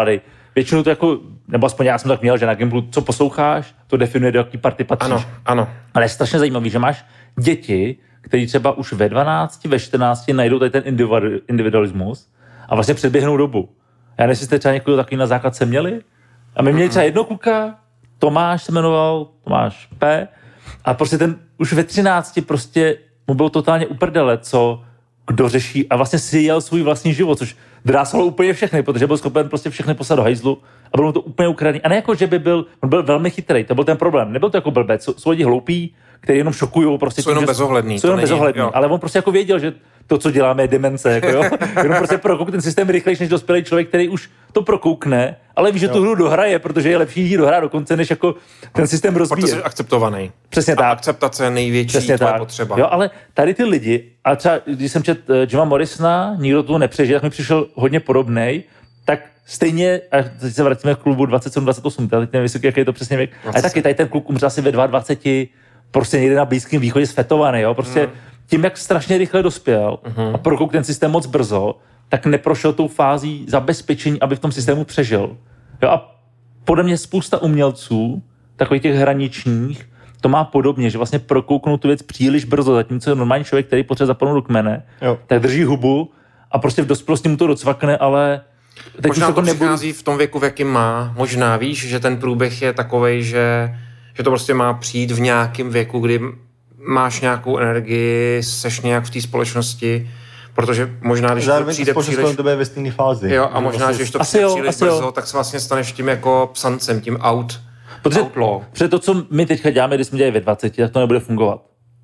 většinou to jako, nebo aspoň já jsem tak měl, že na Gimplu, co posloucháš, to definuje, do jaký party patříš. Ano, ano. Ale je strašně zajímavý, že máš děti, kteří třeba už ve dvanácti, ve čtrnácti najdou tady ten individualismus a vlastně předběhnou dobu. Já nevím, jestli jste třeba někoho takový na základce měli. A my měli třeba jedno kluka, Tomáš se jmenoval, Tomáš P. A prostě ten už ve třinácti prostě mu bylo totálně uprdele, co kdo řeší a vlastně si jel svůj vlastní život, což drásalo úplně všechny, protože byl schopen prostě všechny poslat do hajzlu a bylo mu to úplně ukradený. A ne jako, že by byl, on byl velmi chytrý, to byl ten problém. Nebyl to jako blbec, jsou, jsou lidi hloupí, kteří jenom šokujou prostě. Jsou jenom bezohledný. Jsou jenom bezohledný, ale on prostě jako věděl, že to, co děláme, je demence, jako jo. Jenom prostě prokouk ten systém rychlejší než dospělý člověk, který už to prokoukne, ale ví, že tu hru dohraje, protože je lepší jí dohrát dokonce, než jako ten systém rozbíjet. Protože jsi akceptovaný. Přesně a tak. Akceptace je největší Přesně tvoje tak. potřeba. Jo, ale tady ty lidi, a třeba když jsem četl uh, Jima Morrisona, nikdo tu nepřežil, tak mi přišel hodně podobnej, tak stejně, a teď se vracíme k klubu dvacet sedm dvacet osm, teď nevím, jaký je to přesně věk, ale taky tady ten kluk umřel asi ve dvaceti dva, prostě někde na Blízkém východě sfetovaný, jo, prostě mm. tím, jak strašně rychle dospěl mm-hmm. a prokouk ten systém moc brzo, tak neprošel tou fází zabezpečení, aby v tom systému přežil. Jo, a podle mě spousta umělců, takových těch hraničních, to má podobně, že vlastně prokouknou tu věc příliš brzo, zatímco normální člověk, který potřebuje zapadnout do kmene, jo. tak drží hubu a prostě v dospělosti mu to docvakne, ale teď možná už to nebudu... přichází v tom věku, v jakým má. Možná víš, že ten průběh je takovej, že, že to prostě má přijít v nějakém věku, kdy máš nějakou energii, seš nějak v té společnosti, protože možná, když zároveň to přijde příliš... Zároveň to ve stejné fázi. Jo, a možná, vlastně... že když to asi přijde jo, příliš brzo, jo. tak se vlastně staneš tím jako psancem, tím out, protože, outlaw. Protože to, co my teďka děláme, když jsme dělali ve dvaceti, tak to nebude fungovat.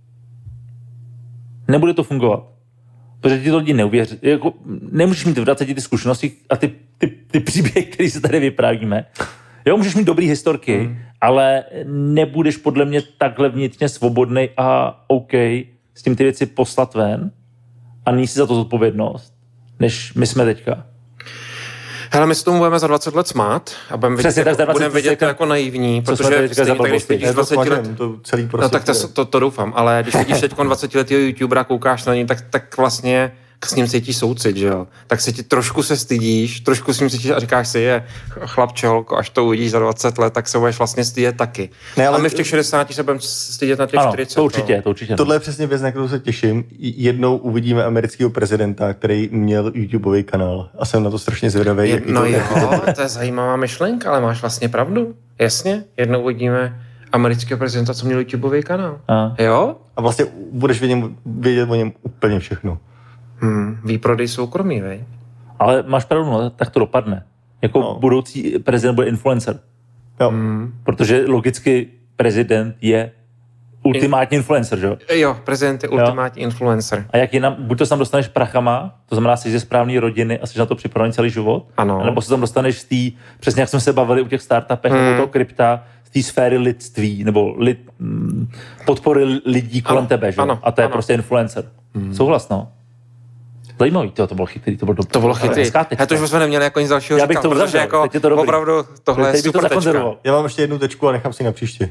Nebude to fungovat. Protože ti to lidi neuvěří. Jako, nemůžeš mít v dvaceti ty zkušenosti a ty, ty, ty příběhy, které se tady vyprávíme. Jo, můžeš mít dobrý historky, hmm. ale nebudeš podle mě takhle vnitřně svobodnej a OK s tím ty věci poslat ven a ní si za to zodpovědnost, než my jsme teďka. Hele, my se tomu budeme za dvacet let smát a budeme vidět, Přesně, jako, budeme vidět to jako naivní, protože stejně tak, když vidíš dvacet let, to celý no tak to, to, to doufám, ale když vidíš teď dvacetiletýho youtubera, koukáš na něj, tak, tak vlastně s ním cítíš soucit, že jo? Tak se ti trošku se stydíš, trošku s ním cítíš a říkáš si, je chlapče, holko, až to uvidíš za dvacet let, tak se budeš vlastně stydět taky. Ne, ale a my v těch šedesáti se budeme stydět na těch ano, čtyřicet. To určitě, to určitě. Tohle je přesně věc, na kterou se těším. Jednou uvidíme amerického prezidenta, který měl YouTubeový kanál a jsem na to strašně zvědavý. Je, no to, jo, to je zajímavá myšlenka, ale máš vlastně pravdu. Jasně, jednou uvidíme amerického prezidenta, co měl YouTubeový kanál. A. Jo? A vlastně budeš vědět, vědět o něm úplně všechno. Hmm, výprodej soukromí, vej? Ale máš pravdu, no, tak to dopadne. Jako no. budoucí prezident bude influencer. Jo. Hmm. Protože logicky prezident je ultimátní In... influencer, že jo? Jo, prezident je ultimátní jo. influencer. A jak jinam, buď to tam dostaneš prachama, to znamená, jsi ze správné rodiny a jsi na to připravený celý život, ano. nebo se tam dostaneš z té, přesně jak jsme se bavili u těch startupech, hmm. nebo toho krypta, z té sféry lidství, nebo lid, podpory lidí kolem ano. tebe, že jo? Ano. A to je ano. prostě influencer. Hmm. Souhlas, no. Zajímavý, to, to bylo chytrý, to bylo dobrý. To bylo chytrý. Já to už jsme neměli jako nic dalšího Já bych říkat, to protože jako to opravdu tohle je super to tečka. Já mám ještě jednu tečku a nechám si na příště.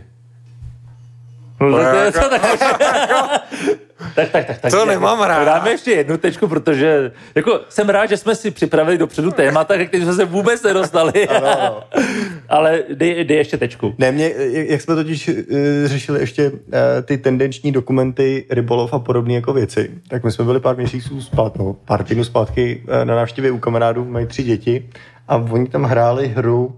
No, tak, tak, tak, tak, tak, tak. To nemám rád. Dáme ještě jednu tečku, protože jako jsem rád, že jsme si připravili dopředu témata, jak jsme se vůbec nedostali. Ano, ano. Ale dej, dej ještě tečku. Ne, mě, jak jsme totiž uh, řešili ještě uh, ty tendenční dokumenty, rybolov a podobné jako věci, tak my jsme byli pár měsíců zpátky, no, pár týdnů zpátky uh, na návštěvě u kamarádů, mají tři děti a oni tam hráli hru,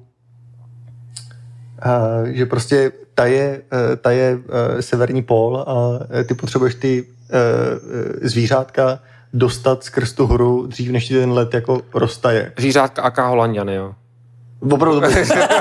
uh, že prostě ta je, uh, ta je uh, severní pól a uh, ty potřebuješ ty uh, zvířátka dostat skrz tu hru dřív, než ti ten let jako roztaje. Zvířátka aká Holanďany, jo. Opravdu to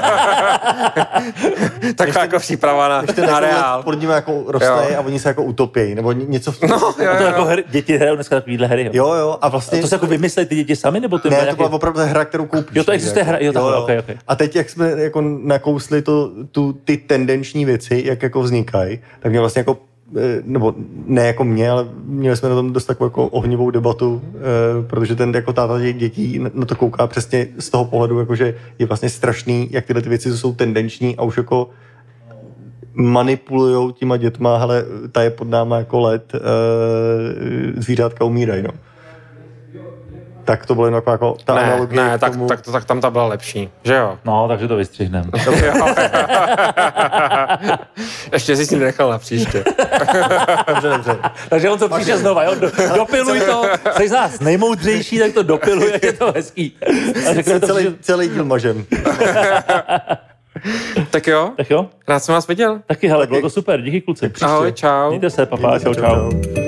tak jako příprava na, na reál. Pod ním jako roztaje a oni se jako utopějí, nebo něco v tom. No, jo, a to jo. jako her, děti hrajou dneska takovýhle hry. Jo, jo. jo a vlastně... A to se jako vymysleli ty děti sami, nebo to ne, nějaký... to byla opravdu hra, kterou koupíš. Jo, to existuje jako. hra, jo, takhle, jo, jo. Okay, okay. A teď, jak jsme jako nakousli to, tu, ty tendenční věci, jak jako vznikají, tak mě vlastně jako nebo ne jako mě, ale měli jsme na tom dost takovou jako ohnivou debatu, eh, protože ten jako táta těch dětí na to kouká přesně z toho pohledu, jakože je vlastně strašný, jak tyhle ty věci jsou tendenční a už jako manipulujou těma dětma, hele, ta je pod náma jako let, eh, zvířátka umírají, no. tak to bylo jenom jako ta Ne, analogie ne, k tak, tomu. tak, to, tak tam ta byla lepší, že jo? No, takže to vystřihneme. Ještě jsi si nechal na příště. Dobře, dobře. Takže on to příště znova, jo? Do, dopiluj to, jsi z nás nejmoudřejší, tak to dopiluj, jak je to hezký. A řekne to, Celý, že... celý díl mažem. Tak jo, Tak jo, rád jsem vás viděl. taky, hele, bylo to super, díky kluci. Ahoj, čau. Mějte se, papá, čau, čau. čau.